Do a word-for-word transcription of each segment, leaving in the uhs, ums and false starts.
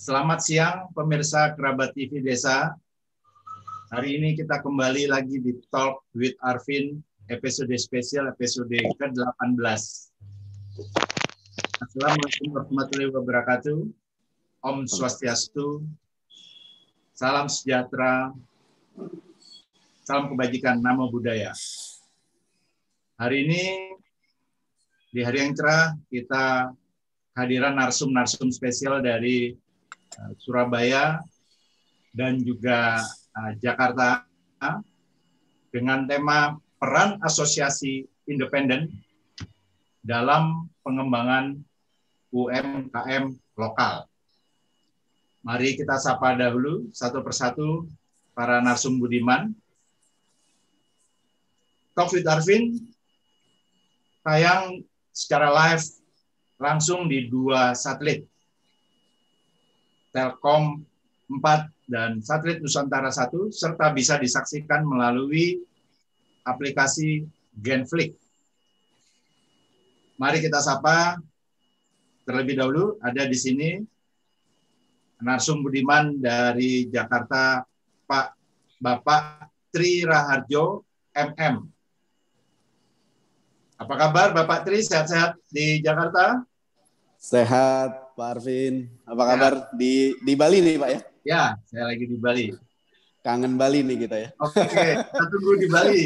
Selamat siang pemirsa Kerabat T V Desa. Hari ini kita kembali lagi di Talk with Arvin, episode spesial, episode ke delapan belas. Assalamualaikum warahmatullahi wabarakatuh. Om Swastiastu. Salam sejahtera. Salam kebajikan, namo buddhaya. Hari ini, di hari yang cerah, kita kehadiran narsum-narsum spesial dari uh, Surabaya dan juga uh, Jakarta dengan tema peran asosiasi independen dalam pengembangan U M K M lokal. Mari kita sapa dahulu satu persatu para narsum budiman. Talk with Arvin tayang secara live langsung di dua satelit, Telkom empat dan satelit Nusantara satu, serta bisa disaksikan melalui aplikasi Genflix. Mari kita sapa terlebih dahulu, ada di sini narsum budiman dari Jakarta, Pak Bapak Tri Raharjo M M. Apa kabar Bapak Tri? Sehat-sehat di Jakarta? Sehat Pak Arvin. Apa kabar ya. di di Bali nih Pak ya? Ya, saya lagi di Bali. Kangen Bali nih kita ya. Oke, kita tunggu di Bali.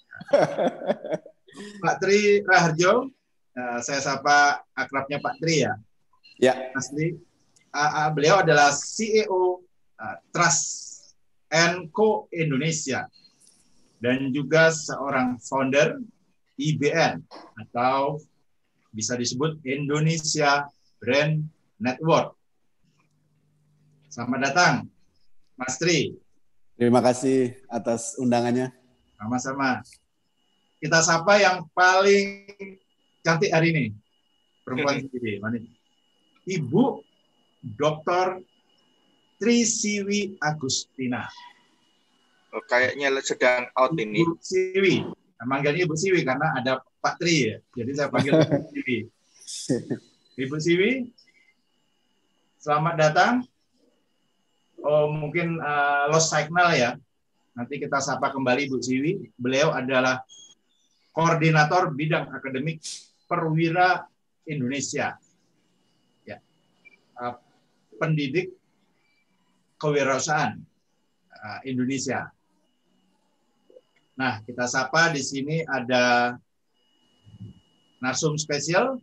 Pak Tri Raharjo, saya sapa akrabnya Pak Tri ya. Ya. Asli, beliau adalah C E O Trust and Co Indonesia dan juga seorang founder I B N atau bisa disebut Indonesia Brand Network. Selamat datang, Mas Tri. Terima kasih atas undangannya. Sama-sama. Kita sapa yang paling cantik hari ini. Perempuan sendiri. Ibu Doktor Tri Siwi Agustina. Oh, kayaknya sedang out ini. Ibu Siwi. Manggilnya Ibu Siwi karena ada Pak Tri ya. Jadi saya panggil Ibu Siwi. Ibu Siwi, selamat datang. Oh, mungkin uh, lost signal ya. Nanti kita sapa kembali Ibu Siwi. Beliau adalah koordinator bidang akademik Perwira Indonesia. Ya. Uh, pendidik kewirausahaan uh, Indonesia. Nah, kita sapa di sini ada narsum spesial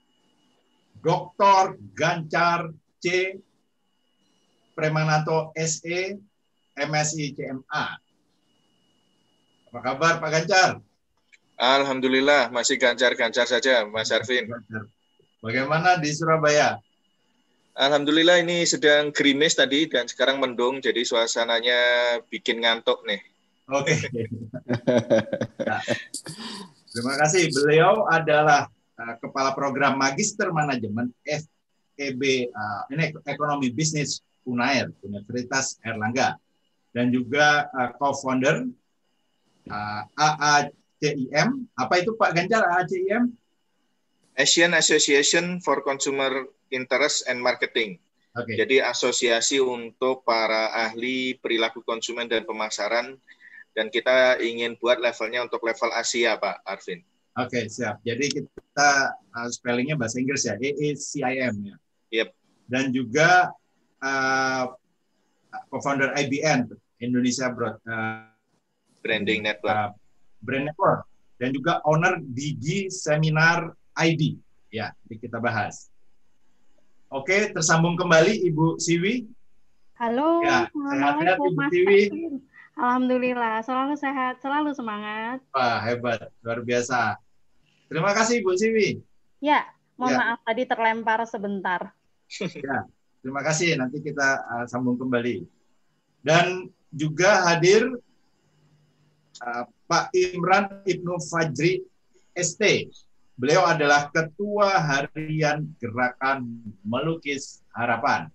Doktor Gancar C. Premananto S E M Si C M A. Apa kabar Pak Gancar? Alhamdulillah masih gancar-gancar saja Mas Arvin. Bagaimana di Surabaya? Alhamdulillah ini sedang gerimis tadi dan sekarang mendung, jadi suasananya bikin ngantuk nih. Oke. Nah, terima kasih. Beliau adalah uh, Kepala Program Magister Manajemen F E B uh, ini Ekonomi Bisnis Unair, Universitas Airlangga, dan juga uh, co-founder uh, A A C I M. Apa itu Pak Gancar A A C I M? Asian Association for Consumer Interest and Marketing. Okay. Jadi asosiasi untuk para ahli perilaku konsumen dan pemasaran. Dan kita ingin buat levelnya untuk level Asia, Pak Arvin. Oke, okay, siap. Jadi kita uh, spellingnya bahasa Inggris ya, A A C I M ya. Yep. Dan juga uh, co-founder I B N, Indonesia Broad, uh, Branding Network. Uh, Brand Network. Dan juga owner D G Seminar I D. Ya, jadi kita bahas. Oke, okay, tersambung kembali Ibu Siwi. Halo, ya, sehat-sehat Ibu Siwi. Alhamdulillah, selalu sehat, selalu semangat. Wah, hebat, luar biasa. Terima kasih, Bu Siwi. Ya, mohon ya. maaf tadi terlempar sebentar. Ya, terima kasih. Nanti kita uh, sambung kembali. Dan juga hadir uh, Pak Imran Ibnu Fajri S T. Beliau adalah Ketua Harian Gerakan Melukis Harapan.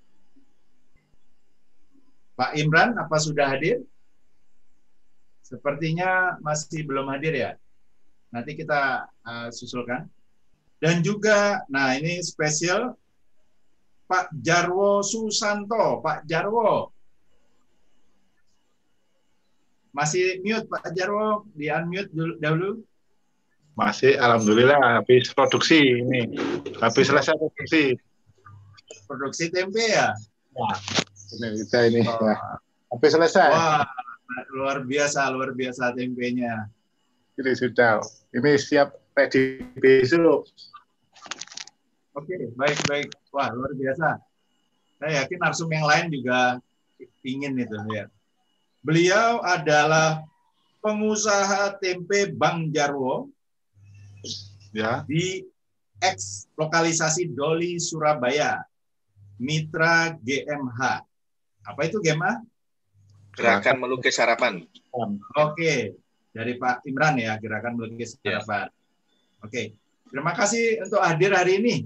Pak Imran, apa sudah hadir? Sepertinya masih belum hadir ya. Nanti kita uh, susulkan. Dan juga, nah ini spesial, Pak Jarwo Susanto. Pak Jarwo. Masih mute Pak Jarwo, di unmute dulu, dahulu. Masih, alhamdulillah habis produksi ini. Habis selesai produksi. Produksi tempe ya? Ya. Ini kita ini. Oh. Ya. Habis selesai. Wah, luar biasa, luar biasa tempenya. Ini sudah. Ini siap ready besok. Oke, baik, baik. Wah, luar biasa. Saya yakin narsum yang lain juga ingin itu ya. Beliau adalah pengusaha tempe Bang Jarwo Ya. di ex lokalisasi Doli Surabaya, Mitra G M H. Apa itu G M H? Gerakan Melukis Harapan. Oke, dari Pak Imran ya, Gerakan Melukis Harapan. Ya. Oke, terima kasih untuk hadir hari ini.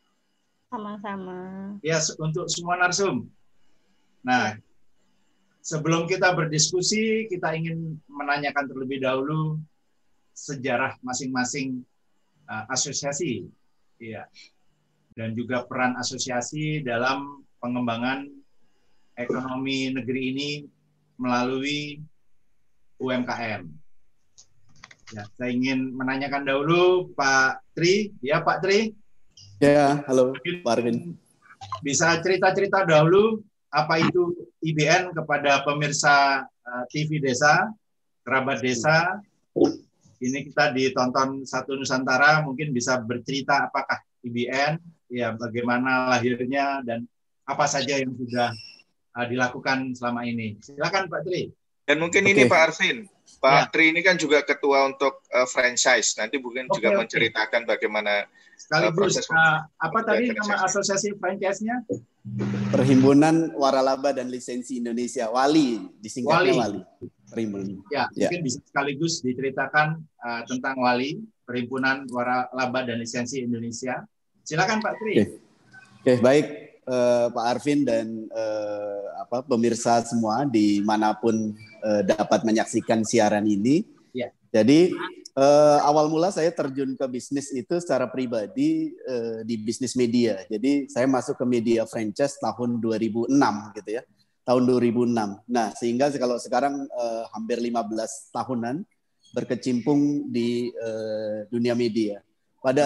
Sama-sama. Ya, untuk semua narsum. Nah, sebelum kita berdiskusi, kita ingin menanyakan terlebih dahulu sejarah masing-masing uh, asosiasi, ya, dan juga peran asosiasi dalam pengembangan ekonomi negeri ini melalui U M K M. Ya, saya ingin menanyakan dahulu Pak Tri, ya Pak Tri. Ya, halo Pak Arvin. Bisa cerita-cerita dahulu apa itu I B N kepada pemirsa uh, T V Desa, kerabat desa. Ini kita ditonton satu Nusantara, mungkin bisa bercerita apakah I B N, ya bagaimana lahirnya dan apa saja yang sudah uh, dilakukan selama ini. Silakan Pak Tri. Dan mungkin okay. Ini Pak Arvin, Pak ya. Tri ini kan juga ketua untuk uh, franchise. Nanti mungkin okay, juga okay. menceritakan bagaimana sekaligus uh, uh, apa tadi nama asosiasi franchise-nya? Perhimpunan Waralaba dan Lisensi Indonesia, Wali, disingkatnya Wali. Wali. Perhimpunan. Ya, ya, mungkin bisa sekaligus diceritakan uh, tentang Wali, Perhimpunan Waralaba dan Lisensi Indonesia. Silakan Pak Tri. Oke, Oke baik uh, Pak Arvin dan uh, apa pemirsa semua dimanapun uh, dapat menyaksikan siaran ini. Ya. Jadi Uh, awal mula saya terjun ke bisnis itu secara pribadi uh, di bisnis media. Jadi saya masuk ke media franchise tahun dua ribu enam gitu ya. Tahun dua ribu enam. Nah, sehingga kalau sekarang uh, hampir lima belas tahunan berkecimpung di uh, dunia media. Pada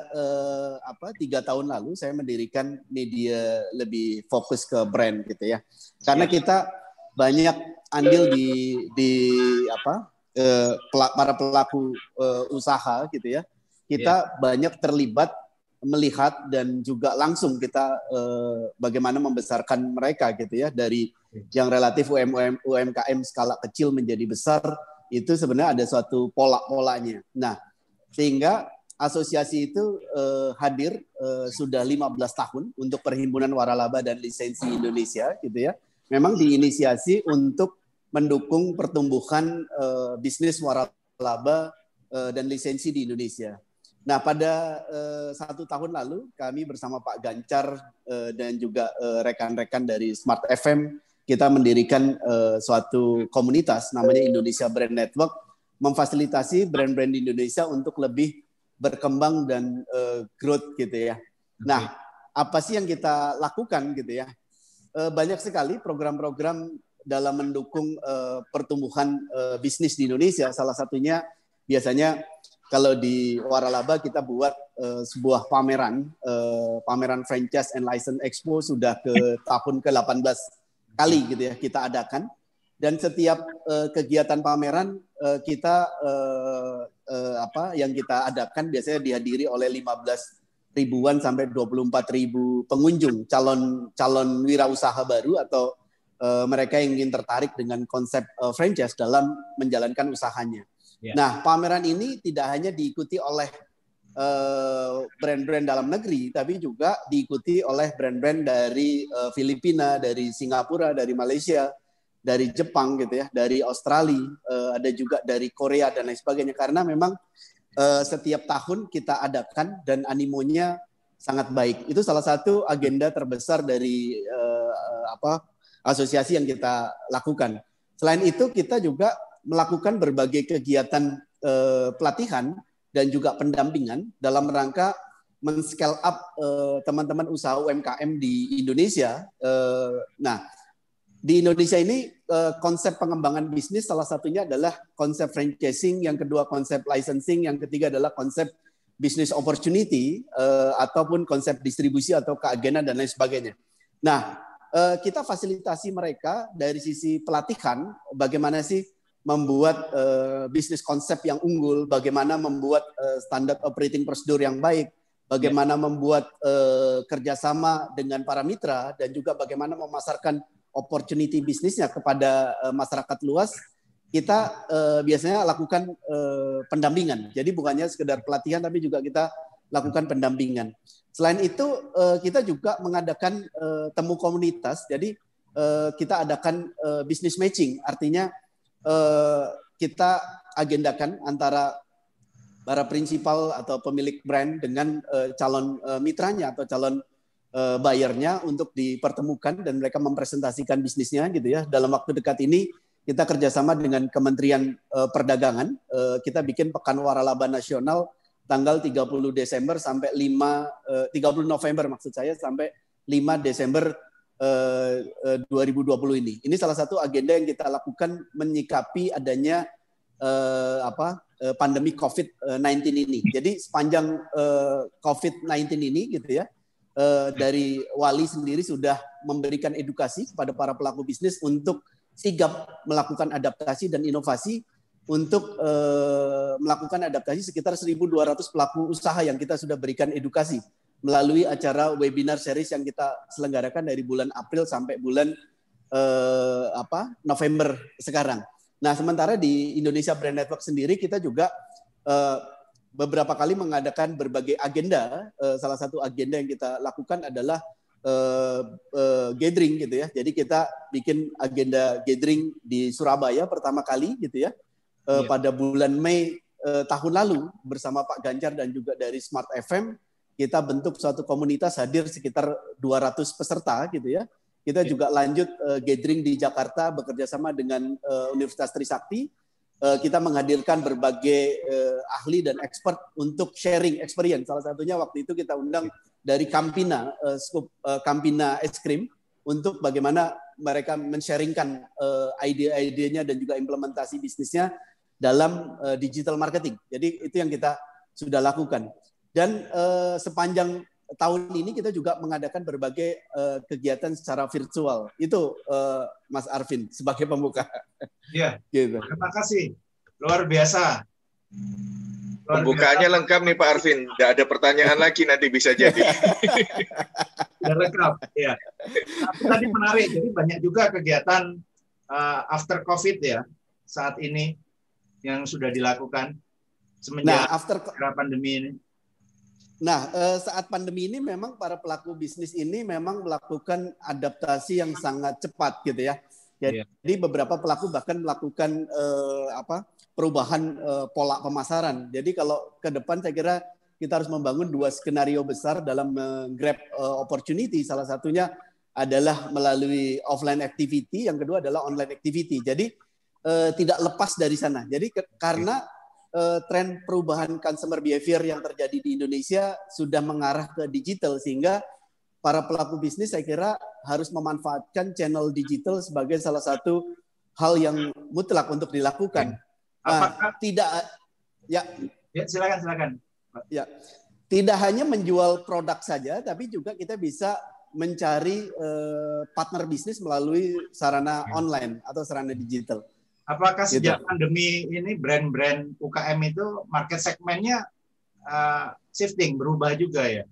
uh, apa tiga tahun lalu saya mendirikan media lebih fokus ke brand gitu ya. Karena kita banyak andil di di apa? Eh, para pelaku eh, usaha gitu ya, kita yeah. banyak terlibat melihat dan juga langsung kita eh, bagaimana membesarkan mereka gitu ya, dari yang relatif U M K M skala kecil menjadi besar, itu sebenarnya ada suatu pola-polanya. Nah, sehingga asosiasi itu eh, hadir eh, sudah lima belas tahun untuk Perhimpunan Waralaba dan Lisensi Indonesia gitu ya. Memang diinisiasi untuk mendukung pertumbuhan uh, bisnis waralaba uh, dan lisensi di Indonesia. Nah, pada uh, satu tahun lalu kami bersama Pak Gancar uh, dan juga uh, rekan-rekan dari Smart F M, kita mendirikan uh, suatu komunitas namanya Indonesia Brand Network, memfasilitasi brand-brand di Indonesia untuk lebih berkembang dan uh, growth gitu ya. Nah, apa sih yang kita lakukan gitu ya? Uh, banyak sekali program-program dalam mendukung uh, pertumbuhan uh, bisnis di Indonesia. Salah satunya biasanya kalau di Waralaba kita buat uh, sebuah pameran, uh, pameran Franchise and License Expo sudah ke tahun ke delapan belas kali gitu ya kita adakan. Dan setiap uh, kegiatan pameran uh, kita uh, uh, apa yang kita adakan biasanya dihadiri oleh lima belas ribuan sampai dua puluh empat ribu pengunjung, calon calon wirausaha baru atau Uh, mereka yang ingin tertarik dengan konsep uh, franchise dalam menjalankan usahanya. Yeah. Nah, pameran ini tidak hanya diikuti oleh uh, brand-brand dalam negeri, tapi juga diikuti oleh brand-brand dari uh, Filipina, dari Singapura, dari Malaysia, dari Jepang gitu ya, dari Australia, uh, ada juga dari Korea dan lain sebagainya. Karena memang uh, setiap tahun kita adakan dan animonya sangat baik. Itu salah satu agenda terbesar dari uh, uh, apa? asosiasi yang kita lakukan. Selain itu kita juga melakukan berbagai kegiatan eh, pelatihan dan juga pendampingan dalam rangka men-scale up uh, teman-teman usaha U M K M di Indonesia. Uh, nah, di Indonesia ini uh, konsep pengembangan bisnis salah satunya adalah konsep franchising, yang kedua konsep licensing, yang ketiga adalah konsep business opportunity uh, ataupun konsep distribusi atau keagenan dan lain sebagainya. Nah, uh, kita fasilitasi mereka dari sisi pelatihan, bagaimana sih membuat uh, bisnis konsep yang unggul, bagaimana membuat uh, standar operating prosedur yang baik, bagaimana yeah. membuat uh, kerjasama dengan para mitra, dan juga bagaimana memasarkan opportunity bisnisnya kepada uh, masyarakat luas. Kita uh, biasanya lakukan uh, pendampingan. Jadi bukannya sekedar pelatihan, tapi juga kita lakukan pendampingan. Selain itu, uh, kita juga mengadakan uh, temu komunitas. Jadi uh, kita adakan uh, business matching. Artinya uh, kita agendakan antara para prinsipal atau pemilik brand dengan uh, calon uh, mitranya atau calon uh, buyernya untuk dipertemukan dan mereka mempresentasikan bisnisnya gitu ya. Dalam waktu dekat ini kita kerjasama dengan Kementerian uh, Perdagangan, uh, kita bikin Pekan Waralaba Nasional tanggal tiga puluh Desember sampai lima, uh, tiga puluh November maksud saya sampai lima Desember uh, uh, dua ribu dua puluh ini. Ini salah satu agenda yang kita lakukan menyikapi adanya uh, apa uh, pandemi covid sembilan belas ini. Jadi sepanjang uh, covid sembilan belas ini gitu ya, uh, dari Wali sendiri sudah memberikan edukasi kepada para pelaku bisnis untuk sigap melakukan adaptasi dan inovasi untuk uh, melakukan adaptasi sekitar seribu dua ratus pelaku usaha yang kita sudah berikan edukasi melalui acara webinar series yang kita selenggarakan dari bulan April sampai bulan uh, apa November sekarang. Nah, sementara di Indonesia Brand Network sendiri kita juga uh, beberapa kali mengadakan berbagai agenda. Uh, salah satu agenda yang kita lakukan adalah Uh, uh, gathering gitu ya. Jadi kita bikin agenda gathering di Surabaya pertama kali gitu ya. Uh, yeah. Pada bulan Mei uh, tahun lalu bersama Pak Ganjar dan juga dari Smart F M kita bentuk suatu komunitas, hadir sekitar dua ratus peserta gitu ya. Kita yeah. juga lanjut uh, gathering di Jakarta bekerja sama dengan uh, Universitas Trisakti. Uh, kita menghadirkan berbagai uh, ahli dan expert untuk sharing experience. Salah satunya waktu itu kita undang dari Campina, uh, Scoop uh, Campina Es Krim, untuk bagaimana mereka men-sharingkan uh, ide-idenya dan juga implementasi bisnisnya dalam uh, digital marketing. Jadi itu yang kita sudah lakukan. Dan uh, sepanjang tahun ini kita juga mengadakan berbagai uh, kegiatan secara virtual. Itu uh, Mas Arvin sebagai pembuka. Iya. Gitu. Terima kasih. Luar biasa. Pembukaannya lengkap nih Pak Arvin. Tidak ada pertanyaan lagi, nanti bisa jadi. Sudah lengkap, ya. Tapi tadi menarik. Jadi banyak juga kegiatan uh, after COVID ya saat ini yang sudah dilakukan semenjak nah, after pandemi ini. Nah, uh, saat pandemi ini memang para pelaku bisnis ini memang melakukan adaptasi yang sangat cepat gitu ya. Jadi yeah. beberapa pelaku bahkan melakukan uh, apa? perubahan uh, pola pemasaran. Jadi kalau ke depan saya kira kita harus membangun dua skenario besar dalam meng-grab uh, opportunity. Salah satunya adalah melalui offline activity, yang kedua adalah online activity. Jadi uh, tidak lepas dari sana. Jadi ke, karena uh, tren perubahan consumer behavior yang terjadi di Indonesia sudah mengarah ke digital, sehingga para pelaku bisnis saya kira harus memanfaatkan channel digital sebagai salah satu hal yang mutlak untuk dilakukan. Nah, Apakah tidak ya, ya silakan silakan. Ya, tidak hanya menjual produk saja, tapi juga kita bisa mencari uh, partner bisnis melalui sarana online atau sarana digital. Apakah sejak gitu. pandemi ini brand-brand U K M itu market segmennya uh, shifting, berubah juga ya?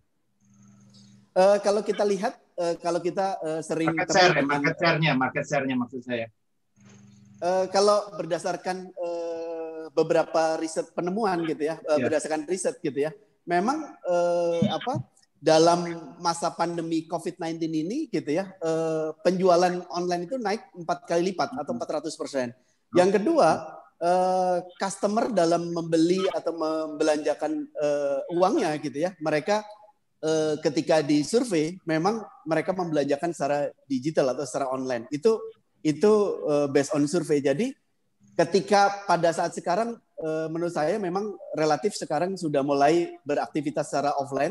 Uh, kalau kita lihat, uh, kalau kita uh, sering market share, dengan, market share-nya, market share-nya maksud saya. Uh, kalau berdasarkan uh, beberapa riset penemuan gitu ya, uh, yeah. berdasarkan riset gitu ya, memang uh, apa dalam masa pandemi covid sembilan belas ini gitu ya, uh, penjualan online itu naik empat kali lipat atau empat ratus persen. Yang kedua, uh, customer dalam membeli atau membelanjakan uh, uangnya gitu ya, mereka uh, ketika disurvei memang mereka membelanjakan secara digital atau secara online. Itu itu uh, based on survei. Jadi ketika pada saat sekarang uh, menurut saya memang relatif sekarang sudah mulai beraktivitas secara offline,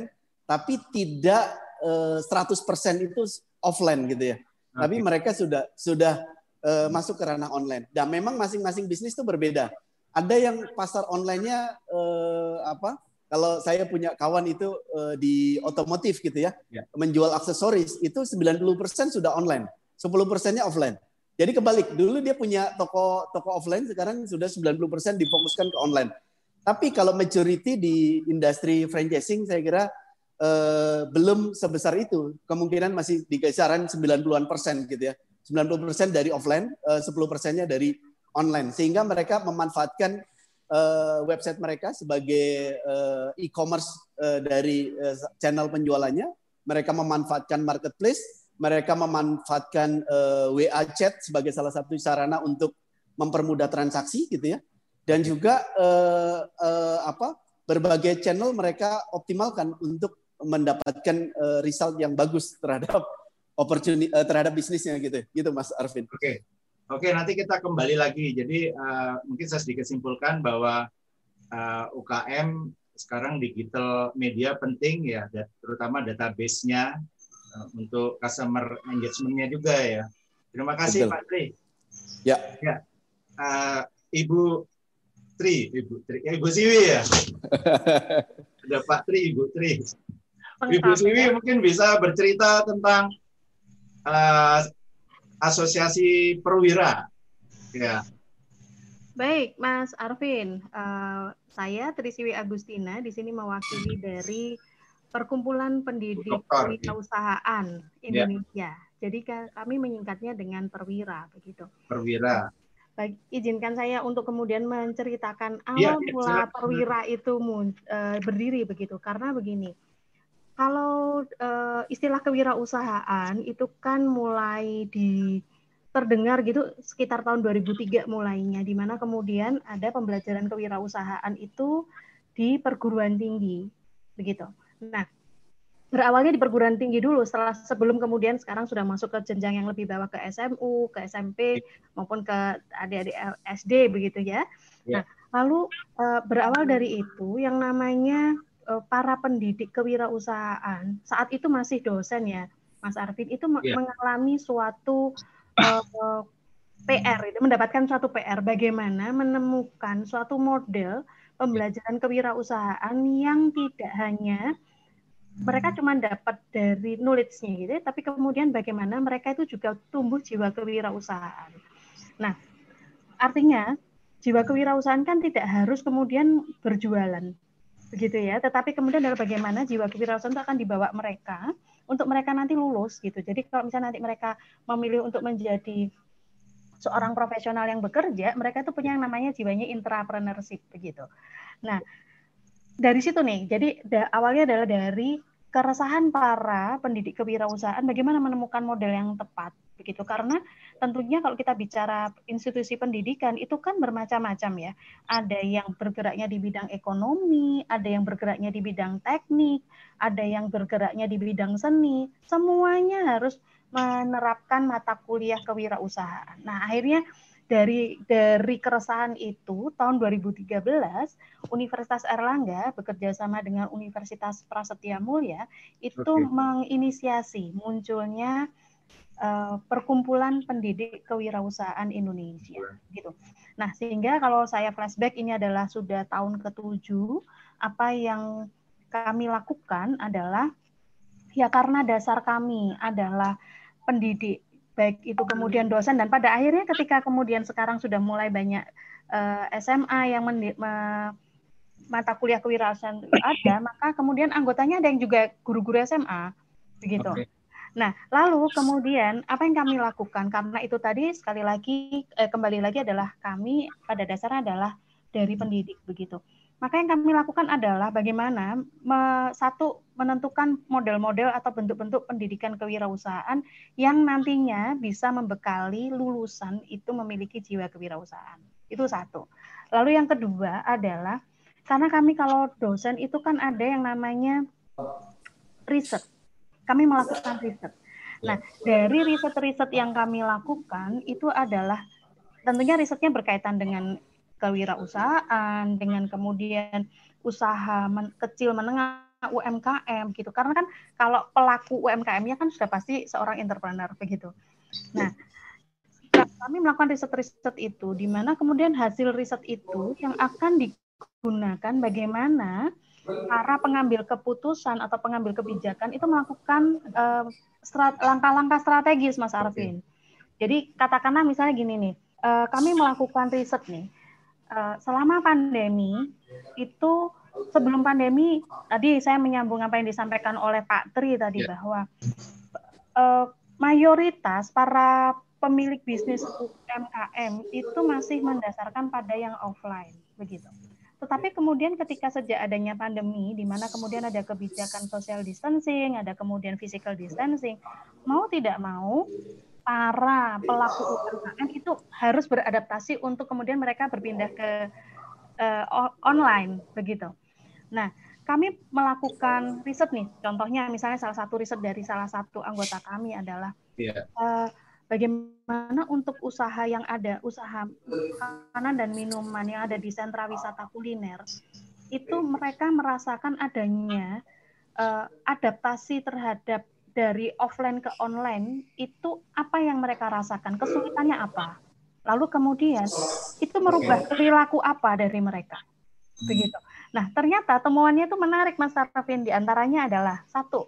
tapi tidak uh, seratus persen itu offline gitu ya. Okay. Tapi mereka sudah sudah uh, masuk ke ranah online. Dan memang masing-masing bisnis itu berbeda. Ada yang pasar online-nya uh, apa? Kalau saya punya kawan itu uh, di otomotif gitu ya, yeah. menjual aksesoris itu sembilan puluh persen sudah online, sepuluh persennya offline. Jadi kebalik, dulu dia punya toko toko offline, sekarang sudah sembilan puluh persen difokuskan ke online. Tapi kalau majority di industri franchising saya kira eh, belum sebesar itu. Kemungkinan masih di kisaran sembilan puluhan persen gitu ya. sembilan puluh persen dari offline, eh, sepuluh persennya dari online. Sehingga mereka memanfaatkan eh, website mereka sebagai eh, e-commerce eh, dari eh, channel penjualannya. Mereka memanfaatkan marketplace. Mereka memanfaatkan uh, W A chat sebagai salah satu sarana untuk mempermudah transaksi gitu ya. Dan juga uh, uh, apa berbagai channel mereka optimalkan untuk mendapatkan uh, result yang bagus terhadap opportunity uh, terhadap bisnisnya gitu. Gitu Mas Arvin. Oke. Okay. Oke, okay, nanti kita kembali lagi. Jadi uh, mungkin saya sedikit simpulkan bahwa uh, U K M sekarang digital media penting ya, terutama database-nya untuk customer engagement-nya juga ya. Terima kasih. Betul. Pak Tri. Ya. Ya. Uh, Ibu Tri, Ibu Tri, ya, Ibu Siwi ya. Ada Pak Tri, Ibu Tri. Ibu Siwi ya. Mungkin bisa bercerita tentang uh, asosiasi perwira. Ya. Baik, Mas Arvin. Uh, saya Tri Siwi Agustina di sini mewakili dari Perkumpulan Pendidik Kewirausahaan Indonesia. Ya. Jadi kami menyingkatnya dengan Perwira begitu. Perwira. Baik, izinkan saya untuk kemudian menceritakan awal ya, mula ya, Perwira itu uh, berdiri begitu. Karena begini, kalau uh, istilah kewirausahaan itu kan mulai di terdengar gitu sekitar tahun dua ribu tiga mulainya, di mana kemudian ada pembelajaran kewirausahaan itu di perguruan tinggi begitu. Nah, berawalnya di perguruan tinggi dulu, setelah sebelum kemudian sekarang sudah masuk ke jenjang yang lebih bawah ke S M U, ke S M P maupun ke adik-adik S D begitu ya. ya. Nah, lalu uh, berawal dari itu yang namanya uh, para pendidik kewirausahaan saat itu masih dosen ya, Mas Arvin itu ya. mengalami suatu uh, P R, itu mendapatkan suatu P R bagaimana menemukan suatu model pembelajaran kewirausahaan yang tidak hanya mereka cuma dapat dari knowledge-nya gitu, tapi kemudian bagaimana mereka itu juga tumbuh jiwa kewirausahaan. Nah, artinya jiwa kewirausahaan kan tidak harus kemudian berjualan, begitu ya. Tetapi kemudian adalah bagaimana jiwa kewirausahaan itu akan dibawa mereka untuk mereka nanti lulus gitu. Jadi kalau misalnya nanti mereka memilih untuk menjadi seorang profesional yang bekerja, mereka itu punya yang namanya jiwanya intrapreneurship begitu. Nah, dari situ nih, jadi da, awalnya adalah dari keresahan para pendidik kewirausahaan bagaimana menemukan model yang tepat begitu, karena tentunya kalau kita bicara institusi pendidikan itu kan bermacam-macam ya, ada yang bergeraknya di bidang ekonomi, ada yang bergeraknya di bidang teknik, ada yang bergeraknya di bidang seni, semuanya harus menerapkan mata kuliah kewirausahaan. Nah, akhirnya dari dari keresahan itu tahun dua ribu tiga belas Universitas Airlangga bekerja sama dengan Universitas Prasetya Mulia itu okay. menginisiasi munculnya uh, Perkumpulan Pendidik Kewirausahaan Indonesia gitu. Nah, sehingga kalau saya flashback ini adalah sudah tahun ketujuh, apa yang kami lakukan adalah ya karena dasar kami adalah pendidik, baik itu kemudian dosen, dan pada akhirnya ketika kemudian sekarang sudah mulai banyak uh, S M A yang mendi- me- mata kuliah kewirausahaan ada, maka kemudian anggotanya ada yang juga guru-guru S M A, begitu. Okay. Nah, lalu kemudian apa yang kami lakukan, karena itu tadi sekali lagi eh, kembali lagi adalah kami pada dasarnya adalah dari pendidik, begitu. Maka yang kami lakukan adalah bagaimana me, satu menentukan model-model atau bentuk-bentuk pendidikan kewirausahaan yang nantinya bisa membekali lulusan itu memiliki jiwa kewirausahaan. Itu satu. Lalu yang kedua adalah karena kami kalau dosen itu kan ada yang namanya riset. Kami melakukan riset. Nah, dari riset-riset yang kami lakukan itu adalah tentunya risetnya berkaitan dengan kewirausahaan, dengan kemudian usaha men- kecil menengah U M K M gitu. Karena kan kalau pelaku U M K M-nya kan sudah pasti seorang entrepreneur begitu. Nah, kami melakukan riset-riset itu, di mana kemudian hasil riset itu yang akan digunakan bagaimana para pengambil keputusan atau pengambil kebijakan itu melakukan uh, strat, langkah-langkah strategis, Mas Arvin. Jadi katakanlah misalnya gini nih, uh, kami melakukan riset nih, uh, selama pandemi itu, sebelum pandemi, tadi saya menyambung apa yang disampaikan oleh Pak Tri tadi, yeah. bahwa uh, mayoritas para pemilik bisnis U M K M itu masih mendasarkan pada yang offline, begitu. Tetapi kemudian ketika sejak adanya pandemi, di mana kemudian ada kebijakan social distancing, ada kemudian physical distancing, mau tidak mau, para pelaku U M K M itu harus beradaptasi untuk kemudian mereka berpindah ke uh, online, begitu. Nah, kami melakukan riset nih, contohnya misalnya salah satu riset dari salah satu anggota kami adalah yeah. uh, bagaimana untuk usaha yang ada, usaha makanan dan minuman yang ada di sentra wisata kuliner, itu mereka merasakan adanya uh, adaptasi terhadap dari offline ke online, itu apa yang mereka rasakan, kesulitannya apa, lalu kemudian itu merubah perilaku apa dari mereka, begitu. Nah, ternyata temuannya itu menarik, Mas Arvin, diantaranya adalah satu,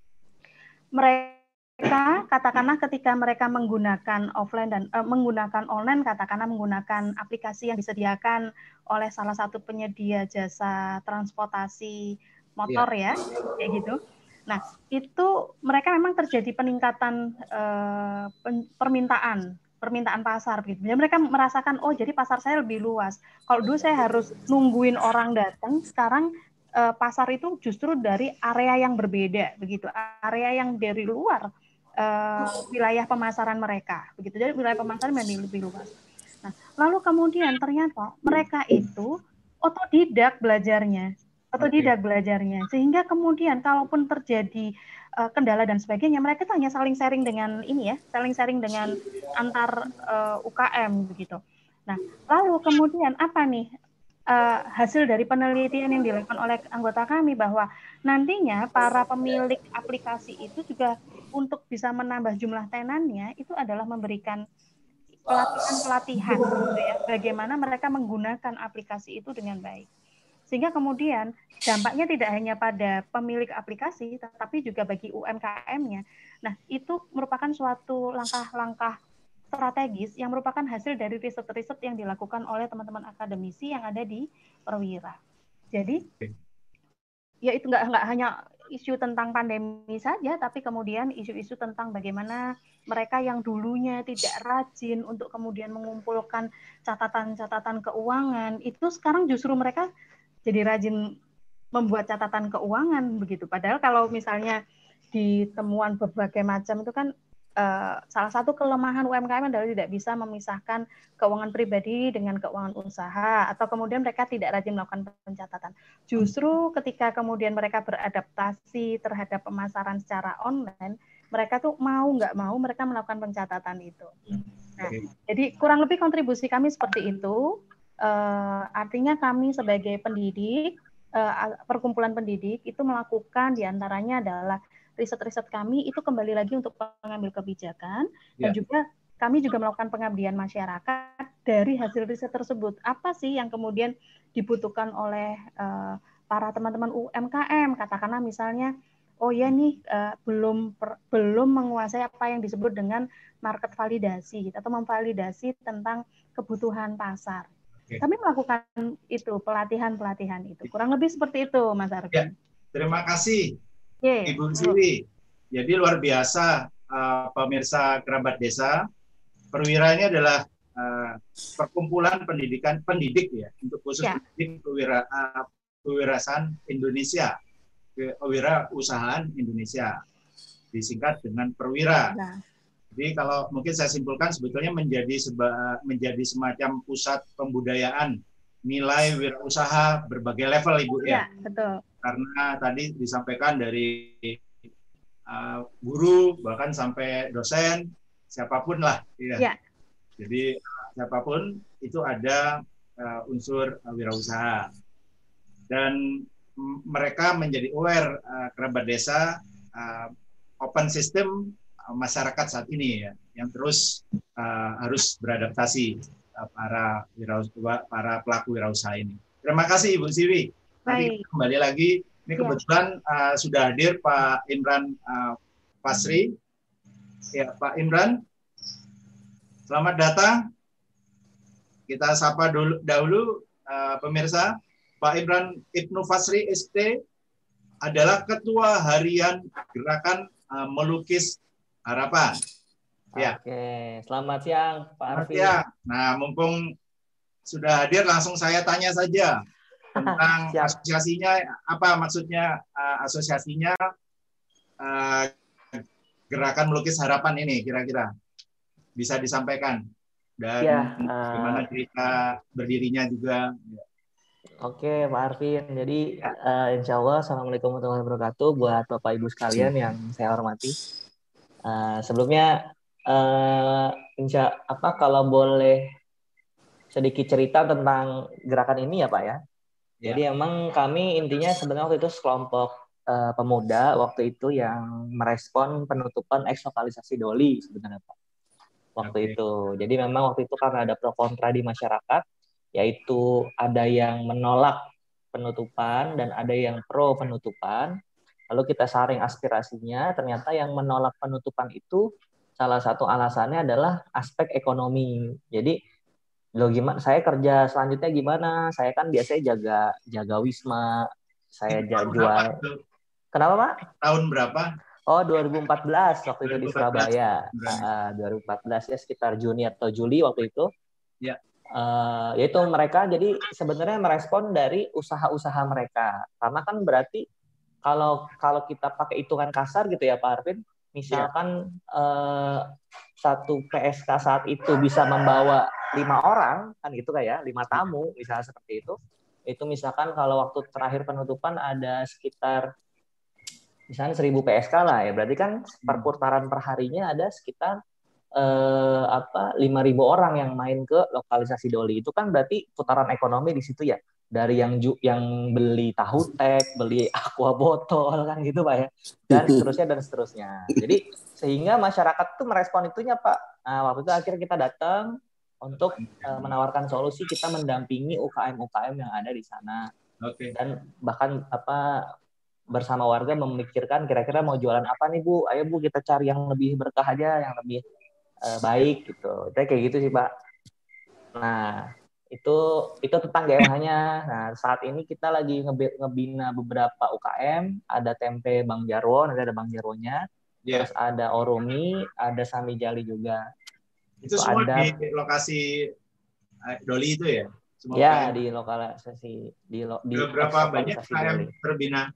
mereka Mereka, katakanlah ketika mereka menggunakan offline dan eh, menggunakan online, katakanlah menggunakan aplikasi yang disediakan oleh salah satu penyedia jasa transportasi motor yeah. ya, kayak gitu. Nah, itu mereka memang terjadi peningkatan eh, permintaan, permintaan pasar gitu. Jadi mereka merasakan, oh jadi pasar saya lebih luas. Kalau dulu saya harus nungguin orang datang, sekarang eh, pasar itu justru dari area yang berbeda, begitu. Area yang dari luar Uh, wilayah pemasaran mereka, begitu. Jadi wilayah pemasaran menjadi lebih luas. Nah, lalu kemudian ternyata mereka itu otodidak belajarnya, otodidak okay. belajarnya, sehingga kemudian kalaupun terjadi uh, kendala dan sebagainya, mereka itu hanya saling sharing dengan ini ya, saling sharing dengan antar uh, U K M begitu. Nah, lalu kemudian apa nih? Uh, hasil dari penelitian yang dilakukan oleh anggota kami bahwa nantinya para pemilik aplikasi itu juga untuk bisa menambah jumlah tenannya itu adalah memberikan pelatihan-pelatihan gitu ya, bagaimana mereka menggunakan aplikasi itu dengan baik. Sehingga kemudian dampaknya tidak hanya pada pemilik aplikasi tetapi juga bagi U M K M-nya. Nah, itu merupakan suatu langkah-langkah strategis yang merupakan hasil dari riset-riset yang dilakukan oleh teman-teman akademisi yang ada di Perwira. Jadi, ya itu nggak nggak hanya isu tentang pandemi saja, tapi kemudian isu-isu tentang bagaimana mereka yang dulunya tidak rajin untuk kemudian mengumpulkan catatan-catatan keuangan, itu sekarang justru mereka jadi rajin membuat catatan keuangan begitu. Padahal kalau misalnya di temuan berbagai macam itu kan Uh, salah satu kelemahan U M K M adalah tidak bisa memisahkan keuangan pribadi dengan keuangan usaha, atau kemudian mereka tidak rajin melakukan pencatatan. Justru ketika kemudian mereka beradaptasi terhadap pemasaran secara online, mereka tuh mau nggak mau mereka melakukan pencatatan itu. Nah, jadi kurang lebih kontribusi kami seperti itu. Uh, artinya kami sebagai pendidik, uh, perkumpulan pendidik itu melakukan diantaranya adalah riset-riset kami itu kembali lagi untuk pengambil kebijakan dan yeah. juga kami juga melakukan pengabdian masyarakat dari hasil riset tersebut. Apa sih yang kemudian dibutuhkan oleh uh, para teman-teman U M K M? Katakanlah misalnya, oh ya nih uh, belum per, belum menguasai apa yang disebut dengan market validasi atau memvalidasi tentang kebutuhan pasar. Okay. Kami melakukan itu pelatihan-pelatihan itu. Kurang lebih seperti itu, Mas Arvin. Ya, terima kasih. Okay. Ibu Sri, jadi luar biasa uh, pemirsa kerabat desa. Perwira ini adalah uh, perkumpulan pendidikan pendidik ya untuk khusus yeah. pendidik pewira, uh, pewirausahaan Indonesia, kewirausahaan Indonesia, disingkat dengan Perwira. Yeah. Jadi kalau mungkin saya simpulkan sebetulnya menjadi seba, menjadi semacam pusat pembudayaan nilai wirausaha berbagai level, Ibu ya. Yeah, betul. Karena tadi disampaikan dari uh, guru bahkan sampai dosen siapapun lah ya. Ya. Jadi siapapun itu ada uh, unsur uh, wirausaha. Dan mereka menjadi aware uh, kerabat desa uh, open system uh, masyarakat saat ini ya, yang terus uh, harus beradaptasi uh, para wirausaha, para pelaku wirausaha ini. Terima kasih Ibu Siwi. Nanti kita kembali lagi. Ini kebetulan uh, sudah hadir Pak Imran uh, Fasri. Ya, Pak Imran, selamat datang. Kita sapa dulu, dahulu uh, pemirsa. Pak Imran Ibnu Fasri S T adalah Ketua Harian Gerakan uh, Melukis Harapan. Ya. Oke, selamat siang Pak Arfi. Ya. Nah, mumpung sudah hadir, langsung saya tanya saja tentang asosiasinya, apa maksudnya uh, asosiasinya uh, Gerakan Melukis Harapan ini kira-kira bisa disampaikan dan ya, uh, gimana cerita berdirinya juga. Oke Pak Arvin, jadi uh, insya Allah Assalamualaikum warahmatullahi wabarakatuh buat Bapak Ibu sekalian yang saya hormati. Uh, sebelumnya uh, insya apa kalau boleh sedikit cerita tentang gerakan ini ya Pak ya. Jadi ya. Emang kami intinya sebenarnya waktu itu sekelompok uh, pemuda waktu itu yang merespon penutupan ekslokalisasi Doli sebenarnya Pak. Waktu okay. itu. Jadi memang waktu itu karena ada pro kontra di masyarakat, yaitu ada yang menolak penutupan dan ada yang pro penutupan. Lalu kita saring aspirasinya, ternyata yang menolak penutupan itu salah satu alasannya adalah aspek ekonomi. Jadi lo gimana? Saya kerja selanjutnya gimana? Saya kan biasanya jaga jaga wisma, saya jual. Kenapa Pak? Tahun berapa? Oh dua ribu empat belas waktu itu di Surabaya. Uh, dua ribu empat belas ya sekitar Juni atau Juli waktu itu. Ya. Uh, yaitu mereka jadi sebenarnya merespon dari usaha-usaha mereka. Karena kan berarti kalau kalau kita pakai hitungan kasar gitu ya Pak Arvin, misalkan ya. uh, satu P S K saat itu bisa membawa lima orang kan gitu kayak lima tamu misalnya seperti itu. Itu misalkan kalau waktu terakhir penutupan ada sekitar misalnya seribu P S K lah ya, berarti kan per putaran per harinya ada sekitar eh, apa lima ribu orang yang main ke lokalisasi Doli. Itu kan berarti putaran ekonomi di situ ya. Dari yang ju, yang beli tahu tek, beli aqua botol kan gitu Pak ya. Dan seterusnya dan seterusnya. Jadi sehingga masyarakat tuh merespon itunya Pak. Nah, waktu itu akhirnya kita datang untuk uh, menawarkan solusi, kita mendampingi U K M U K M yang ada di sana. Oke. Dan bahkan apa bersama warga memikirkan kira-kira mau jualan apa nih Bu? Ayo Bu kita cari yang lebih berkah aja, yang lebih uh, baik gitu. Kita kayak gitu sih Pak. Nah, itu itu tentang G M H-nya. Nah, saat ini kita lagi ngebina beberapa U K M, ada tempe Bang Jarwo, nanti ada Bang Jarwonya. Yeah. Terus ada Orumi, ada Sami Jali juga. Itu, itu semua ada, di lokasi Doli itu ya? Semua ya, di lokalisasi di, lo, di berapa banyak U K M terbina?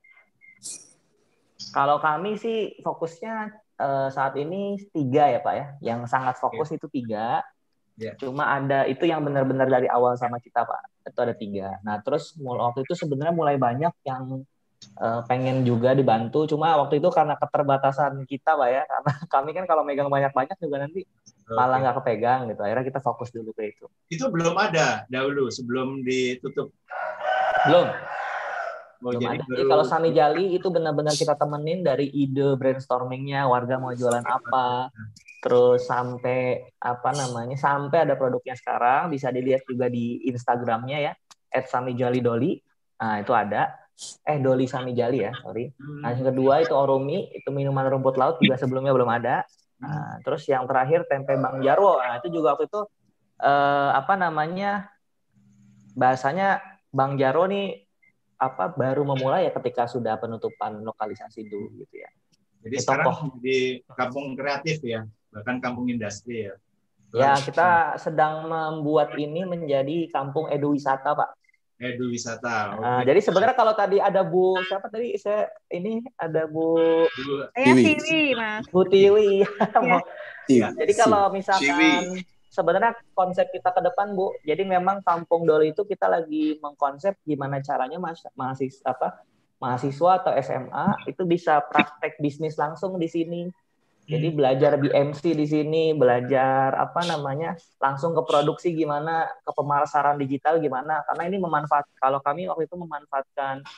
Kalau kami sih fokusnya eh, saat ini tiga ya Pak ya. Yang sangat fokus yeah. itu tiga. Yeah. Cuma ada itu yang benar-benar dari awal sama kita Pak. Itu ada tiga. Nah terus waktu itu sebenarnya mulai banyak yang uh, pengen juga dibantu. Cuma waktu itu karena keterbatasan kita Pak ya. Karena kami kan kalau megang banyak-banyak juga nanti okay. malah nggak kepegang gitu. Akhirnya kita fokus dulu ke itu. Itu belum ada dahulu sebelum ditutup? Belum. Oh, belum ada. Jadi kalau Sami Jali itu benar-benar kita temenin dari ide brainstormingnya, warga mau jualan apa, terus sampai apa namanya, sampai ada produknya sekarang, bisa dilihat juga di Instagramnya ya, et sami jali doli. Nah itu ada, eh Doli Sami Jali ya, sorry. Nah yang kedua itu Orumi, itu minuman rumput laut juga sebelumnya belum ada. Nah, terus yang terakhir tempe Bang Jarwo, nah itu juga waktu itu eh, apa namanya, bahasanya Bang Jarwo nih apa baru memulai ya ketika sudah penutupan lokalisasi dulu gitu ya. Jadi itu sekarang tokoh. Di kampung kreatif ya, bahkan kampung industri ya. Ya, kita sedang membuat ini menjadi kampung edu wisata, Pak. Edu wisata. Okay. Nah, jadi sebenarnya kalau tadi ada Bu siapa tadi saya ini ada Bu saya Tiwi, Mas. Bu Tiwi. Ya. Jadi kalau misalkan sebenarnya konsep kita ke depan, Bu. Jadi memang Kampung Doli itu kita lagi mengkonsep gimana caranya mas, mahasiswa apa mahasiswa atau S M A itu bisa praktek bisnis langsung di sini. Jadi belajar B M C di sini, belajar apa namanya langsung ke produksi gimana, ke pemasaran digital gimana. Karena ini memanfaat kalau kami waktu itu memanfaatkan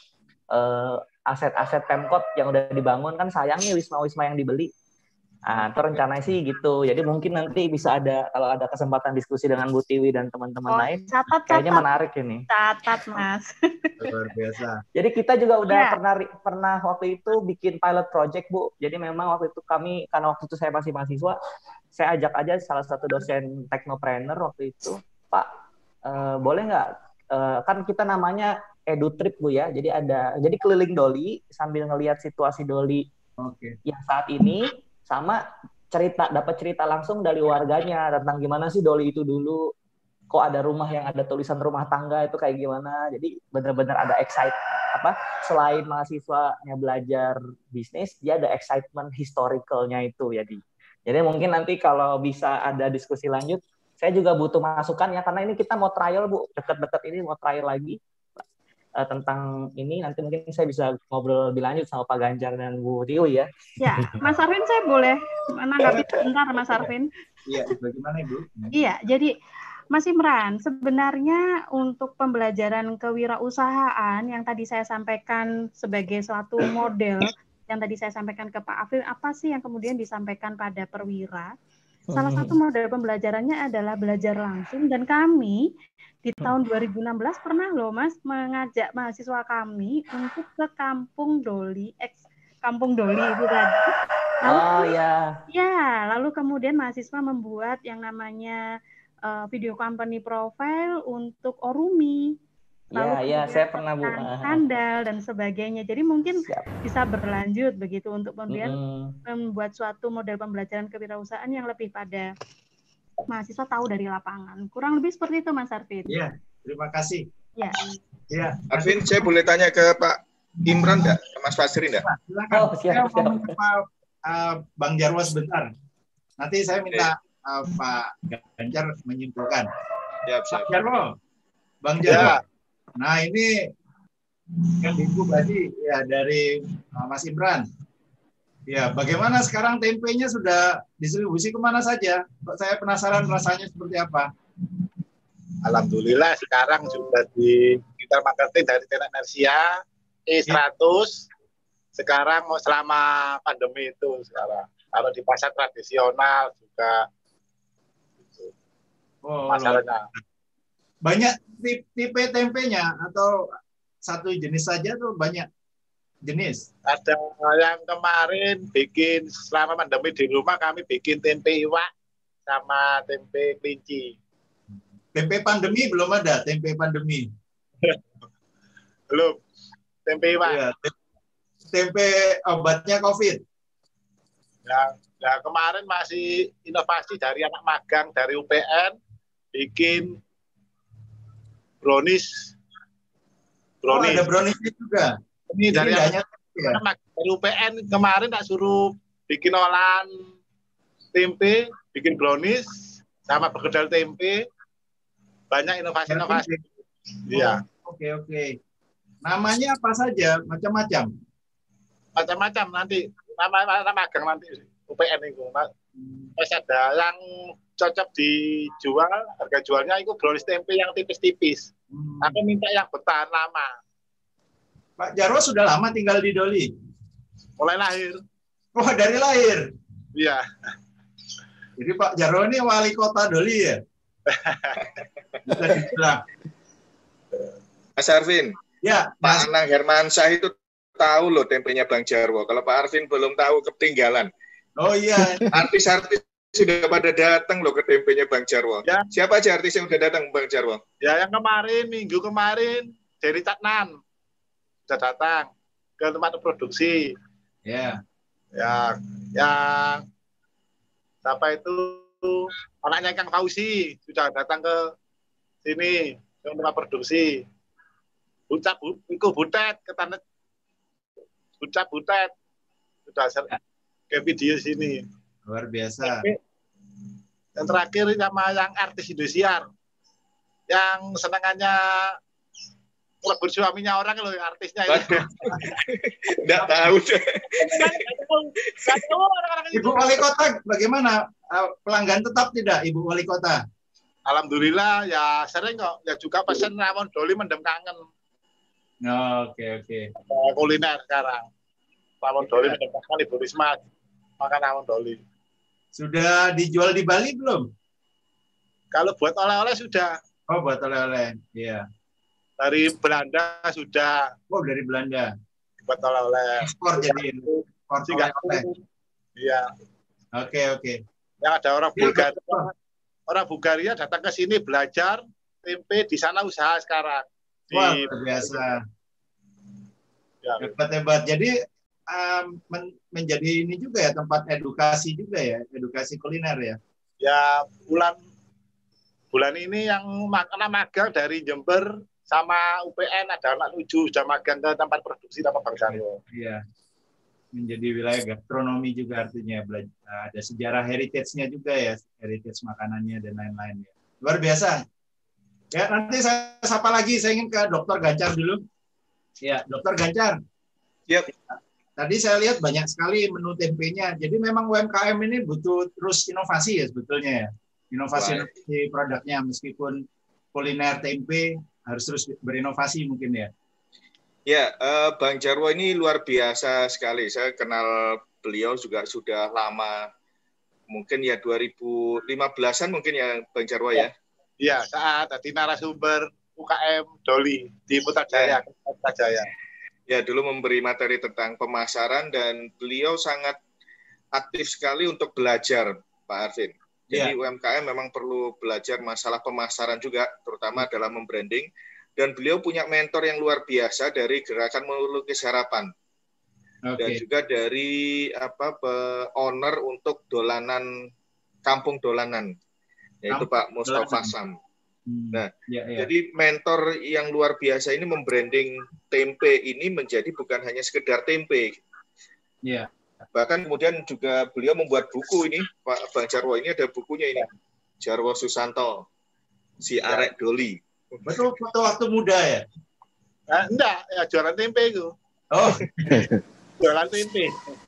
uh, aset-aset Pemkot yang udah dibangun kan sayang nih wisma-wisma yang dibeli. Nah, itu rencananya sih gitu. Jadi mungkin nanti bisa ada, kalau ada kesempatan diskusi dengan Bu Tiwi dan teman-teman oh, lain, catat, kayaknya catat. Menarik ini. Catat, Mas. Luar biasa. Jadi kita juga udah ya. pernah pernah waktu itu bikin pilot project, Bu. Jadi memang waktu itu kami, karena waktu itu saya masih mahasiswa, saya ajak aja salah satu dosen teknopreneur waktu itu, Pak, eh, boleh nggak, eh, kan kita namanya EduTrip, Bu ya. Jadi ada, jadi keliling Doli sambil ngelihat situasi Doli okay. yang saat ini, sama cerita, dapat cerita langsung dari warganya tentang gimana sih Doli itu dulu, kok ada rumah yang ada tulisan rumah tangga itu kayak gimana. Jadi benar-benar ada excite apa, selain mahasiswanya belajar bisnis, dia ada excitement historicalnya itu ya. Di jadi mungkin nanti kalau bisa ada diskusi lanjut, saya juga butuh masukan ya, karena ini kita mau trial, Bu, deket-deket ini mau trial lagi Uh, tentang ini. Nanti mungkin saya bisa ngobrol lebih lanjut sama Pak Ganjar dan Bu Tiwi ya. Ya, Mas Arvin saya boleh menanggapi sebentar, Mas Arvin? Iya, bagaimana Ibu? Iya, jadi Mas Imran, sebenarnya untuk pembelajaran kewirausahaan yang tadi saya sampaikan sebagai suatu model yang tadi saya sampaikan ke Pak Arvin, apa sih yang kemudian disampaikan pada perwira? Salah satu model pembelajarannya adalah belajar langsung, dan kami di tahun dua ribu enam belas pernah loh Mas mengajak mahasiswa kami untuk ke Kampung Doli, ex Kampung Doli itu tadi. Lalu, oh ya. Ya, lalu kemudian mahasiswa membuat yang namanya uh, video company profile untuk Orumi. Iya, iya, saya pernah Bu. Sandal dan sebagainya. Jadi mungkin Siap. bisa berlanjut begitu untuk kemudian mm. membuat suatu model pembelajaran kewirausahaan yang lebih pada mahasiswa tahu dari lapangan. Kurang lebih seperti itu, Mas Arvin. Iya, terima kasih. Ya. Iya. Arvin, saya boleh tanya ke Pak Imran enggak? Ke Mas Fasri enggak? Silakan. Oh, siap, saya mau ke Pak uh, Bang Jarwo sebentar. Nanti saya minta uh, Pak Ganjar menyimpulkan. Siap, siap. Pak Jarwo. Bang Jarwo. Ya. Nah, ini kan Ibu tadi ya dari uh, Mas Imran. Ya, bagaimana sekarang tempenya sudah distribusi kemana saja? Saya penasaran rasanya seperti apa. Alhamdulillah sekarang sudah di digital marketing dari Tenak Nersia E seratus. Sekarang mau selama pandemi itu sekarang. Kalau di pasar tradisional juga gitu. Oh, masalahnya. Banyak tipe tempenya atau satu jenis saja tuh banyak jenis? Ada yang kemarin bikin selama pandemi di rumah, kami bikin tempe iwak sama tempe kelinci. Tempe pandemi belum ada, tempe pandemi. Belum. Tempe iwak. Ya, tempe obatnya COVID. Ya, ya, kemarin masih inovasi dari anak magang dari U P N bikin brownies. Brownies. Oh, ada brownies juga. Ini dari anak ya. Dari U P N kemarin tak suruh bikin olahan tempe, bikin brownies sama perkedel tempe. Banyak inovasi-inovasi. Iya. Oh, oke, oke. Namanya apa saja? Macam-macam. Macam-macam nanti. Nama-nama magang nanti U P N itu. Masih ada yang cocok dijual, harga jualnya itu brownies tempe yang tipis-tipis. Hmm. Aku minta yang bertahan lama. Pak Jarwo sudah lama tinggal di Doli? Mulai lahir. Oh, dari lahir? Iya. Jadi Pak Jarwo ini wali kota Doli ya? Bisa dibilang. Mas Arvin, ya, Pak Anang Hermansyah itu tahu loh tempenya Bang Jarwo. Kalau Pak Arvin belum tahu, ketinggalan. Oh iya. Artis-artis sudah pada datang loh ke tempenya Bang Jarwo. Ya. Siapa aja artis yang sudah datang Bang Jarwo? Ya, yang kemarin, minggu kemarin, Jerry Caknan sudah datang ke tempat produksi. Ya. Ya, yang siapa itu anaknya Kang Fauzi sudah datang ke sini ke tempat produksi. Bucap Iku Butet ke tanah Bucap Butet sudah ke video sini. Luar biasa. Yang terakhir sama yang artis Indosiar yang senangannya lebur suaminya orang loh, artisnya itu. Nggak tahu. Ibu Wali Kota bagaimana? Pelanggan tetap tidak Ibu Wali Kota? Alhamdulillah ya sering kok. Ya juga pesen rawon Doli mendem kangen. Oke, oke. Kuliner sekarang. Rawon doli mendapatkan Ibu Risma makan rawon doli. Sudah dijual di Bali belum? Kalau buat oleh-oleh sudah. Oh, buat oleh-oleh. Iya. Dari Belanda sudah. Oh, dari Belanda. Buat oleh-oleh. Ekspor jadi. Ekspor oleh-oleh. Iya. Oke, oke. Yang ada orang Bulgaria. Orang Bulgaria datang ke sini belajar tempe, di sana usaha sekarang. Di... Wah, luar biasa. Ya. Hebat-hebat. Jadi um, men menjadi ini juga ya, tempat edukasi juga ya, edukasi kuliner ya. Ya, bulan bulan ini yang makna magang dari Jember sama U P N, ada anak lucu sudah magang ke tempat produksi sama Bang Jarwo. Iya. Menjadi wilayah gastronomi juga artinya, ada sejarah heritage-nya juga ya, heritage makanannya dan lain-lain ya. Luar biasa. Ya, nanti saya sapa lagi, saya ingin ke Dokter Gancar dulu. Ya, Dokter Gancar. Yep. Tadi saya lihat banyak sekali menu tempenya. Jadi memang U M K M ini butuh terus inovasi ya sebetulnya ya. Inovasi right. Produknya, meskipun kuliner tempe harus terus berinovasi mungkin ya. Ya, uh, Bang Jarwo ini luar biasa sekali. Saya kenal beliau juga sudah lama. Mungkin ya dua ribu lima belasan mungkin ya Bang Jarwo ya. Iya, saat tadi narasumber U K M Doli di Putrajaya. Putrajaya. Ya, dulu memberi materi tentang pemasaran dan beliau sangat aktif sekali untuk belajar, Pak Arvin. Jadi ya. U M K M memang perlu belajar masalah pemasaran juga, terutama dalam membranding. Dan beliau punya mentor yang luar biasa dari Gerakan Melukis Harapan. Okay. Dan juga dari apa owner untuk dolanan Kampung Dolanan, yaitu Kampung Pak Mustafa Sam. Hmm. Nah, ya, ya. Jadi mentor yang luar biasa ini membranding tempe ini menjadi bukan hanya sekedar tempe. Ya. Bahkan kemudian juga beliau membuat buku ini, Pak Bang Jarwo, ini ada bukunya ini, Jarwo Susanto, si ya. Arek Doli. Betul, foto waktu muda ya? Nah, enggak, ya jualan tempe itu. Oh, jualan tempe.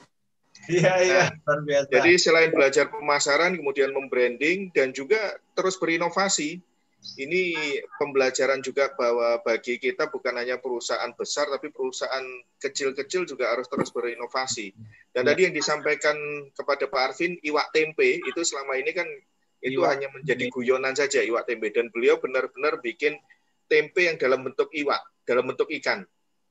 Iya, iya, luar biasa. Jadi selain belajar pemasaran, kemudian membranding, dan juga terus berinovasi. Ini pembelajaran juga bahwa bagi kita bukan hanya perusahaan besar, tapi perusahaan kecil-kecil juga harus terus berinovasi. Dan ya. Tadi yang disampaikan kepada Pak Arvin, iwak tempe, itu selama ini kan itu iwak. Hanya menjadi guyonan saja iwak tempe. Dan beliau benar-benar bikin tempe yang dalam bentuk iwak, dalam bentuk ikan.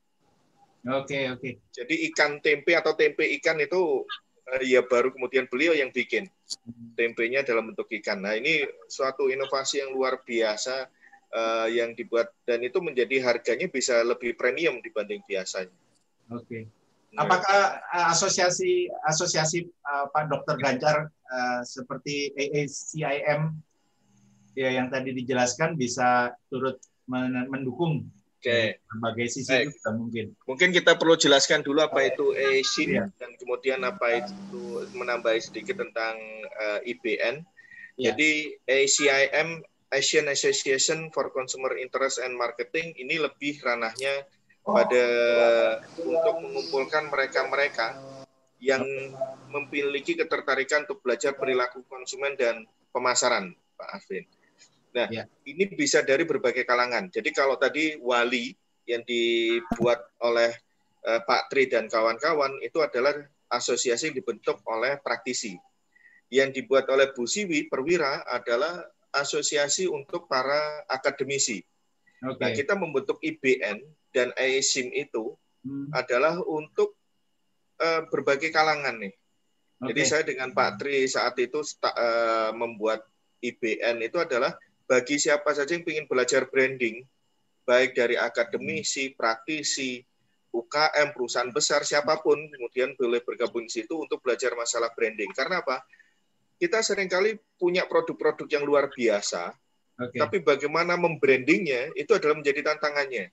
Oke, oke. Jadi ikan tempe atau tempe ikan itu ya baru kemudian beliau yang bikin tempenya dalam bentuk ikan. Nah, ini suatu inovasi yang luar biasa uh, yang dibuat, dan itu menjadi harganya bisa lebih premium dibanding biasanya. Oke. Nah. Apakah uh, asosiasi asosiasi uh, Pak Dokter Gancar uh, seperti A A C I M ya yang tadi dijelaskan bisa turut men mendukung? Oke, berbagai sisi itu juga mungkin. Mungkin kita perlu jelaskan dulu apa itu A A C I M ya. Dan kemudian apa itu menambah sedikit tentang uh, I B N. Ya. Jadi A A C I M, Asian Association for Consumer Interest and Marketing, ini lebih ranahnya pada oh. untuk mengumpulkan mereka-mereka yang memiliki ketertarikan untuk belajar perilaku konsumen dan pemasaran, Pak Arvin. Nah, ya. Ini bisa dari berbagai kalangan. Jadi kalau tadi Wali yang dibuat oleh uh, Pak Tri dan kawan-kawan itu adalah asosiasi yang dibentuk oleh praktisi. Yang dibuat oleh Bu Siwi Perwira adalah asosiasi untuk para akademisi. Okay. Nah, kita membentuk I B N dan A A C I M itu hmm. adalah untuk uh, berbagai kalangan nih. Okay. Jadi saya dengan Pak Tri saat itu uh, membuat I B N itu adalah bagi siapa saja yang ingin belajar branding, baik dari akademisi, praktisi, U K M, perusahaan besar, siapapun, kemudian boleh bergabung di situ untuk belajar masalah branding. Karena apa? Kita seringkali punya produk-produk yang luar biasa, okay. tapi bagaimana membrandingnya, itu adalah menjadi tantangannya.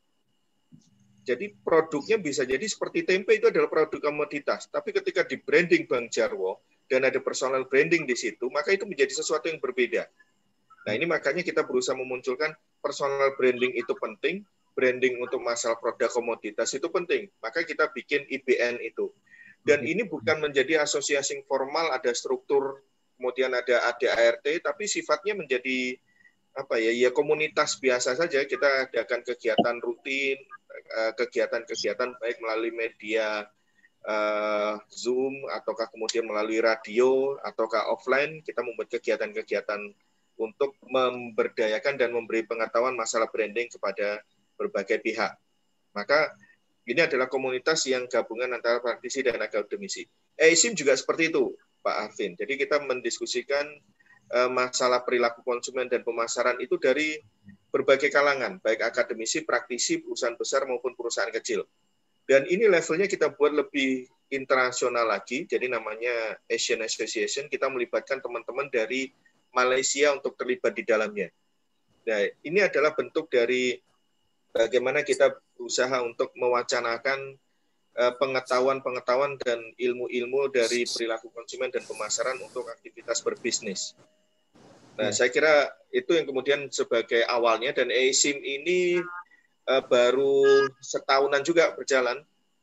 Jadi produknya bisa jadi seperti tempe, itu adalah produk komoditas. Tapi ketika di branding Bang Jarwo, dan ada personal branding di situ, maka itu menjadi sesuatu yang berbeda. Nah, ini makanya kita berusaha memunculkan personal branding itu penting, branding untuk masalah produk komoditas itu penting. Maka kita bikin I B N itu. Dan ini bukan menjadi asosiasi formal, ada struktur, kemudian ada A D A R T, tapi sifatnya menjadi apa ya, ya komunitas biasa saja. Kita adakan kegiatan rutin, kegiatan-kegiatan baik melalui media uh, Zoom, ataukah kemudian melalui radio, ataukah offline. Kita membuat kegiatan-kegiatan untuk memberdayakan dan memberi pengetahuan masalah branding kepada berbagai pihak. Maka ini adalah komunitas yang gabungan antara praktisi dan akademisi. A I S I M juga seperti itu, Pak Arvin. Jadi kita mendiskusikan masalah perilaku konsumen dan pemasaran itu dari berbagai kalangan, baik akademisi, praktisi, perusahaan besar maupun perusahaan kecil. Dan ini levelnya kita buat lebih internasional lagi, jadi namanya Asian Association, kita melibatkan teman-teman dari Malaysia untuk terlibat di dalamnya. Nah, ini adalah bentuk dari bagaimana kita berusaha untuk mewacanakan pengetahuan-pengetahuan dan ilmu-ilmu dari perilaku konsumen dan pemasaran untuk aktivitas berbisnis. Nah, saya kira itu yang kemudian sebagai awalnya, dan A I S I M ini uh, baru setahunan juga berjalan.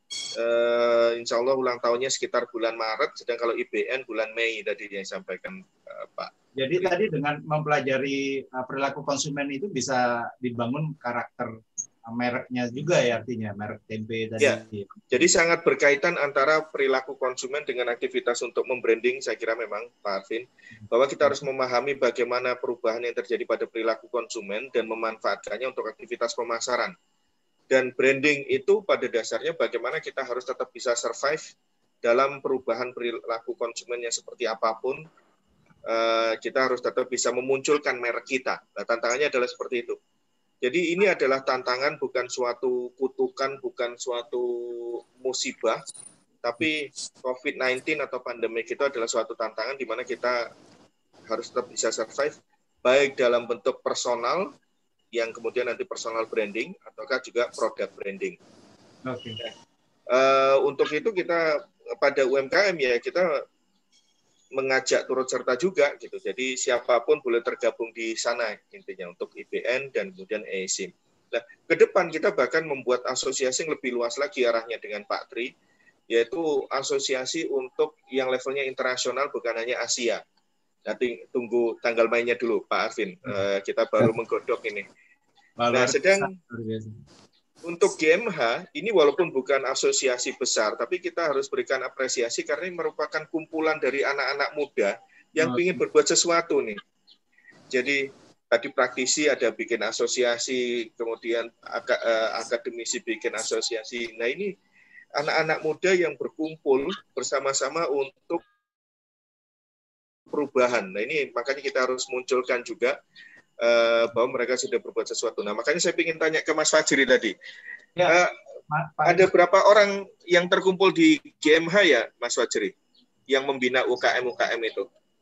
Uh, insya Allah ulang tahunnya sekitar bulan Maret, sedang kalau I B N bulan Mei tadi yang disampaikan uh, Pak. Jadi tadi dengan mempelajari uh, perilaku konsumen itu bisa dibangun karakter mereknya juga ya, artinya merek tempe tadi. Ya, jadi sangat berkaitan antara perilaku konsumen dengan aktivitas untuk membranding. Saya kira memang Pak Arvin, bahwa kita harus memahami bagaimana perubahan yang terjadi pada perilaku konsumen dan memanfaatkannya untuk aktivitas pemasaran. Dan branding itu pada dasarnya bagaimana kita harus tetap bisa survive dalam perubahan perilaku konsumen yang seperti apapun. Kita harus tetap bisa memunculkan merek kita. Nah, tantangannya adalah seperti itu. Jadi ini adalah tantangan, bukan suatu kutukan, bukan suatu musibah, tapi covid sembilan belas atau pandemi itu adalah suatu tantangan di mana kita harus tetap bisa survive, baik dalam bentuk personal, yang kemudian nanti personal branding, ataukah juga product branding. Oke. Okay. Uh, untuk itu kita pada U M K M ya, kita mengajak turut serta juga gitu. Jadi siapapun boleh tergabung di sana intinya untuk I B N dan kemudian A I S I M. Nah, ke depan kita bahkan membuat asosiasi yang lebih luas lagi arahnya dengan Pak Tri, yaitu asosiasi untuk yang levelnya internasional, bukan hanya Asia. Nanti tunggu tanggal mainnya dulu Pak Arvin. Uh, kita baru menggodok ini. Nah, sedang untuk G M H ini walaupun bukan asosiasi besar, tapi kita harus berikan apresiasi karena ini merupakan kumpulan dari anak-anak muda yang ingin berbuat sesuatu nih. Jadi tadi praktisi ada bikin asosiasi, kemudian akademisi bikin asosiasi. Nah, ini anak-anak muda yang berkumpul bersama-sama untuk perubahan. Nah, ini makanya kita harus munculkan juga Uh, bahwa mereka sudah berbuat sesuatu. Nah, makanya saya ingin tanya ke Mas Fajri tadi. Ya, uh, ada berapa orang yang terkumpul di G M H ya, Mas Fajri, yang membina U K M-U K M itu?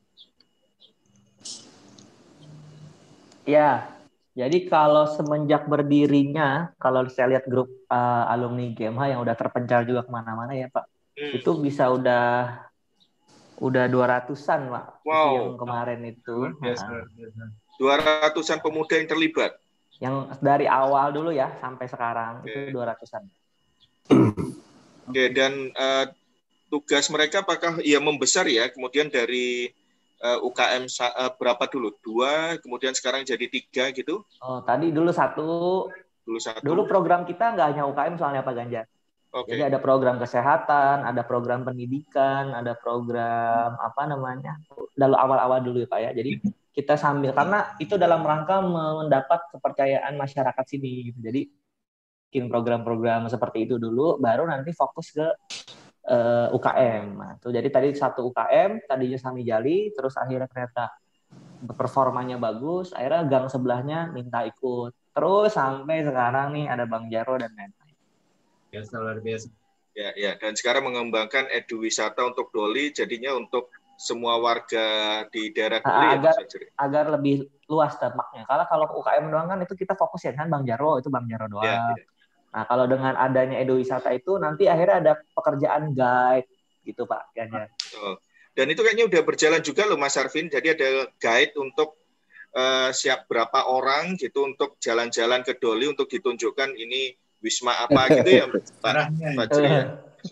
Ya, jadi kalau semenjak berdirinya, kalau saya lihat grup uh, alumni G M H yang udah terpencar juga kemana-mana ya Pak, hmm. itu bisa udah udah dua ratusan Pak. Wow. Yang kemarin itu. Yes, nah. dua ratusan pemuda yang terlibat. Yang dari awal dulu ya sampai sekarang okay. itu dua ratusan. Oke, okay, dan uh, tugas mereka apakah ya membesar ya? Kemudian dari uh, U K M uh, berapa dulu? Dua, kemudian sekarang jadi tiga gitu? Oh, tadi dulu satu. Dulu satu. Dulu program kita nggak hanya U K M soalnya Pak Ganjar. Okay. Jadi ada program kesehatan, ada program pendidikan, ada program apa namanya? Dalam awal-awal dulu ya Pak ya. Jadi kita sambil, karena itu dalam rangka mendapat kepercayaan masyarakat sini gitu. Jadi bikin program-program seperti itu dulu, baru nanti fokus ke uh, U K M. Nah, tuh jadi tadi satu U K M, tadinya Sami Jali, terus akhirnya ternyata performanya bagus, akhirnya gang sebelahnya minta ikut. Terus sampai sekarang nih ada Bang Jaro dan lain-lain. Biasa, luar biasa. Ya, ya. Dan sekarang mengembangkan edu wisata untuk Doli, jadinya untuk semua warga di daerah Doli nah, agar, ya, agar lebih luas dampaknya. Kalau kalau U K M doang kan itu kita fokus ya kan Bang Jaro, itu Bang Jaro doang. Ya, ya. Nah, kalau dengan adanya edu wisata itu nanti akhirnya ada pekerjaan guide gitu Pak Ganjar. Oh. Dan itu kayaknya udah berjalan juga loh Mas Arvin. Jadi ada guide untuk uh, siap berapa orang gitu untuk jalan-jalan ke Doli untuk ditunjukkan ini wisma apa gitu ya Pak Fajri ya.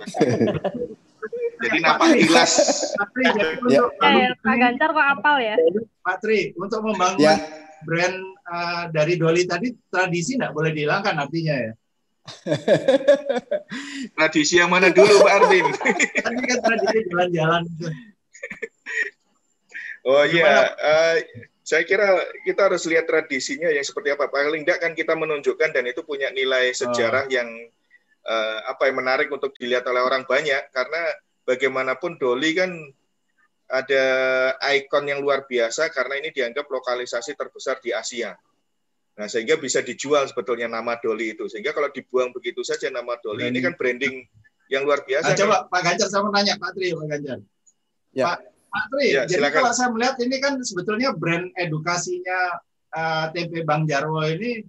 Jadi nampak jelas. Eh, Pak Ganjar kok apal ya? Pak Tri, untuk membangun ya. brand uh, dari Doli tadi, tradisi nggak boleh dihilangkan artinya ya. Tradisi yang mana dulu Pak Arvin? Tadi kan tradisi jalan-jalan. Oh iya, uh, saya kira kita harus lihat tradisinya yang seperti apa. Paling tidak kan kita menunjukkan dan itu punya nilai sejarah oh. yang uh, apa yang menarik untuk dilihat oleh orang banyak. Karena bagaimanapun Doli kan ada ikon yang luar biasa karena ini dianggap lokalisasi terbesar di Asia. Nah, sehingga bisa dijual sebetulnya nama Doli itu. Sehingga kalau dibuang begitu saja nama Doli, ini kan branding yang luar biasa. Nah, coba kan? Pak Ganjar, saya mau nanya Pak Tri, Pak Ganjar. Ya. Pak, Pak Tri, ya, jadi silakan. Kalau saya melihat ini kan sebetulnya brand edukasinya uh, Tempe Bang Jarwo ini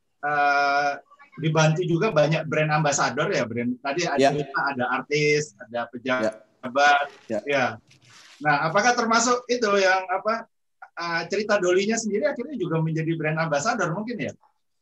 uh, dibantu juga banyak brand ambassador ya, brand. Tadi ada, ya. ada artis, ada pejabat, ya. ya. Nah, apakah termasuk itu yang apa uh, cerita Dolinya sendiri akhirnya juga menjadi brand ambassador mungkin ya?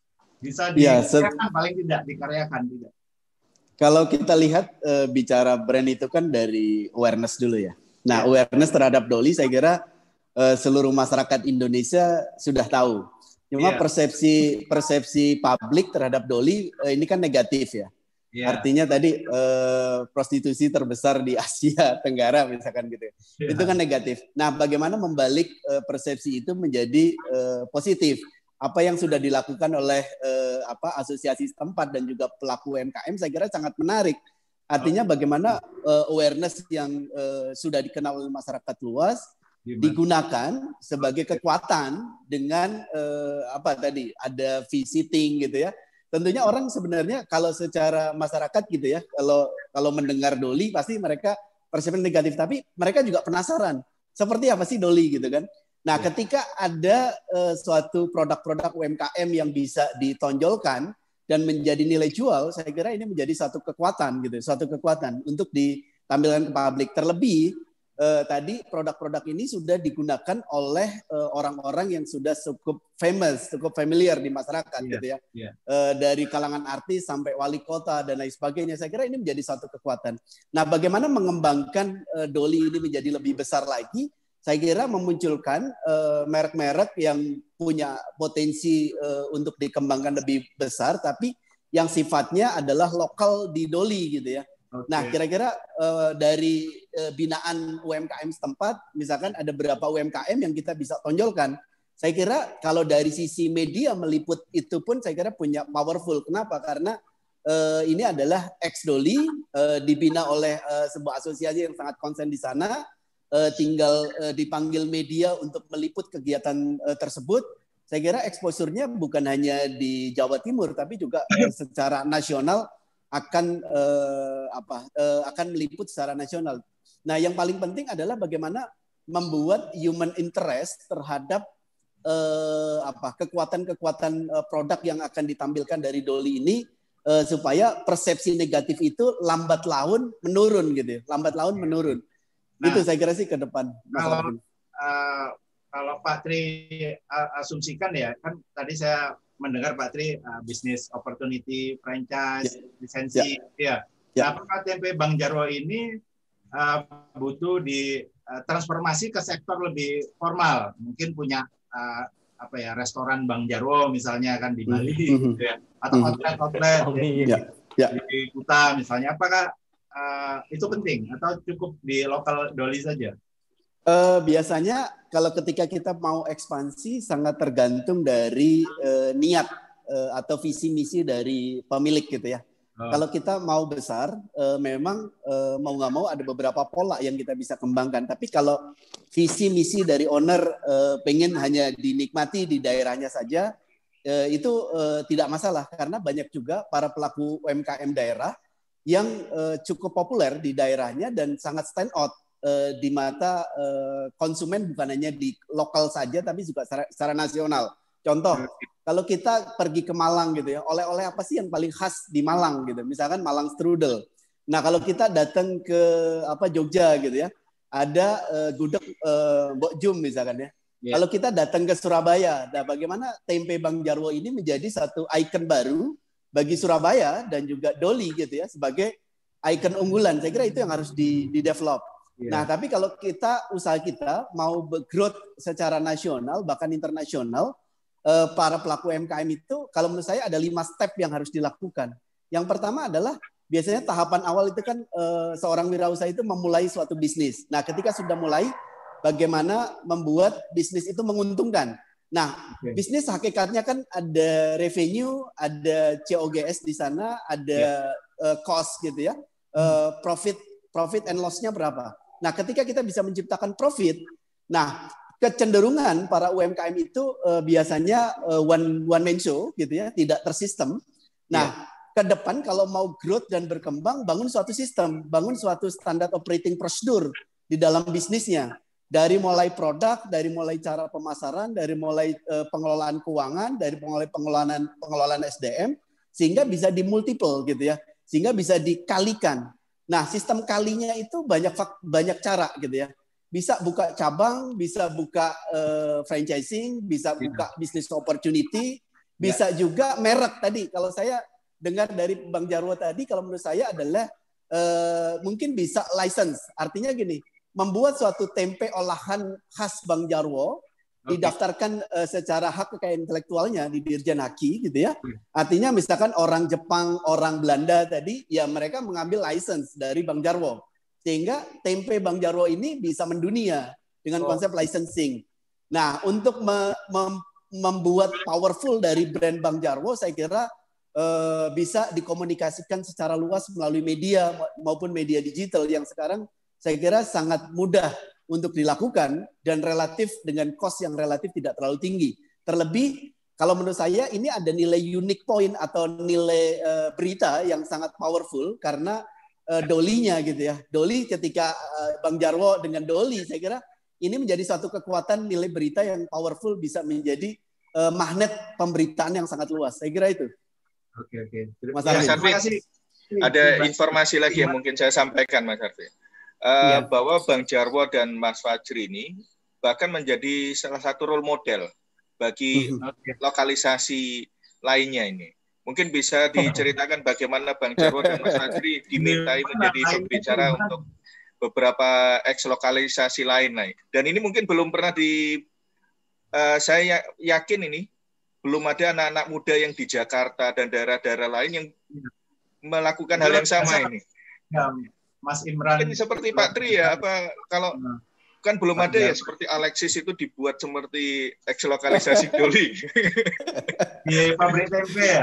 Bisa dikaryakan ya, paling tidak dikaryakan tidak. Kalau kita lihat uh, bicara brand itu kan dari awareness dulu ya. Nah, ya. awareness terhadap Doli saya kira uh, seluruh masyarakat Indonesia sudah tahu. Cuma ya. persepsi persepsi publik terhadap Doli uh, ini kan negatif ya. Yeah. Artinya tadi eh, prostitusi terbesar di Asia Tenggara misalkan gitu. Yeah. Itu kan negatif. Nah, bagaimana membalik eh, persepsi itu menjadi eh, positif? Apa yang sudah dilakukan oleh eh, apa asosiasi setempat dan juga pelaku U M K M saya kira sangat menarik. Artinya bagaimana eh, awareness yang eh, sudah dikenal oleh masyarakat luas Gimana? digunakan sebagai kekuatan dengan eh, apa tadi ada visiting gitu ya. Tentunya orang sebenarnya kalau secara masyarakat gitu ya, kalau kalau mendengar Doli pasti mereka persepsi negatif, tapi mereka juga penasaran seperti apa sih Doli gitu kan. Nah, ya. ketika ada uh, suatu produk-produk U M K M yang bisa ditonjolkan dan menjadi nilai jual, saya kira ini menjadi satu kekuatan gitu, suatu kekuatan untuk ditampilkan ke publik. Terlebih Uh, tadi produk-produk ini sudah digunakan oleh uh, orang-orang yang sudah cukup famous, cukup familiar di masyarakat yeah, gitu ya. Yeah. Uh, dari kalangan artis sampai wali kota dan lain sebagainya. Saya kira ini menjadi satu kekuatan. Nah, bagaimana mengembangkan uh, Doli ini menjadi lebih besar lagi? Saya kira memunculkan uh, merek-merek yang punya potensi uh, untuk dikembangkan lebih besar, tapi yang sifatnya adalah lokal di Doli gitu ya. Okay. Nah, kira-kira uh, dari uh, binaan U M K M setempat, misalkan ada beberapa U M K M yang kita bisa tonjolkan. Saya kira kalau dari sisi media meliput itu pun saya kira punya powerful. Kenapa? Karena uh, ini adalah ex-Doli, uh, dibina oleh uh, sebuah asosiasi yang sangat konsen di sana, uh, tinggal uh, dipanggil media untuk meliput kegiatan uh, tersebut. Saya kira exposure-nya bukan hanya di Jawa Timur, tapi juga uh, secara nasional akan eh, apa eh, akan meliput secara nasional. Nah, yang paling penting adalah bagaimana membuat human interest terhadap eh, apa kekuatan-kekuatan eh, produk yang akan ditampilkan dari Doli ini eh, supaya persepsi negatif itu lambat laun menurun gitu, lambat laun menurun. Nah, itu saya kira sih ke depan. Kalau uh, kalau Pak Tri uh, asumsikan ya, kan tadi saya mendengar Pak Tri uh, bisnis opportunity, franchise, ya. lisensi, ya. ya. Nah, apakah Tempe Bang Jarwo ini uh, butuh di uh, transformasi ke sektor lebih formal? Mungkin punya uh, apa ya restoran Bang Jarwo misalnya kan di Bali, mm-hmm. gitu ya. Atau outlet-outlet ya. ya. di Kuta misalnya. Apakah uh, itu penting atau cukup di lokal Doli saja? Uh, biasanya kalau ketika kita mau ekspansi sangat tergantung dari uh, niat uh, atau visi misi dari pemilik gitu ya. Oh. Kalau kita mau besar, uh, memang uh, mau nggak mau ada beberapa pola yang kita bisa kembangkan. Tapi kalau visi misi dari owner uh, pengen hanya dinikmati di daerahnya saja, uh, itu uh, tidak masalah karena banyak juga para pelaku U M K M daerah yang uh, cukup populer di daerahnya dan sangat stand out di mata uh, konsumen bukan hanya di lokal saja tapi juga secara, secara nasional. Contoh, kalau kita pergi ke Malang gitu ya, oleh-oleh apa sih yang paling khas di Malang gitu? Misalkan Malang strudel. Nah, kalau kita datang ke apa Jogja gitu ya, ada uh, gudeg uh, Mbok Jum misalkan ya. Yeah. Kalau kita datang ke Surabaya, nah bagaimana Tempe Bang Jarwo ini menjadi satu ikon baru bagi Surabaya dan juga Doli gitu ya sebagai ikon unggulan. Saya kira itu yang harus di, di develop. Yeah. Nah, tapi kalau kita usaha kita mau growth secara nasional bahkan internasional, uh, para pelaku U M K M itu kalau menurut saya ada lima step yang harus dilakukan. Yang pertama adalah biasanya tahapan awal itu kan uh, seorang wirausaha itu memulai suatu bisnis. Nah, ketika sudah mulai, bagaimana membuat bisnis itu menguntungkan. Nah, okay. bisnis hakikatnya kan ada revenue, ada C O G S di sana, ada yeah. uh, cost gitu ya, uh, profit, profit and loss-nya berapa. Nah, ketika kita bisa menciptakan profit, nah kecenderungan para U M K M itu uh, biasanya uh, one one man show gitu ya, tidak tersistem. Nah, yeah. ke depan kalau mau growth dan berkembang, bangun suatu sistem, bangun suatu standar operating procedure di dalam bisnisnya. Dari mulai produk, dari mulai cara pemasaran, dari mulai uh, pengelolaan keuangan, dari mulai pengelolaan pengelolaan S D M, sehingga bisa dimultiple gitu ya, sehingga bisa dikalikan. Nah, sistem kalinya itu banyak banyak cara gitu ya. Bisa buka cabang, bisa buka uh, franchising, bisa buka business opportunity, bisa ya. juga merek tadi. Kalau saya dengar dari Bang Jarwo tadi, kalau menurut saya adalah uh, mungkin bisa license. Artinya gini. Membuat suatu tempe olahan khas Bang Jarwo, okay. didaftarkan uh, secara hak kekayaan intelektualnya di Dirjen Haki gitu ya. Artinya misalkan orang Jepang, orang Belanda tadi, ya mereka mengambil license dari Bang Jarwo. Sehingga tempe Bang Jarwo ini bisa mendunia dengan oh. konsep licensing. Nah, untuk me mem membuat powerful dari brand Bang Jarwo, saya kira uh, bisa dikomunikasikan secara luas melalui media maupun media digital yang sekarang saya kira sangat mudah untuk dilakukan dan relatif dengan cost yang relatif tidak terlalu tinggi. Terlebih kalau menurut saya ini ada nilai unique point atau nilai uh, berita yang sangat powerful karena uh, dolinya gitu ya. Doli ketika uh, Bang Jarwo dengan Doli, saya kira ini menjadi suatu kekuatan nilai berita yang powerful, bisa menjadi uh, magnet pemberitaan yang sangat luas. Saya kira itu. Oke oke. Mas Arvin, terima kasih. Ada informasi lagi yang mungkin saya sampaikan, Mas Arvin. Uh, ya. Bahwa Bang Jarwo dan Mas Fajri ini bahkan menjadi salah satu role model bagi okay. lokalisasi lainnya ini. Mungkin bisa diceritakan bagaimana Bang Jarwo dan Mas Fajri dimintai menjadi pembicara untuk beberapa eks lokalisasi lain lain. Dan ini mungkin belum pernah di, uh, saya yakin ini belum ada anak-anak muda yang di Jakarta dan daerah-daerah lain yang melakukan hal yang sama ini. Ya. Mas Imran. Mungkin seperti Pak Tri ya, apa kalau kan belum ada ya seperti Alexis itu dibuat seperti eks lokalisasi Doli. Iya, pabrik tempe ya.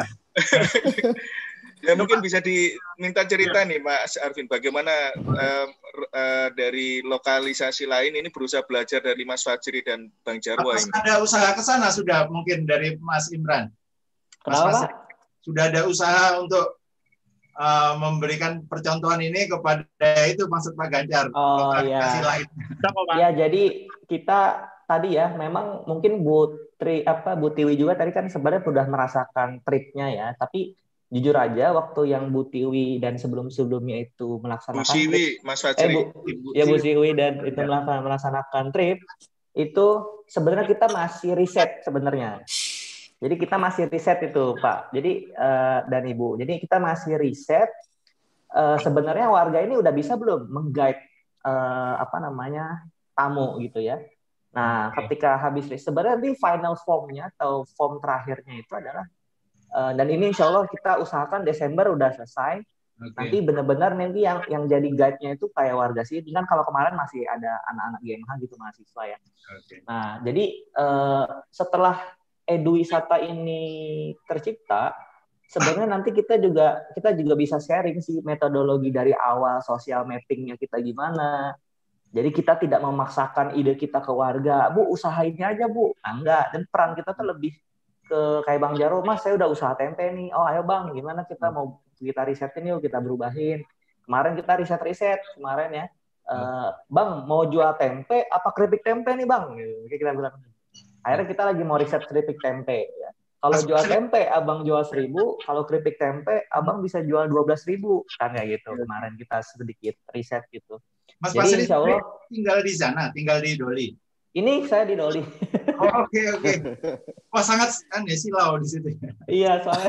Ya mungkin bisa diminta cerita nih Mas Arvin, bagaimana uh, uh, dari lokalisasi lain ini berusaha belajar dari Mas Fajri dan Bang Jarwo ini. Ada usaha ke sana sudah mungkin dari Mas Imran. Mas Fajri, sudah ada usaha untuk Uh, memberikan percontohan ini kepada itu maksud Pak Ganjar. Oh iya. Lain. Ya jadi kita tadi ya memang mungkin Bu Tri apa Bu Tiwi juga tadi kan sebenarnya sudah merasakan tripnya ya. Tapi jujur aja waktu yang Bu Tiwi dan sebelum-sebelumnya itu melaksanakan Bu Siwi, trip, Mas Fajri. Eh, Bu, ya Bu Siwi dan itu ya. melaksanakan, melaksanakan trip itu sebenarnya kita masih riset sebenarnya. Jadi kita masih riset itu Pak. Jadi uh, dan Ibu. Jadi kita masih riset. Uh, sebenarnya warga ini udah bisa belum mengguide uh, apa namanya tamu gitu ya. Nah ketika habis riset, sebenarnya di final formnya atau form terakhirnya itu adalah uh, dan ini Insya Allah kita usahakan Desember udah selesai. Okay. Nanti benar-benar nanti yang yang jadi guide-nya itu kayak warga sih. Kan kalau kemarin masih ada anak-anak G M H gitu mahasiswa ya. Okay. Nah jadi uh, setelah Edu Wisata ini tercipta, sebenarnya nanti kita juga kita juga bisa sharing sih metodologi dari awal sosial mappingnya kita gimana. Jadi kita tidak memaksakan ide kita ke warga, Bu usahainnya aja Bu. Nah, enggak, dan peran kita tuh lebih ke kayak Bang Jarwo, Mas saya udah usaha tempe nih. Oh ayo Bang, gimana kita mau kita risetin yuk, kita berubahin. Kemarin kita riset-riset kemarin ya, uh, Bang mau jual tempe apa keripik tempe nih Bang? Gitu. Kita bilang. Akhirnya kita lagi mau riset keripik tempe. Ya. Kalau jual tempe, abang jual seribu. Kalau keripik tempe, abang bisa jual dua belas ribu. Kan ya gitu. Kemarin kita sedikit riset gitu. Mas Jadi insya Allah tinggal di sana, tinggal di Doli. Ini saya di Doli. Oh, oke oke. Wah sangat kan ya silau di situ. Iya soalnya.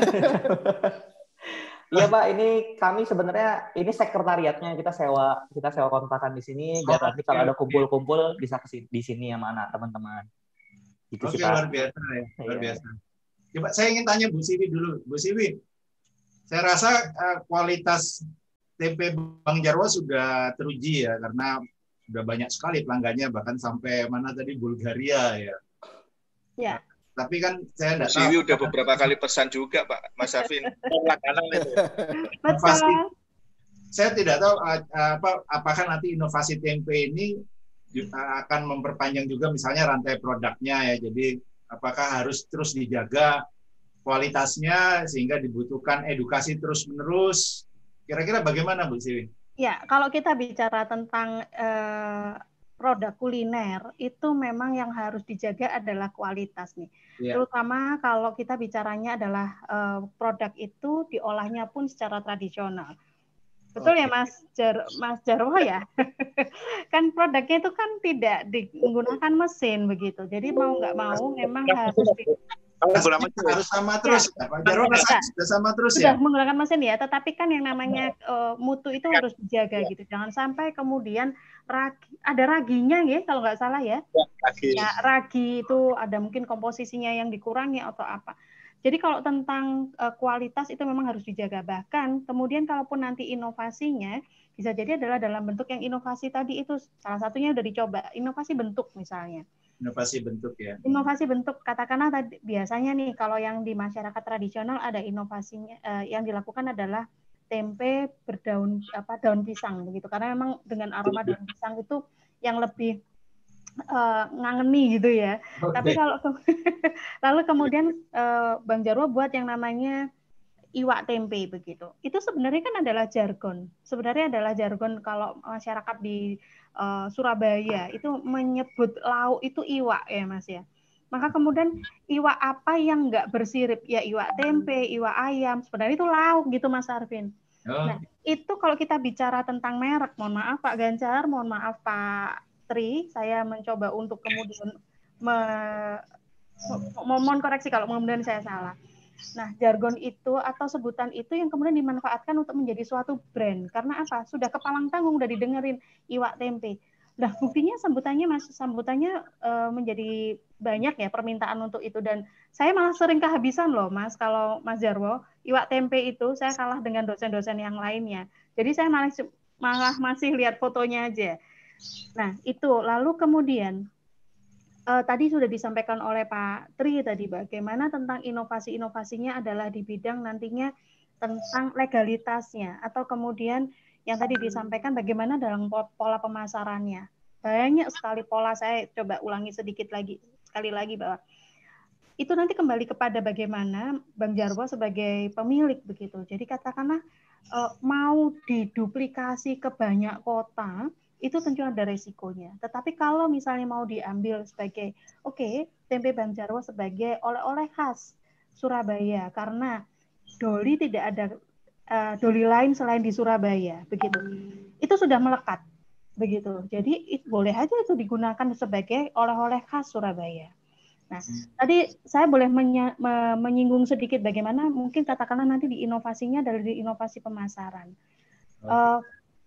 Iya Pak, ini kami sebenarnya ini sekretariatnya kita sewa kita sewa kontrakan di sini. Biar nanti kalau ada kumpul-kumpul bisa ke di sini ya mana teman-teman. Gitu. Oke, luar biasa ya, luar biasa. Coba saya ingin tanya Bu Siwi dulu, Bu Siwi. Saya rasa uh, kualitas tempe Bang Jarwo sudah teruji ya, karena sudah banyak sekali pelanggannya, bahkan sampai mana tadi Bulgaria ya. Ya. Tapi kan saya tidak tahu. Siwi udah beberapa kali pesan juga, Pak Mas Arvin. Pasti. Saya tidak tahu apa apakah nanti inovasi tempe ini akan memperpanjang juga misalnya rantai produknya ya. Jadi apakah harus terus dijaga kualitasnya sehingga dibutuhkan edukasi terus-menerus. Kira-kira bagaimana Bu Siwi? Ya, kalau kita bicara tentang eh, produk kuliner itu memang yang harus dijaga adalah kualitas nih. Yeah. Terutama kalau kita bicaranya adalah uh, produk itu diolahnya pun secara tradisional. Betul okay. ya Mas Jar Mas Jarwo ya? Kan produknya itu kan tidak menggunakan mesin begitu. Jadi mau nggak mau memang harus di harus sama terus ya. Pak Jarwo sudah sama terus sudah ya. Menggunakan mesin ya, tetapi kan yang namanya uh, mutu itu harus dijaga gitu. Jangan sampai kemudian ragi, ada raginya ya kalau nggak salah ya. Ragi. Ya, ragi itu ada mungkin komposisinya yang dikurangi atau apa. Jadi kalau tentang uh, kualitas itu memang harus dijaga. Bahkan kemudian kalaupun nanti inovasinya bisa jadi adalah dalam bentuk yang inovasi tadi itu salah satunya udah dicoba, inovasi bentuk misalnya. Inovasi bentuk ya. Inovasi bentuk, katakanlah tadi biasanya nih kalau yang di masyarakat tradisional ada inovasinya eh, yang dilakukan adalah tempe berdaun apa daun pisang begitu, karena memang dengan aroma daun pisang itu yang lebih eh, ngangeni gitu ya. Okay. Tapi kalau lalu kemudian eh, Bang Jarwo buat yang namanya iwak tempe begitu. Itu sebenarnya kan adalah jargon. Sebenarnya adalah jargon kalau masyarakat di uh, Surabaya itu menyebut lauk itu iwak ya Mas ya. Maka kemudian iwak apa yang nggak bersirip? Ya iwak tempe, iwak ayam. Sebenarnya itu lauk gitu Mas Arvin. Oh. Nah itu kalau kita bicara tentang merek, mohon maaf Pak Ganjar, mohon maaf Pak Tri, saya mencoba untuk kemudian me, mohon koreksi kalau kemudian saya salah. Nah, jargon itu atau sebutan itu yang kemudian dimanfaatkan untuk menjadi suatu brand. Karena apa? Sudah kepalang tanggung, udah didengerin iwak tempe. Nah, buktinya sambutannya Mas, sambutannya e, menjadi banyak ya permintaan untuk itu. Dan saya malah sering kehabisan loh Mas, kalau Mas Jarwo, iwak tempe itu saya kalah dengan dosen-dosen yang lainnya. Jadi saya malah, malah masih lihat fotonya aja. Nah, itu. Lalu kemudian, Uh, tadi sudah disampaikan oleh Pak Tri tadi bagaimana tentang inovasi-inovasinya adalah di bidang nantinya tentang legalitasnya atau kemudian yang tadi disampaikan bagaimana dalam pola pemasarannya. Banyak sekali pola, saya coba ulangi sedikit lagi sekali lagi bahwa itu nanti kembali kepada bagaimana Bang Jarwo sebagai pemilik begitu. Jadi katakanlah uh, mau diduplikasi ke banyak kota itu tentu ada resikonya. Tetapi kalau misalnya mau diambil sebagai, oke, okay, tempe Bang Jarwo sebagai oleh-oleh khas Surabaya, karena doli tidak ada uh, doli lain selain di Surabaya, begitu. Itu sudah melekat, begitu. Jadi it, boleh aja itu digunakan sebagai oleh-oleh khas Surabaya. Nah, tadi saya boleh menye, me, menyinggung sedikit bagaimana mungkin katakanlah nanti di inovasinya dari inovasi pemasaran. Uh,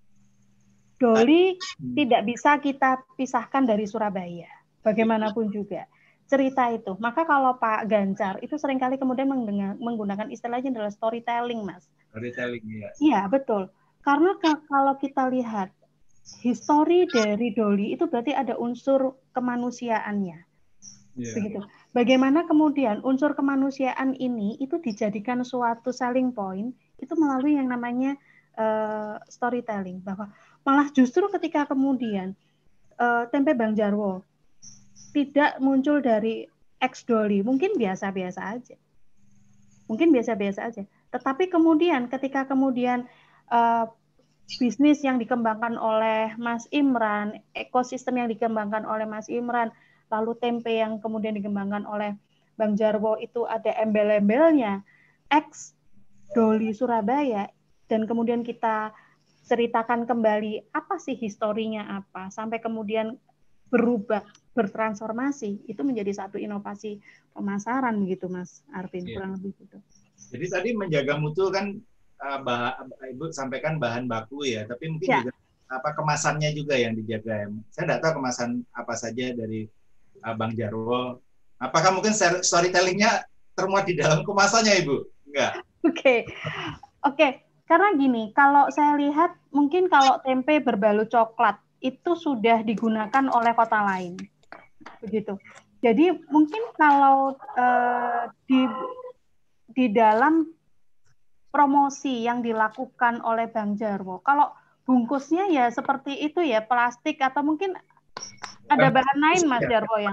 Doli tidak bisa kita pisahkan dari Surabaya, bagaimanapun juga cerita itu. Maka kalau Pak Ganjar itu seringkali kemudian menggunakan istilahnya adalah storytelling, Mas. Storytelling, ya. Iya, betul. Karena kalau kita lihat histori dari Doli itu berarti ada unsur kemanusiaannya. Yeah. Begitu. Bagaimana kemudian unsur kemanusiaan ini itu dijadikan suatu selling point itu melalui yang namanya uh, storytelling, bahwa malah justru ketika kemudian uh, tempe Bang Jarwo tidak muncul dari ex Doli, mungkin biasa-biasa aja, mungkin biasa-biasa aja. Tetapi kemudian ketika kemudian uh, bisnis yang dikembangkan oleh Mas Imran, ekosistem yang dikembangkan oleh Mas Imran, lalu tempe yang kemudian dikembangkan oleh Bang Jarwo itu ada embel-embelnya ex Doli Surabaya, dan kemudian kita ceritakan kembali apa sih historinya apa, sampai kemudian berubah, bertransformasi, itu menjadi satu inovasi pemasaran gitu Mas Arvin, yeah. Kurang lebih gitu. Jadi tadi menjaga mutu kan bah, Ibu sampaikan bahan baku ya, tapi mungkin yeah. juga apa kemasannya juga yang dijaga. Saya tidak tahu kemasan apa saja dari uh, Bang Jarwo Apakah mungkin storytelling-nya termuat di dalam kemasannya, Ibu? Enggak. Oke, okay. oke. Okay. Karena gini, kalau saya lihat mungkin kalau tempe berbalut coklat itu sudah digunakan oleh kota lain, begitu. Jadi mungkin kalau uh, di di dalam promosi yang dilakukan oleh Bang Jarwo, kalau bungkusnya ya seperti itu ya, plastik atau mungkin ada bahan lain, Mas Jarwo yang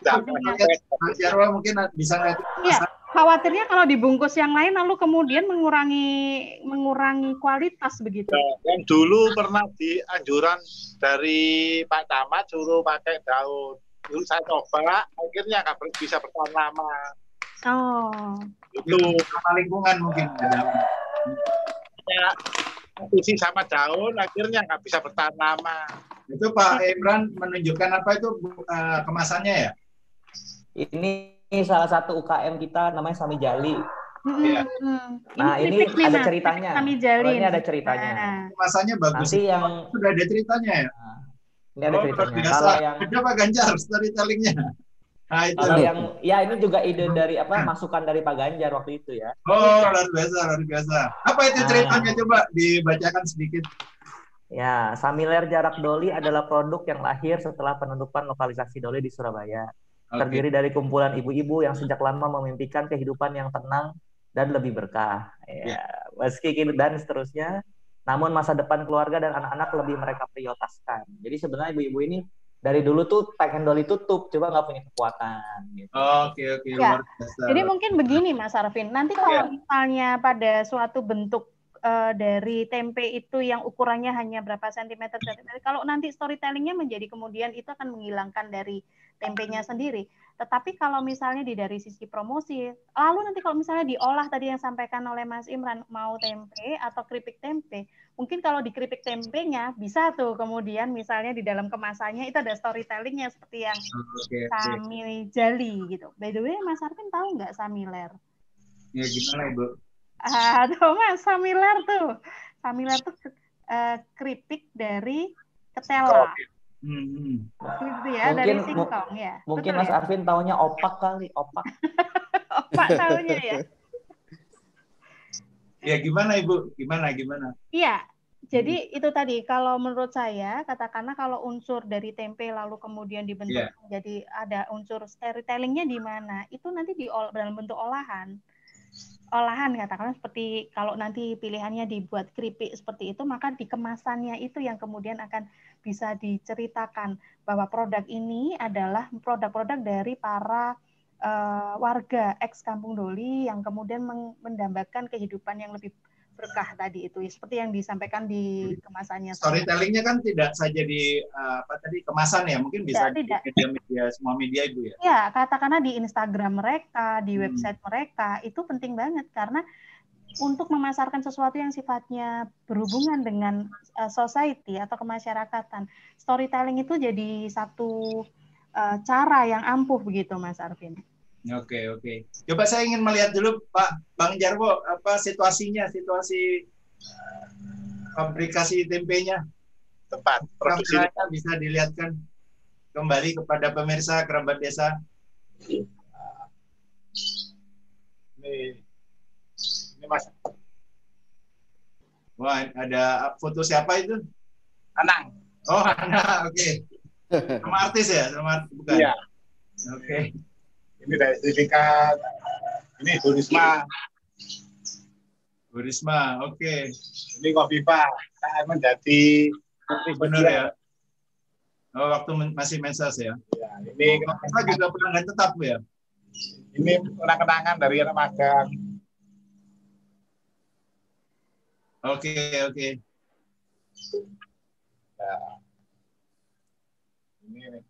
Mas Jarwo mungkin bisa ngerti. Iya, khawatirnya kalau dibungkus yang lain lalu kemudian mengurangi mengurangi kualitas begitu. Nah, yang dulu pernah dianjuran dari Pak Camat suruh pakai daun. Dulu saya coba, akhirnya nggak bisa bertahan lama. Oh. Itu sama lingkungan mungkin. Ya, isi sama daun, akhirnya nggak bisa bertahan lama. Itu Pak Imran menunjukkan apa itu uh, kemasannya ya? Ini salah satu U K M kita namanya Sami Jali. Ya. Nah, ini, ini ada ceritanya. Sami Jali. Ini ada ceritanya. Nah. Kemasannya bagus. Nanti yang sudah ada ceritanya ya? Nah, ini ada oh, ceritanya. Biasa. Kalau yang ada Pak Ganjar storytellingnya. Nah, itu. Kalau yang ya ini juga ide dari apa masukan dari Pak Ganjar waktu itu ya. Oh, luar biasa, luar biasa. Apa itu ceritanya nah. Coba dibacakan sedikit. Ya, Samiler Jarak Doli adalah produk yang lahir setelah penundukan lokalisasi Doli di Surabaya. Okay. Terdiri dari kumpulan ibu-ibu yang sejak lama memimpikan kehidupan yang tenang dan lebih berkah. Ya, yeah. Meski dan seterusnya, namun masa depan keluarga dan anak-anak lebih mereka prioritaskan. Jadi sebenarnya ibu-ibu ini dari dulu tuh pengen Doli tutup, coba nggak punya kekuatan. Gitu. Oke, oke. Ya. Jadi mungkin begini Mas Arvin, nanti kalau yeah. misalnya pada suatu bentuk Uh, dari tempe itu yang ukurannya hanya berapa sentimeter, sentimeter. Kalau nanti storytellingnya menjadi kemudian itu akan menghilangkan dari tempenya sendiri. Tetapi kalau misalnya di dari sisi promosi, lalu nanti kalau misalnya diolah tadi yang sampaikan oleh Mas Imran, mau tempe atau keripik tempe, mungkin kalau di keripik tempenya bisa tuh kemudian misalnya di dalam kemasannya itu ada storytellingnya seperti yang okay, Sami okay. Jali gitu. By the way, Mas Arvin tahu nggak Samiler? Ya gimana Ibu? Ah, tuh Mas, Samiler tuh. Samiler tuh uh, keripik dari ketela. Hmm. Gitu ya, mungkin, dari singkong ya. Mungkin betul Mas ya? Arvin taunya opak kali, opak. Opak taunya ya. Ya gimana Ibu? Gimana gimana? Iya. Jadi itu tadi kalau menurut saya katakanlah kalau unsur dari tempe lalu kemudian dibentuk yeah. jadi ada unsur storytellingnya di mana? Itu nanti di dalam bentuk olahan. olahan katakanlah seperti kalau nanti pilihannya dibuat keripik seperti itu, maka di kemasannya itu yang kemudian akan bisa diceritakan bahwa produk ini adalah produk-produk dari para uh, warga ex Kampung Doli yang kemudian mendambakan kehidupan yang lebih berkah tadi itu, seperti yang disampaikan di kemasannya. Storytellingnya kan tidak saja di uh, apa tadi kemasan ya, mungkin bisa ya, di media-media semua media Ibu ya. Ya, katakanlah di Instagram mereka, di hmm. website mereka itu penting banget karena untuk memasarkan sesuatu yang sifatnya berhubungan dengan uh, society atau kemasyarakatan, storytelling itu jadi satu uh, cara yang ampuh begitu, Mas Arvin. Oke, oke. Coba saya ingin melihat dulu Pak Bang Jarwo apa situasinya, situasi fabrikasi tempenya. Tempat produksi bisa dilihatkan kembali kepada pemirsa kerabat desa. Ini, ini Mas. Wah, ada foto siapa itu? Anang. Oh, Anang, oke. Okay. Sama artis ya, sama bukan? Iya. Oke. Okay. Ini dari sertifikat. Ini Bu Risma. Bu Risma, oke. Okay. Ini Kofifa. Saat menjadi benar ya. Oh, waktu masih menses ya. Ya, ini Kofifa juga pelanggan tetap ya. Ini kenang-kenangan dari anak magang. Oke, okay, oke. Okay. Ya. Ini nih.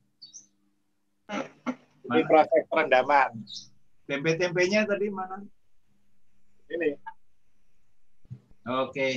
Ini proses perendaman. Tempe-tempenya tadi mana? Ini. Oke. Okay.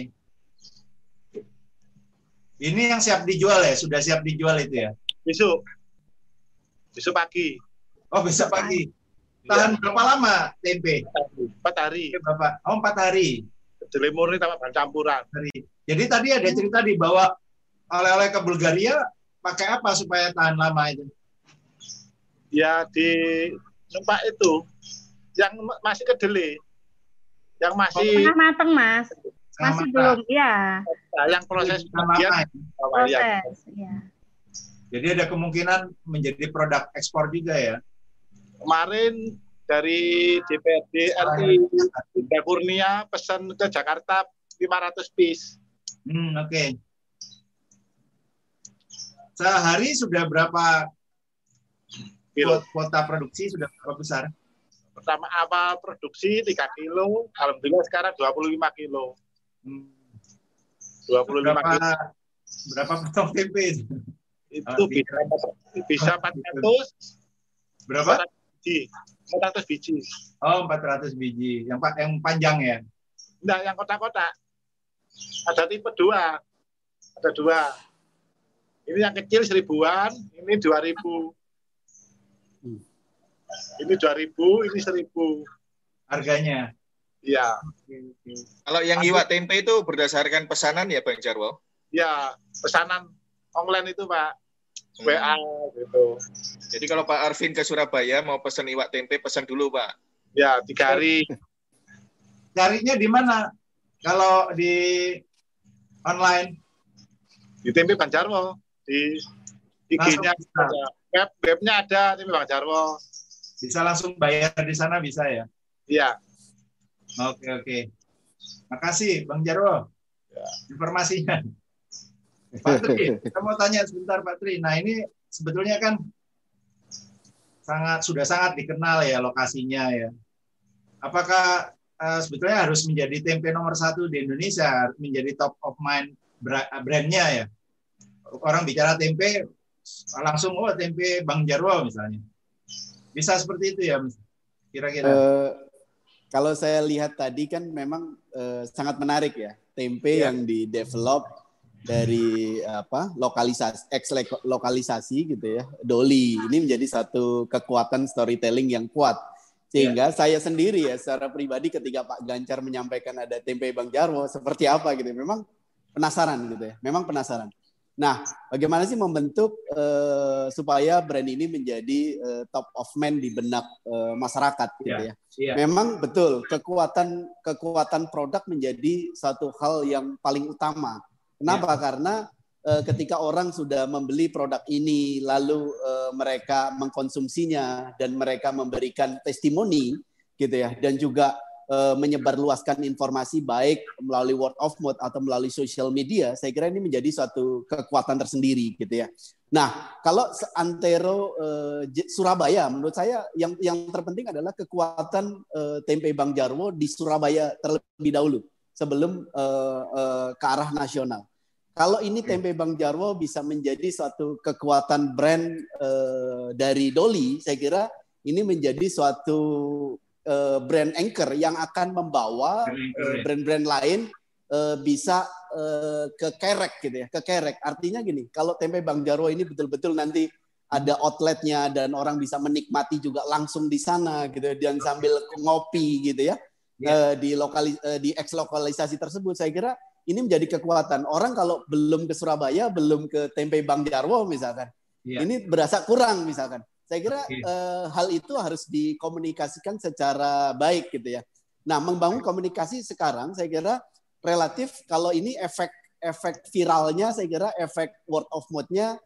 Ini yang siap dijual ya? Sudah siap dijual itu ya? Besok. Besok pagi. Oh, besok pagi. Tahan ya. Berapa lama tempe? Empat hari. Oke, Bapak. Oh, empat hari. Kedelai murni sama bahan campuran. Jadi tadi ada cerita dibawa oleh-oleh ke Bulgaria, pakai apa supaya tahan lama itu? Ya di numpak itu yang masih kedelai, yang masih tengah mateng Mas, masih belum ya. Nah, yang proses bagian proses, ya. Jadi ada kemungkinan menjadi produk ekspor juga ya. Kemarin dari D P R D R I Bunda Kurnia pesan ke Jakarta lima ratus piece. Hmm, oke. Okay. Sehari sudah berapa kilo. Kuota produksi sudah berapa besar? Pertama awal produksi tiga kilo, alhamdulillah sekarang dua puluh lima kilo. Hmm. dua puluh lima berapa, kilo. Berapa potong tempe? Itu oh, bisa, bisa empat ratus. Berapa? empat ratus biji. Oh, empat ratus biji. Yang yang panjang ya? Enggak, yang kotak-kotak. Ada tipe dua. Ada dua. Ini yang kecil seribuan, ini dua ribu. Hmm. Ini dua ribu, ini seribu. Harganya? Iya. Kalau yang iwak tempe itu berdasarkan pesanan ya Bang Jarwo? Ya, pesanan online itu Pak. W A gitu. Jadi kalau Pak Arvin ke Surabaya mau pesan iwak tempe, pesan dulu Pak. Ya, tiga hari. Carinya di mana? Kalau di online? Di Tempe Bang Jarwo. Di I G-nya ada. Web, webnya ada Tempe Bang Jarwo. Bisa langsung bayar di sana bisa ya? Iya. Oke, oke. Makasih Bang Jarwo. Ya. Informasinya. Pak Tri, kita mau tanya sebentar Pak Tri. Nah ini sebetulnya kan sangat sudah sangat dikenal ya lokasinya ya. Apakah uh, sebetulnya harus menjadi tempe nomor satu di Indonesia, menjadi top of mind brandnya ya? Orang bicara tempe langsung oh tempe Bang Jarwo misalnya. Bisa seperti itu ya kira-kira? Uh, kalau saya lihat tadi kan memang uh, sangat menarik ya tempe ya. Yang di develop dari apa lokalisasi ex lokalisasi gitu ya Doli ini menjadi satu kekuatan storytelling yang kuat sehingga yeah. Saya sendiri ya secara pribadi ketika Pak Gancar menyampaikan ada tempe Bang Jarwo seperti apa gitu memang penasaran gitu ya memang penasaran. Nah bagaimana sih membentuk uh, supaya brand ini menjadi uh, top of mind di benak uh, masyarakat gitu yeah. Ya yeah. Memang betul kekuatan kekuatan produk menjadi satu hal yang paling utama. Kenapa? Ya. Karena e, ketika orang sudah membeli produk ini, lalu e, mereka mengkonsumsinya dan mereka memberikan testimoni, gitu ya, dan juga e, menyebarluaskan informasi baik melalui word of mouth atau melalui social media, saya kira ini menjadi suatu kekuatan tersendiri, gitu ya. Nah, kalau seantero e, Surabaya, menurut saya yang yang terpenting adalah kekuatan e, tempe Bang Jarwo di Surabaya terlebih dahulu. Sebelum uh, uh, ke arah nasional. Kalau ini tempe Bang Jarwo bisa menjadi suatu kekuatan brand uh, dari Doli, saya kira ini menjadi suatu uh, brand anchor yang akan membawa uh, brand-brand lain uh, bisa uh, ke kerek gitu ya, ke kerek. Artinya gini, kalau tempe Bang Jarwo ini betul-betul nanti ada outletnya dan orang bisa menikmati juga langsung di sana gitu dan sambil ngopi gitu ya. Yeah. di lokali di eks lokalisasi tersebut saya kira ini menjadi kekuatan orang kalau belum ke Surabaya belum ke tempe Bang Jarwo misalkan yeah. Ini berasa kurang misalkan saya kira okay. uh, hal itu harus dikomunikasikan secara baik gitu ya. Nah membangun komunikasi sekarang saya kira relatif kalau ini efek efek viralnya saya kira efek word of mouth-nya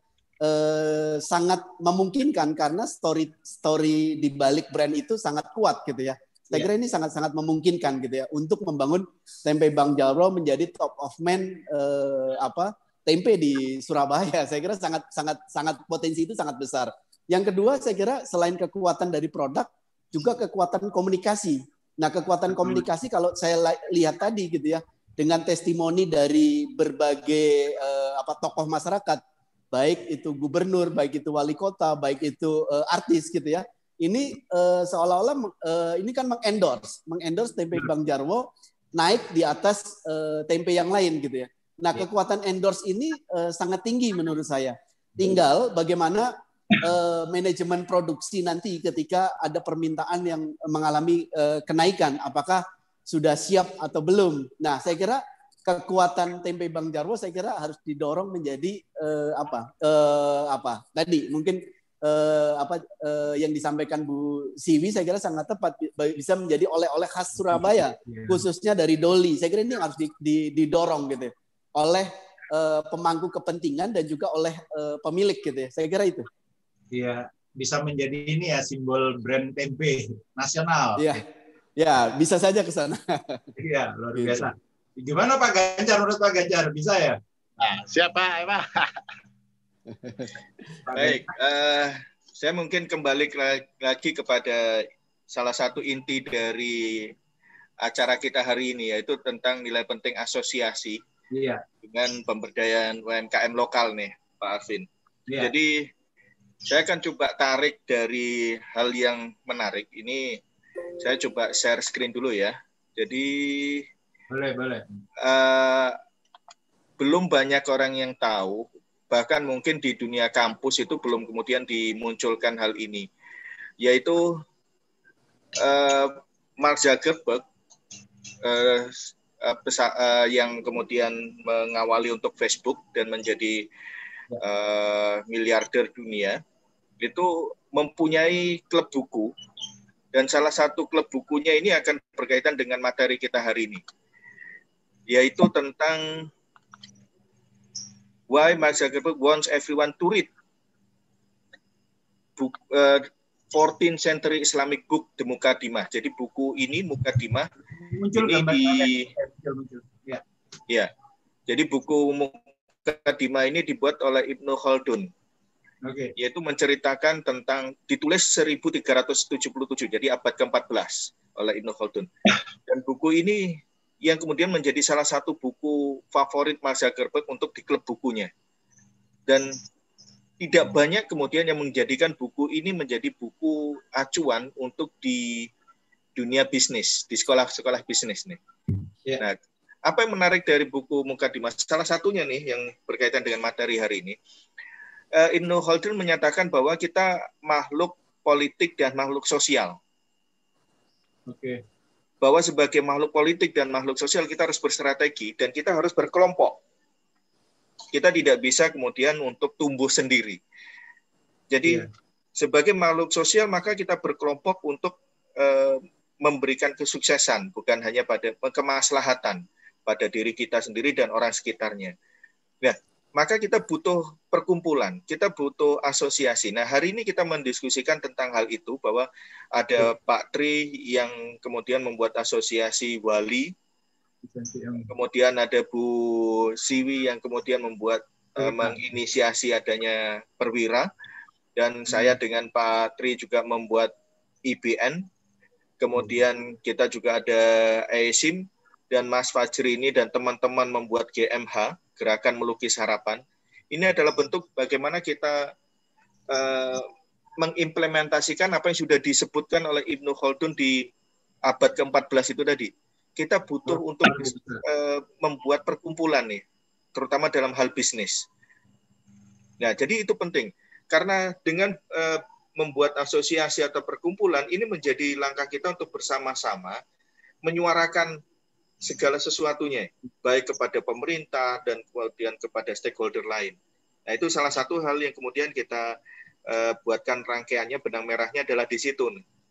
uh, sangat memungkinkan karena story story di balik brand itu sangat kuat gitu ya. Saya kira ini sangat-sangat memungkinkan gitu ya untuk membangun tempe Bang Jarwo menjadi top of mind eh, apa tempe di Surabaya. Saya kira sangat sangat sangat potensi itu sangat besar. Yang kedua saya kira selain kekuatan dari produk juga kekuatan komunikasi. Nah, kekuatan komunikasi kalau saya lihat tadi gitu ya dengan testimoni dari berbagai eh, apa tokoh masyarakat, baik itu gubernur, baik itu wali kota, baik itu eh, artis gitu ya. Ini uh, seolah-olah uh, ini kan mengendorse, mengendorse tempe Bang Jarwo naik di atas uh, tempe yang lain gitu ya. Nah kekuatan endorse ini uh, sangat tinggi menurut saya. Tinggal bagaimana uh, manajemen produksi nanti ketika ada permintaan yang mengalami uh, kenaikan, apakah sudah siap atau belum. Nah saya kira kekuatan tempe Bang Jarwo saya kira harus didorong menjadi uh, apa uh, apa tadi mungkin eh, apa eh, yang disampaikan Bu Siwi saya kira sangat tepat, bisa menjadi oleh-oleh khas Surabaya, khususnya dari Doli. Saya kira ini yang harus didorong gitu oleh eh, pemangku kepentingan dan juga oleh eh, pemilik gitu ya. Saya kira itu. Iya, bisa menjadi ini ya simbol brand tempe nasional. Iya. Ya, bisa saja ke sana. Iya, luar biasa. Gitu. Gimana Pak Ganjar, menurut Pak Ganjar, bisa ya? Nah, siapa Pak? Baik, uh, saya mungkin kembali lagi kepada salah satu inti dari acara kita hari ini, yaitu tentang nilai penting asosiasi iya. dengan pemberdayaan U M K M lokal nih, Pak Arvin. Iya. Jadi, saya akan coba tarik dari hal yang menarik. Ini saya coba share screen dulu ya. Jadi boleh, boleh. Uh, belum banyak orang yang tahu, bahkan mungkin di dunia kampus itu belum kemudian dimunculkan hal ini, yaitu uh, Mark Zuckerberg uh, uh, uh, yang kemudian mengawali untuk Facebook dan menjadi uh, miliarder dunia, itu mempunyai klub buku. Dan salah satu klub bukunya ini akan berkaitan dengan materi kita hari ini, yaitu tentang Why Mark Zuckerberg Wants Everyone to Read, Book, uh, fourteenth Century Islamic Book The Muqaddimah. Jadi buku ini Muqaddimah muncul ini di ya. ya. Jadi buku Muqaddimah ini dibuat oleh Ibnu Khaldun. Okay. Yaitu menceritakan tentang, ditulis seribu tiga ratus tujuh puluh tujuh, jadi abad keempat belas oleh Ibnu Khaldun. Dan buku ini yang kemudian menjadi salah satu buku favorit Mark Zuckerberg untuk di klub bukunya. Dan tidak banyak kemudian yang menjadikan buku ini menjadi buku acuan untuk di dunia bisnis, di sekolah-sekolah bisnis nih. Yeah. Nah, apa yang menarik dari buku Muqaddimah? Salah satunya nih yang berkaitan dengan materi hari ini. Uh, Ibnu Khaldun menyatakan bahwa kita makhluk politik dan makhluk sosial. Oke. Okay. Bahwa sebagai makhluk politik dan makhluk sosial kita harus berstrategi dan kita harus berkelompok. Kita tidak bisa kemudian untuk tumbuh sendiri. Jadi yeah. sebagai makhluk sosial maka kita berkelompok untuk uh, memberikan kesuksesan, bukan hanya pada kemaslahatan pada diri kita sendiri dan orang sekitarnya. Nah, maka kita butuh perkumpulan, kita butuh asosiasi. Nah, hari ini kita mendiskusikan tentang hal itu, bahwa ada Pak Tri yang kemudian membuat asosiasi wali, kemudian ada Bu Siwi yang kemudian membuat uh, menginisiasi adanya perwira, dan saya dengan Pak Tri juga membuat I B N, kemudian kita juga ada A I S I M, dan Mas Fajri ini dan teman-teman membuat G M H, Gerakan Melukis Harapan. Ini adalah bentuk bagaimana kita uh, mengimplementasikan apa yang sudah disebutkan oleh Ibnu Khaldun di abad keempat belas itu tadi. Kita butuh oh, untuk uh, membuat perkumpulan nih, terutama dalam hal bisnis. Nah, jadi itu penting. Karena dengan uh, membuat asosiasi atau perkumpulan, ini menjadi langkah kita untuk bersama-sama menyuarakan segala sesuatunya, baik kepada pemerintah dan kemudian kepada stakeholder lain. Nah, itu salah satu hal yang kemudian kita uh, buatkan rangkaiannya, benang merahnya adalah di situ.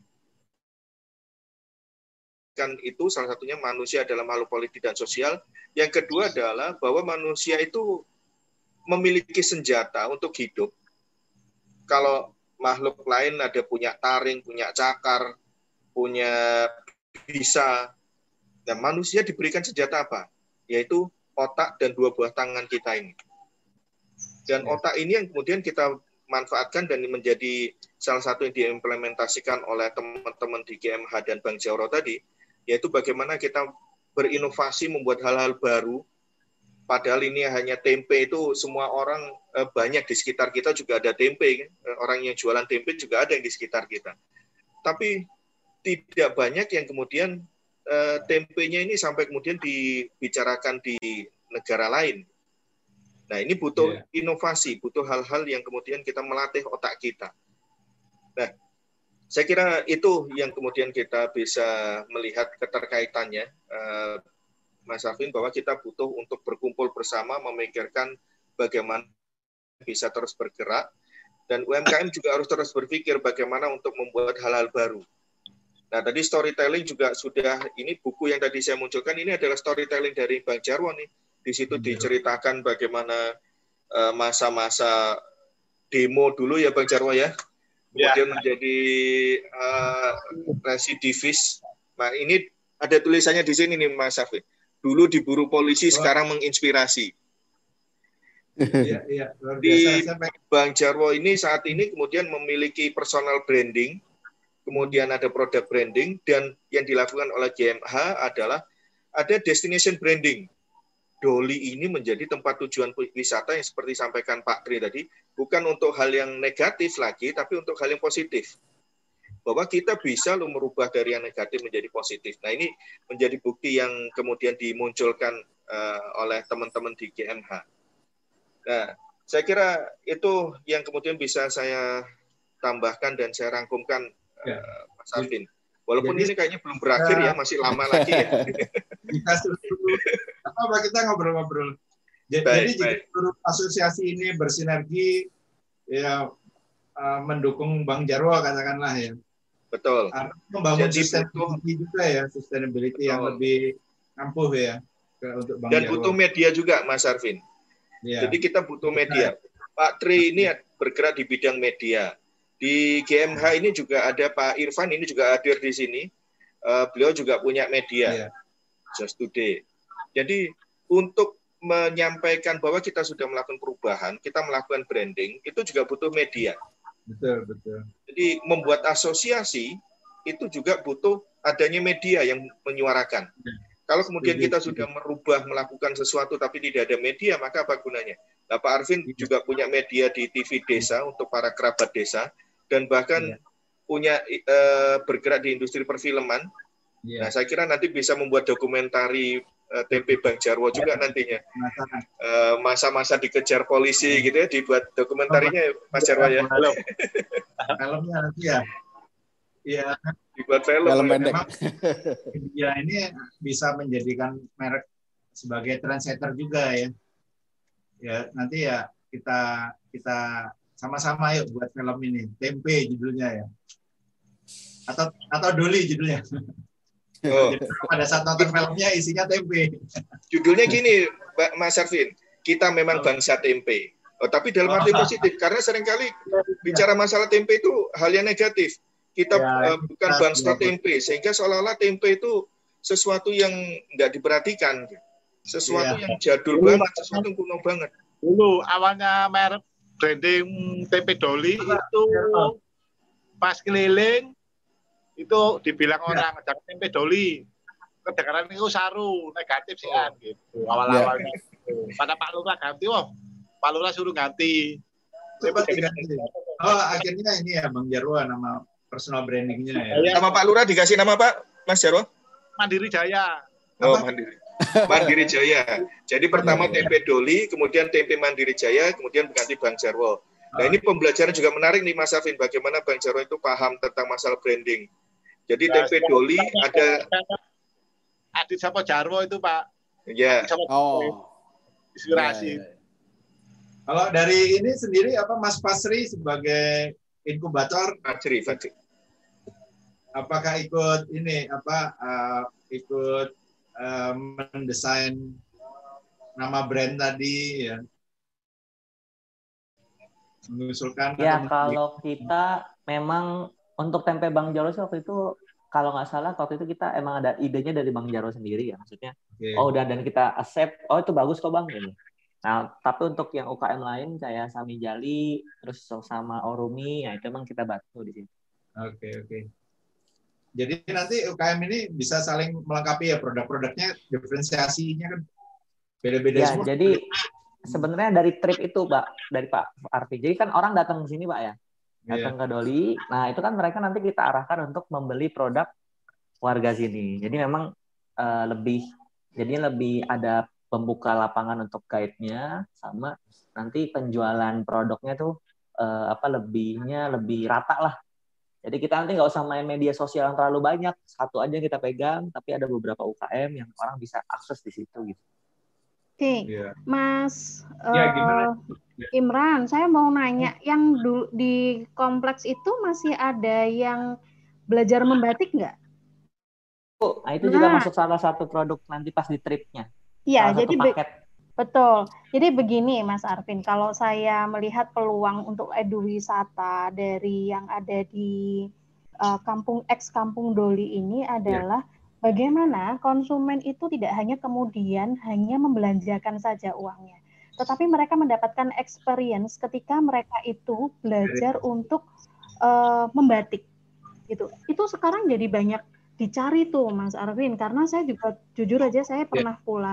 Kan itu salah satunya manusia adalah makhluk politik dan sosial. Yang kedua adalah bahwa manusia itu memiliki senjata untuk hidup. Kalau makhluk lain ada punya taring, punya cakar, punya bisa. Dan manusia diberikan senjata apa? Yaitu otak dan dua buah tangan kita ini. Dan otak ini yang kemudian kita manfaatkan dan menjadi salah satu yang diimplementasikan oleh teman-teman di G M H dan Bang Jauro tadi, yaitu bagaimana kita berinovasi membuat hal-hal baru. Padahal ini hanya tempe itu semua orang eh, banyak di sekitar kita juga ada tempe. Kan? Orang yang jualan tempe juga ada yang di sekitar kita. Tapi tidak banyak yang kemudian Uh, tempenya ini sampai kemudian dibicarakan di negara lain. Nah, ini butuh yeah. inovasi, butuh hal-hal yang kemudian kita melatih otak kita. Nah, saya kira itu yang kemudian kita bisa melihat keterkaitannya, uh, Mas Arvin, bahwa kita butuh untuk berkumpul bersama, memikirkan bagaimana bisa terus bergerak, Dan U M K M juga harus terus berpikir bagaimana untuk membuat hal-hal baru. Nah, tadi storytelling juga sudah, ini buku yang tadi saya munculkan, ini adalah storytelling dari Bang Jarwo nih. Di situ diceritakan bagaimana uh, masa-masa demo dulu ya Bang Jarwo ya. Kemudian ya. menjadi uh, residivis. Nah, ini ada tulisannya di sini nih Mas Safri. Dulu diburu polisi, oh. sekarang menginspirasi. Ya, ya, di Bang Jarwo ini saat ini kemudian memiliki personal branding, kemudian ada product branding, dan yang dilakukan oleh G M H adalah ada destination branding. Doli ini menjadi tempat tujuan wisata yang seperti sampaikan Pak Tri tadi, bukan untuk hal yang negatif lagi, tapi untuk hal yang positif. Bahwa kita bisa loh merubah dari yang negatif menjadi positif. Nah, ini menjadi bukti yang kemudian dimunculkan uh, oleh teman-teman di G M H. Nah, saya kira itu yang kemudian bisa saya tambahkan dan saya rangkumkan, ya. uh, Mas Alvin. Walaupun Jadi, ini kayaknya belum berakhir ya, masih lama lagi ya. Kita apa kita ngobrol-ngobrol. Jadi, baik, jadi baik. Jika asosiasi ini bersinergi, ya uh, mendukung Bang Jarwo katakanlah ya. Betul. Uh, membangun jadi sustainability butuh, juga ya, sustainability betul. Yang lebih ampuh ya ke, untuk Bang Dan Jarwo. butuh media juga, Mas Arvin. Ya. Jadi kita butuh media. Pak Tri ini bergerak di bidang media. Di G M H ini juga ada Pak Irfan, ini juga hadir di sini. Uh, beliau juga punya media, ya. Just Today. Jadi untuk menyampaikan bahwa kita sudah melakukan perubahan, kita melakukan branding, itu juga butuh media. Betul, betul. Jadi membuat asosiasi itu juga butuh adanya media yang menyuarakan. Ya. Kalau kemudian kita sudah merubah, melakukan sesuatu tapi tidak ada media, maka apa gunanya? Nah, Pak Arvin juga punya media di T V desa untuk para kerabat desa, dan bahkan ya. punya uh, bergerak di industri perfilman. Ya. Nah, saya kira nanti bisa membuat dokumentari uh, Tempe Bang Jarwo juga ya. nantinya. Uh, masa-masa dikejar polisi gitu ya, dibuat dokumentarinya Mas Jarwo ya. Filmnya nanti ya. Iya. Dibuat film. Memang media ini bisa menjadikan merek sebagai trendsetter juga ya. Ya nanti ya kita kita sama-sama yuk buat film ini. Tempe judulnya ya. Atau atau Doli judulnya. Oh. Jadi, pada saat nonton filmnya isinya tempe. Judulnya gini, Mas Arvin, kita memang bangsa tempe. Oh, tapi dalam arti positif, karena seringkali bicara masalah tempe itu hal yang negatif. Kita ya, uh, bukan bangsa ya. tempe, sehingga seolah-olah tempe itu sesuatu yang nggak diperhatikan, sesuatu ya. yang jadul dulu, banget, sesuatu yang kuno banget. Dulu awalnya merek branding tempe Doli itu pas keliling itu dibilang ya. orang jangan tempe Doli, kedengaran itu saru, negatif sih kan gitu awal-awalnya. Ya. Pada Pak Lurah ganti, oh Pak Lurah suruh ganti. ganti. Oh akhirnya ini ya Bang Jarwo nama personal brandingnya ya. Nama Pak Lurah dikasih nama Pak Mas Jarwo? Mandiri Jaya. Oh apa? Mandiri. Mandiri Jaya. Jadi pertama tempe Doli, kemudian tempe Mandiri Jaya, kemudian berganti Bang Jarwo. Nah ini pembelajaran juga menarik nih Mas Afin, bagaimana Bang Jarwo itu paham tentang masalah branding. Jadi nah, tempe Doli ada. Adit Sapo Jarwo itu Pak. Ya. Oh. Inspirasi. Ya, ya. Kalau dari ini sendiri apa Mas Pasri sebagai inkubator, Fajri, Fajri. apakah ikut ini apa uh, ikut uh, mendesain nama brand tadi ya, mengusulkan? Ya kalau kita memang untuk tempe Bang Jarwo waktu itu kalau nggak salah waktu itu kita emang ada idenya dari Bang Jarwo sendiri ya, maksudnya okay. oh dan dan kita accept, oh itu bagus kok Bang ini. Nah, tapi untuk yang U K M lain kayak Sami Jali, terus sama Orumi, ya itu emang kita bantu di sini. Oke, okay, oke. Okay. Jadi nanti U K M ini bisa saling melengkapi ya produk-produknya, diferensiasinya kan beda-beda ya, semua. Jadi sebenarnya dari trip itu, Pak, dari Pak Arfi. Jadi kan orang datang ke sini, Pak ya. Datang yeah. ke Doli. Nah, itu kan mereka nanti kita arahkan untuk membeli produk warga sini. Jadi memang uh, lebih jadi lebih ada pembuka lapangan untuk guide-nya sama nanti penjualan produknya tuh uh, apa lebihnya lebih rata lah. Jadi kita nanti nggak usah main media sosial yang terlalu banyak, satu aja yang kita pegang, tapi ada beberapa U K M yang orang bisa akses di situ gitu. Oke, okay. yeah. Mas, ya, gimana? Uh, Imran, saya mau nanya, yang dulu di kompleks itu masih ada yang belajar membatik nggak? Oh, nah itu nah. juga masuk salah satu produk nanti pas di tripnya. Iya, jadi paket. Betul. Jadi begini, Mas Arvin, kalau saya melihat peluang untuk eduwisata dari yang ada di uh, kampung ex Kampung Doli ini adalah yeah. bagaimana konsumen itu tidak hanya kemudian hanya membelanjakan saja uangnya, tetapi mereka mendapatkan experience ketika mereka itu belajar untuk uh, membatik. Gitu. Itu sekarang jadi banyak dicari tuh Mas Arvin, karena saya juga jujur aja saya pernah yeah. pula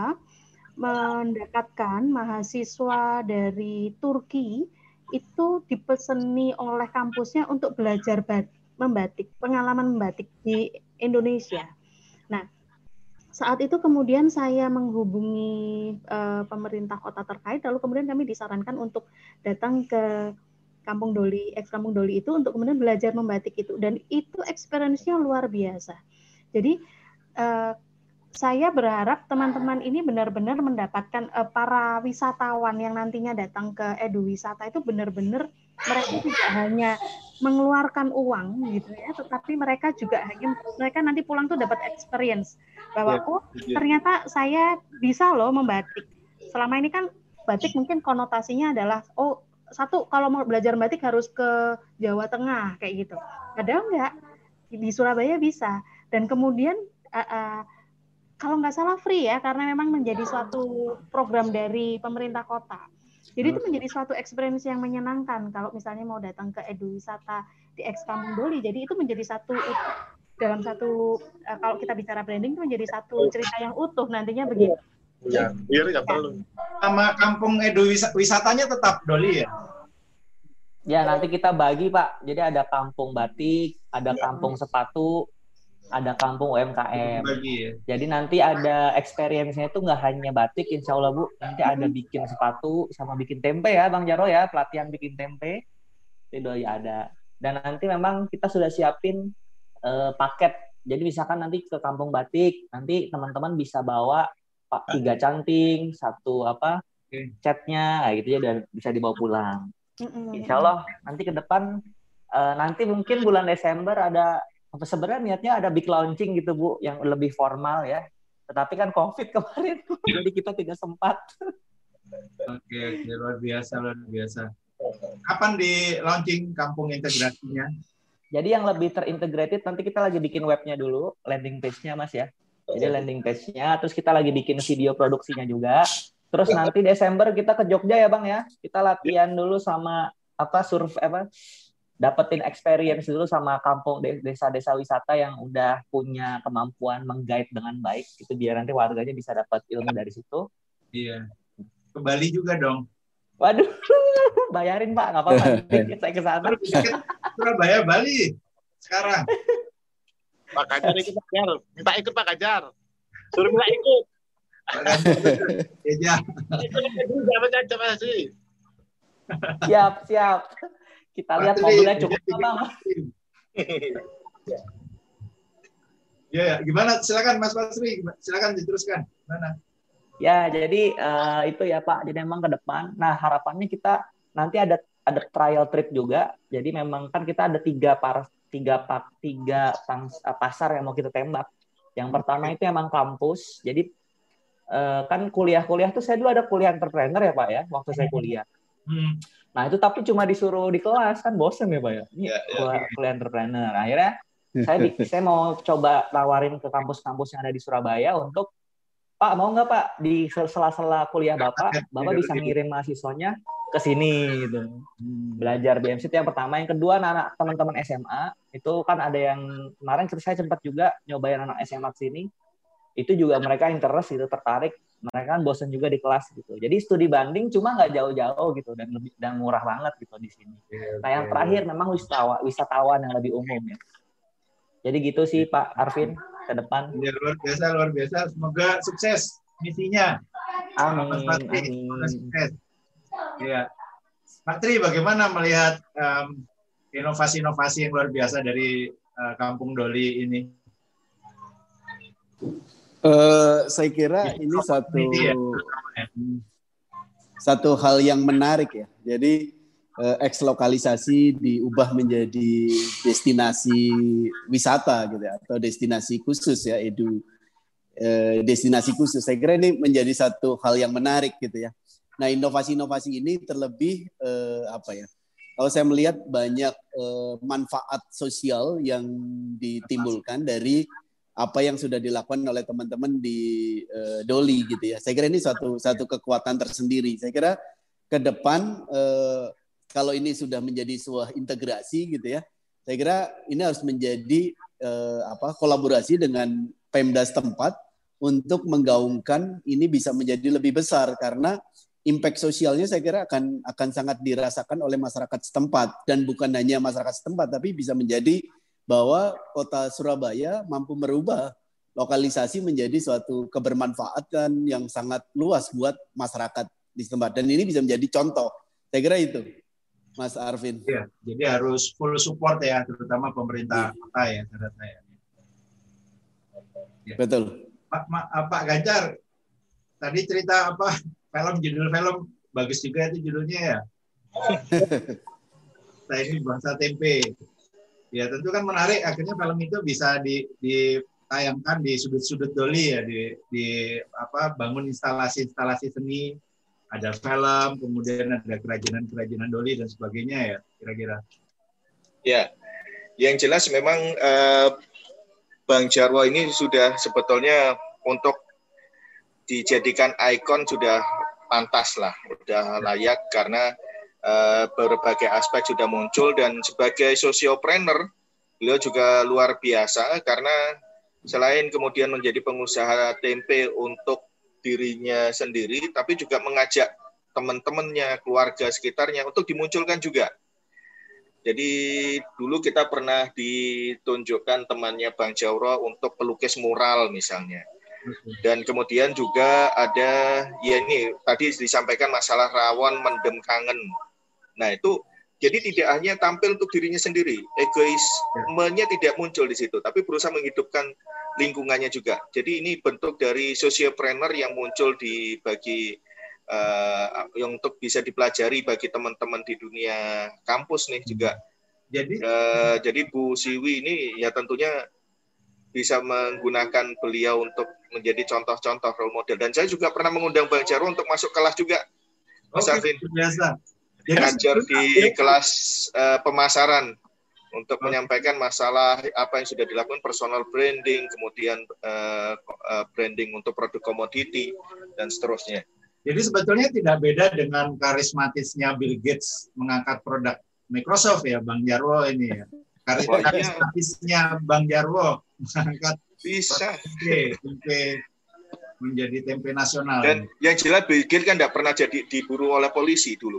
mendapatkan mahasiswa dari Turki itu dipeseni oleh kampusnya untuk belajar membatik, pengalaman membatik di Indonesia. Nah, saat itu kemudian saya menghubungi uh, pemerintah kota terkait, lalu kemudian kami disarankan untuk datang ke Kampung Doli, ex Kampung Doli itu untuk kemudian belajar membatik itu, dan itu experience-nya luar biasa. Jadi uh, saya berharap teman-teman ini benar-benar mendapatkan uh, para wisatawan yang nantinya datang ke eduwisata itu benar-benar mereka tidak hanya mengeluarkan uang gitu ya, tetapi mereka juga hanya mereka nanti pulang tuh dapat experience bahwa oh ternyata saya bisa loh membatik. Selama ini kan batik mungkin konotasinya adalah oh satu kalau mau belajar batik harus ke Jawa Tengah kayak gitu. Padahal enggak, di Surabaya bisa. Dan kemudian uh, uh, kalau nggak salah free ya, karena memang menjadi suatu program dari pemerintah kota. Jadi itu menjadi suatu experience yang menyenangkan kalau misalnya mau datang ke eduwisata di ex Kampung Doli. Jadi itu menjadi satu dalam satu uh, kalau kita bicara branding itu menjadi satu cerita yang utuh nantinya begitu. Ya, biar ya perlu. Sama kampung eduwisatanya tetap Doli ya? Ya, nanti kita bagi, Pak. Jadi ada kampung batik, ada kampung sepatu, ada kampung U M K M. Bagi, ya? Jadi nanti ada experience-nya itu nggak hanya batik, insya Allah Bu. Nanti ada bikin sepatu sama bikin tempe ya, Bang Jaro ya. Pelatihan bikin tempe. Itu ya ada. Dan nanti memang kita sudah siapin uh, paket. Jadi misalkan nanti ke kampung batik, nanti teman-teman bisa bawa Pak tiga canting, satu apa catnya, kayak gitu ya, dan bisa dibawa pulang. Insya Allah nanti ke depan, uh, nanti mungkin bulan Desember ada, sebenarnya niatnya ada big launching gitu Bu, yang lebih formal ya. Tetapi kan COVID kemarin, jadi kita tidak sempat. Oke, oke, luar biasa, luar biasa. Kapan di launching kampung integrasinya? Jadi yang lebih terintegrated nanti kita lagi bikin webnya dulu, landing page-nya Mas ya. Jadi landing page-nya, terus kita lagi bikin video produksinya juga. Terus nanti Desember kita ke Jogja ya Bang ya. Kita latihan dulu sama apa survei apa dapetin experience dulu sama kampung desa-desa wisata yang udah punya kemampuan meng-guide dengan baik. Itu biar nanti warganya bisa dapat ilmu dari situ. Iya. Ke Bali juga dong. Waduh, bayarin Pak, nggak apa-apa. Saya ke sana. Surabaya, Bali sekarang. Pak Ganjar ikut Pak Ganjar, minta ikut Pak Ganjar. Suruh minta ikut. Iya. Siap, siap. Kita lihat mobilnya cukup Bang. Ya, gimana? Silakan Mas Basri, silakan diteruskan. Mana? Ya, jadi uh, itu ya Pak. Jadi memang ke depan. Nah, harapannya kita nanti ada ada trial trip juga. Jadi memang kan kita ada tiga par tiga pak tiga pasar yang mau kita tembak. Yang pertama itu emang kampus. Jadi uh, kan kuliah-kuliah tuh saya dulu ada kuliah entrepreneur ya Pak ya, waktu saya kuliah. Hmm. Nah itu tapi cuma disuruh di kelas kan bosen ya Pak ya. Ini ya, ya. Kuliah, kuliah entrepreneur. Akhirnya saya saya mau coba tawarin ke kampus-kampus yang ada di Surabaya untuk Pak mau nggak Pak di sela-sela kuliah Bapak, Bapak bisa ngirim mahasiswanya ke sini gitu. Belajar B M C itu yang pertama. Yang kedua anak-anak teman-teman S M A itu kan ada yang kemarin saya sempat juga nyobain anak S M A sini. Itu juga mereka interest gitu, tertarik. Mereka kan bosan juga di kelas gitu. Jadi studi banding cuma nggak jauh-jauh gitu dan lebih dan murah banget gitu di sini. Nah yang terakhir memang wisatawan wisatawan yang lebih umum ya. Jadi gitu sih Pak Arvin ke depan. Ya, luar biasa, luar biasa. Semoga sukses misinya. Amin. Mas Patri, semoga sukses. Ya. Pak Tri, bagaimana melihat um, inovasi-inovasi yang luar biasa dari uh, Kampung Doli ini? Uh, saya kira ini satu satu hal yang menarik ya. Jadi eh, eks-lokalisasi diubah menjadi destinasi wisata gitu ya, atau destinasi khusus ya, edu eh, destinasi khusus. Saya kira ini menjadi satu hal yang menarik gitu ya. Nah, inovasi-inovasi ini terlebih eh, apa ya? Kalau saya melihat banyak eh, manfaat sosial yang ditimbulkan dari apa yang sudah dilakukan oleh teman-teman di uh, Doli gitu ya. Saya kira ini suatu satu kekuatan tersendiri. Saya kira ke depan uh, kalau ini sudah menjadi sebuah integrasi gitu ya. Saya kira ini harus menjadi uh, apa kolaborasi dengan Pemda setempat untuk menggaungkan ini bisa menjadi lebih besar, karena impact sosialnya saya kira akan akan sangat dirasakan oleh masyarakat setempat, dan bukan hanya masyarakat setempat tapi bisa menjadi bahwa kota Surabaya mampu merubah lokalisasi menjadi suatu kebermanfaatan yang sangat luas buat masyarakat di tempat. Dan ini bisa menjadi contoh. Saya kira itu, Mas Arvin. Ya, jadi harus full support ya, terutama pemerintah kota ya, menurut saya. Ya. Betul. Pak, Pak Ganjar, tadi cerita apa? Film, judul film bagus juga itu judulnya ya. Nah, ini bangsa tempe. Ya tentu kan menarik, akhirnya film itu bisa ditayangkan di sudut-sudut Doli ya, di, di apa bangun instalasi-instalasi seni, ada film, kemudian ada kerajinan-kerajinan Doli dan sebagainya ya, kira-kira. Ya, yang jelas memang eh, Bang Jarwo ini sudah sebetulnya untuk dijadikan ikon sudah pantas lah, sudah layak karena Uh, berbagai aspek sudah muncul, dan sebagai sosiopreneur beliau juga luar biasa karena selain kemudian menjadi pengusaha tempe untuk dirinya sendiri, tapi juga mengajak teman-temannya, keluarga sekitarnya untuk dimunculkan juga. Jadi dulu kita pernah ditunjukkan temannya Bang Jarwo untuk pelukis mural misalnya. Dan kemudian juga ada, ya ini tadi disampaikan masalah rawon mendem kangen. Nah itu, jadi tidak hanya tampil untuk dirinya sendiri, egoismenya tidak muncul di situ, tapi berusaha menghidupkan lingkungannya juga. Jadi ini bentuk dari sociopreneur yang muncul di bagi uh, yang untuk bisa dipelajari bagi teman-teman di dunia kampus nih juga. Jadi, uh, jadi Bu Siwi ini ya tentunya bisa menggunakan beliau untuk menjadi contoh-contoh role model. Dan saya juga pernah mengundang Bang Jarwo untuk masuk kelas juga, Mas Arvin. Biasa. Ngajar di kelas uh, pemasaran untuk menyampaikan masalah apa yang sudah dilakukan, personal branding, kemudian uh, uh, branding untuk produk komoditi dan seterusnya. Jadi sebetulnya tidak beda dengan karismatisnya Bill Gates mengangkat produk Microsoft ya, Bang Jarwo ini ya. Karismatisnya Bang Jarwo mengangkat bisa tempe menjadi tempe nasional. Dan yang jelas Bill Gates kan tidak pernah jadi diburu oleh polisi dulu.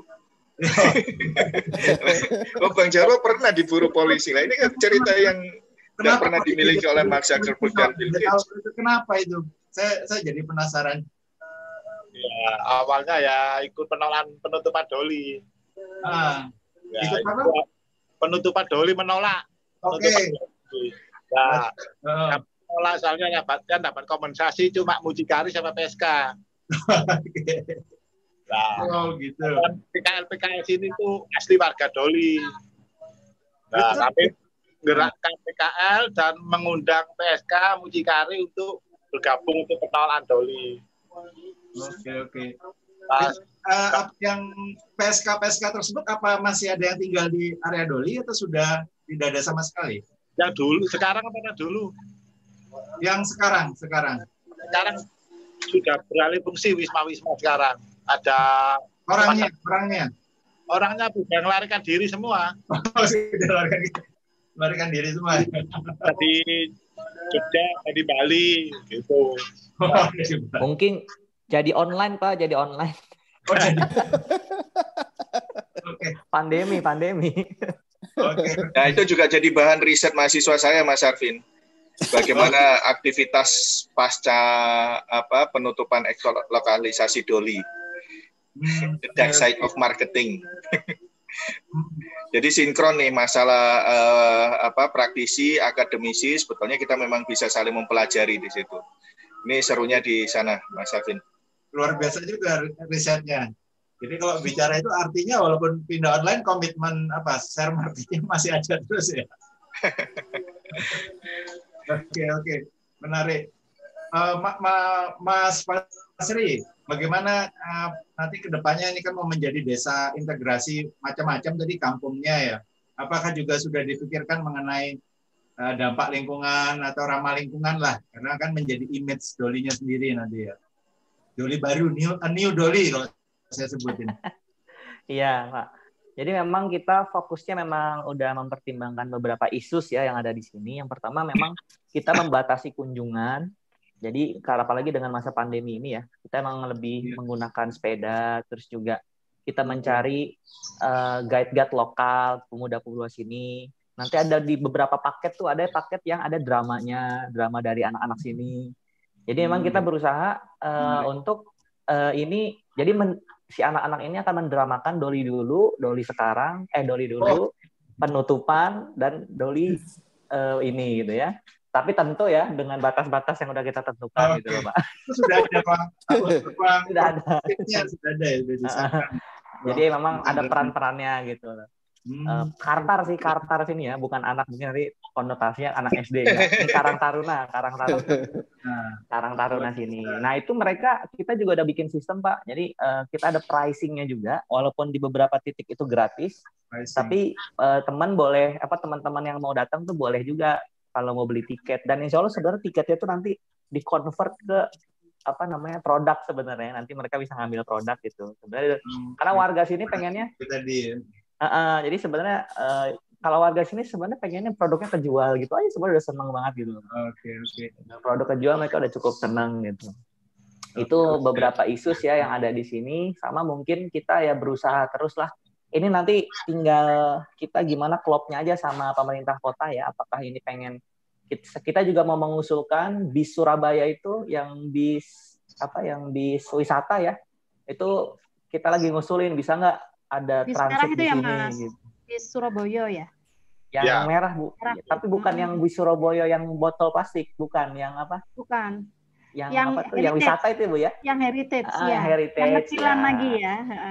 Oh, Bang Jarwo pernah diburu polisi lah. Ini kan cerita yang tidak pernah dimiliki oleh Mark Zuckerberg dan Bill Gates. Kenapa itu? Saya saya jadi penasaran. Ya, awalnya ya ikut penolakan penutupan Doli. Ah, ya, itu apa? Penutupan Doli menolak. Oke. Okay. Ya, uh. menolak soalnya dapatkan dapat kompensasi cuma mucikari sama P S K. Nah, oh gitu. P K L P K S ini tuh asli warga Doli. Nah, itu, tapi gerakkan P K L dan mengundang P S K Mucikari untuk bergabung untuk penolakan Doli. Oke oke. Nah, uh, yang P S K P S K tersebut apa masih ada yang tinggal di area Doli atau sudah tidak ada sama sekali? Yang dulu, sekarang apa dulu? Yang sekarang, sekarang. Sekarang sudah beralih fungsi wisma-wisma sekarang. Ada orangnya, masa, orangnya, orangnya sudah melarikan diri semua. Oh, sudah melarikan, melarikan diri semua. Di Jogja, di Bali, gitu. Oh, mungkin jadi online Pak, jadi online. Oh, jadi. Okay. Pandemi, pandemi. Okay. Nah itu juga jadi bahan riset mahasiswa saya, Mas Arvin. Bagaimana aktivitas pasca apa penutupan lokalisasi Doli. The dark side of marketing. Jadi sinkron nih masalah uh, apa praktisi, akademisi, sebetulnya kita memang bisa saling mempelajari di situ. Ini serunya di sana, Mas Arvin. Luar biasa juga risetnya. Jadi kalau bicara itu artinya walaupun pindah online, komitmen apa share marketnya masih ada terus ya. Oke oke, menarik. Uh, Ma Ma Mas Pasri, bagaimana uh, nanti kedepannya ini kan mau menjadi desa integrasi macam-macam tadi kampungnya ya. Apakah juga sudah dipikirkan mengenai uh, dampak lingkungan atau ramah lingkungan lah, karena kan menjadi image Dolinya sendiri nanti ya. Doli baru, new, a new Doli kalau saya sebutin. Iya, Pak. Jadi memang kita fokusnya memang udah mempertimbangkan beberapa isu ya yang ada di sini. Yang pertama memang kita membatasi kunjungan. Jadi apalagi dengan masa pandemi ini ya, kita memang lebih menggunakan sepeda, terus juga kita mencari uh, guide-guide lokal, pemuda-pemuda sini. Nanti ada di beberapa paket tuh, ada paket yang ada dramanya, drama dari anak-anak sini. Jadi memang kita berusaha uh, untuk uh, ini, jadi men, si anak-anak ini akan mendramakan Doli dulu, Doli sekarang, eh Doli dulu, penutupan, dan Doli uh, ini gitu ya. Tapi tentu ya dengan batas-batas yang udah kita tentukan okay. gitu loh, Pak. Itu sudah ada, Pak. Sudah ada. Sudah ada ya, sudah disahkan. Jadi memang ada peran-perannya gitu. Hmm. Uh, kartar sih, kartar sini ya, bukan anak, mungkin nanti konotasinya anak S D. Ya. Ini Karang Taruna, Karang Taruna. Nah, Karang Taruna sini. Nah itu mereka, kita juga udah bikin sistem, Pak. Jadi uh, kita ada pricing-nya juga, walaupun di beberapa titik itu gratis, pricing. Tapi uh, teman boleh, apa teman-teman yang mau datang tuh boleh juga kalau mau beli tiket. Dan insya Allah sebenarnya tiketnya tuh nanti di-convert ke apa namanya produk sebenarnya. Nanti mereka bisa ngambil produk gitu. Sebenarnya hmm. karena warga sini pengennya. Kita di. Uh, uh, jadi sebenarnya uh, kalau warga sini sebenarnya pengennya produknya kejual gitu aja, sebenarnya udah seneng banget gitu. Oke okay, oke. Okay. Produk kejual mereka udah cukup seneng gitu. Okay, itu beberapa okay. isu ya yang ada di sini. Sama mungkin kita ya berusaha terus lah. Ini nanti tinggal kita gimana klopnya aja sama pemerintah kota ya. Apakah ini pengen kita, kita juga mau mengusulkan bis Surabaya itu yang bis apa yang bis wisata ya. Itu kita lagi ngusulin bisa nggak ada bis transit di sini ya, gitu. Bis Surabaya ya. Yang ya. merah Bu. Merah. Tapi bukan hmm. yang bis Surabaya yang botol plastik, bukan yang apa? Bukan. Yang, yang apa tuh? Yang wisata itu Bu ya? Yang heritage ah, ya. Heritage. Yang kecilan ya. lagi ya.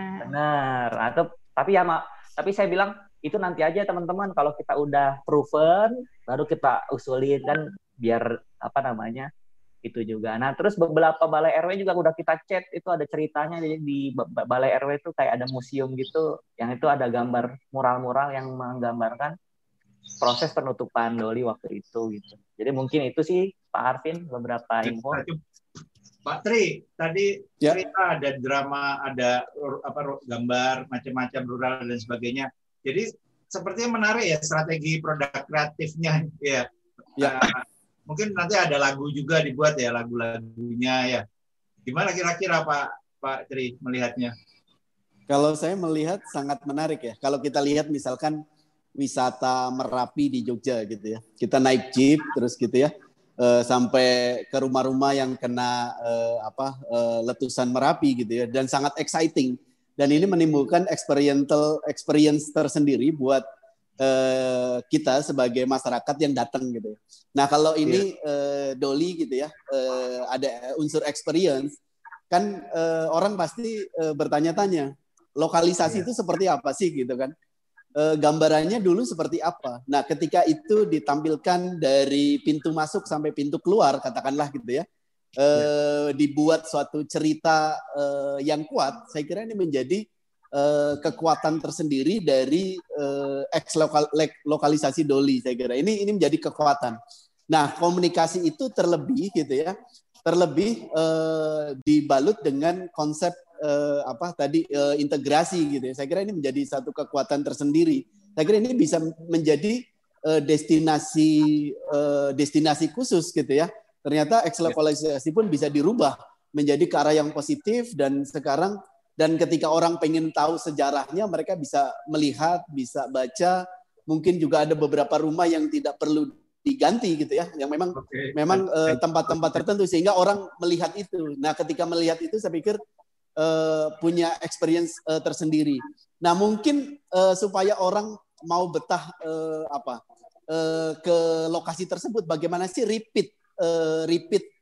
Benar. Atau tapi ya Mak, tapi saya bilang itu nanti aja teman-teman kalau kita udah proven baru kita usulin kan biar apa namanya? Itu juga. Nah, terus beberapa balai R W juga udah kita chat, itu ada ceritanya. Jadi di balai R W itu kayak ada museum gitu, yang itu ada gambar mural-mural yang menggambarkan proses penutupan Doli waktu itu gitu. Jadi mungkin itu sih Pak Arvin beberapa info. Pak Tri, tadi ya. cerita ada drama, ada apa gambar macam-macam rural dan sebagainya. Jadi sepertinya menarik ya strategi produk kreatifnya ya. Ya. Uh, Mungkin nanti ada lagu juga dibuat ya, lagu-lagunya ya. Gimana kira-kira Pak Pak Tri melihatnya? Kalau saya melihat sangat menarik ya. Kalau kita lihat misalkan wisata Merapi di Jogja gitu ya. Kita naik jeep terus gitu ya. Eh, sampai ke rumah-rumah yang kena eh, apa eh, letusan Merapi gitu ya. Dan sangat exciting. Dan ini menimbulkan experiential experience tersendiri buat Uh, kita sebagai masyarakat yang datang gitu ya. Nah kalau ini yeah. uh, Doli gitu ya, uh, ada unsur experience, kan uh, orang pasti uh, bertanya-tanya, lokalisasi yeah. itu seperti apa sih gitu kan? Uh, gambarannya dulu seperti apa? Nah ketika itu ditampilkan dari pintu masuk sampai pintu keluar, katakanlah gitu ya, uh, yeah. dibuat suatu cerita uh, yang kuat, saya kira ini menjadi kekuatan tersendiri dari uh, eks lokal, lokalisasi Doli saya kira ini ini menjadi kekuatan. Nah komunikasi itu terlebih gitu ya terlebih uh, dibalut dengan konsep uh, apa tadi uh, integrasi gitu ya. Saya kira ini menjadi satu kekuatan tersendiri. Saya kira ini bisa menjadi uh, destinasi uh, destinasi khusus gitu ya. Ternyata eks lokalisasi pun bisa dirubah menjadi ke arah yang positif dan sekarang. Dan ketika orang pengen tahu sejarahnya, mereka bisa melihat, bisa baca. Mungkin juga ada beberapa rumah yang tidak perlu diganti gitu ya, yang memang okay. memang uh, tempat-tempat tertentu sehingga orang melihat itu. Nah, ketika melihat itu, saya pikir uh, punya experience uh, tersendiri. Nah, mungkin uh, supaya orang mau betah uh, apa uh, ke lokasi tersebut, bagaimana sih repeat uh, repeat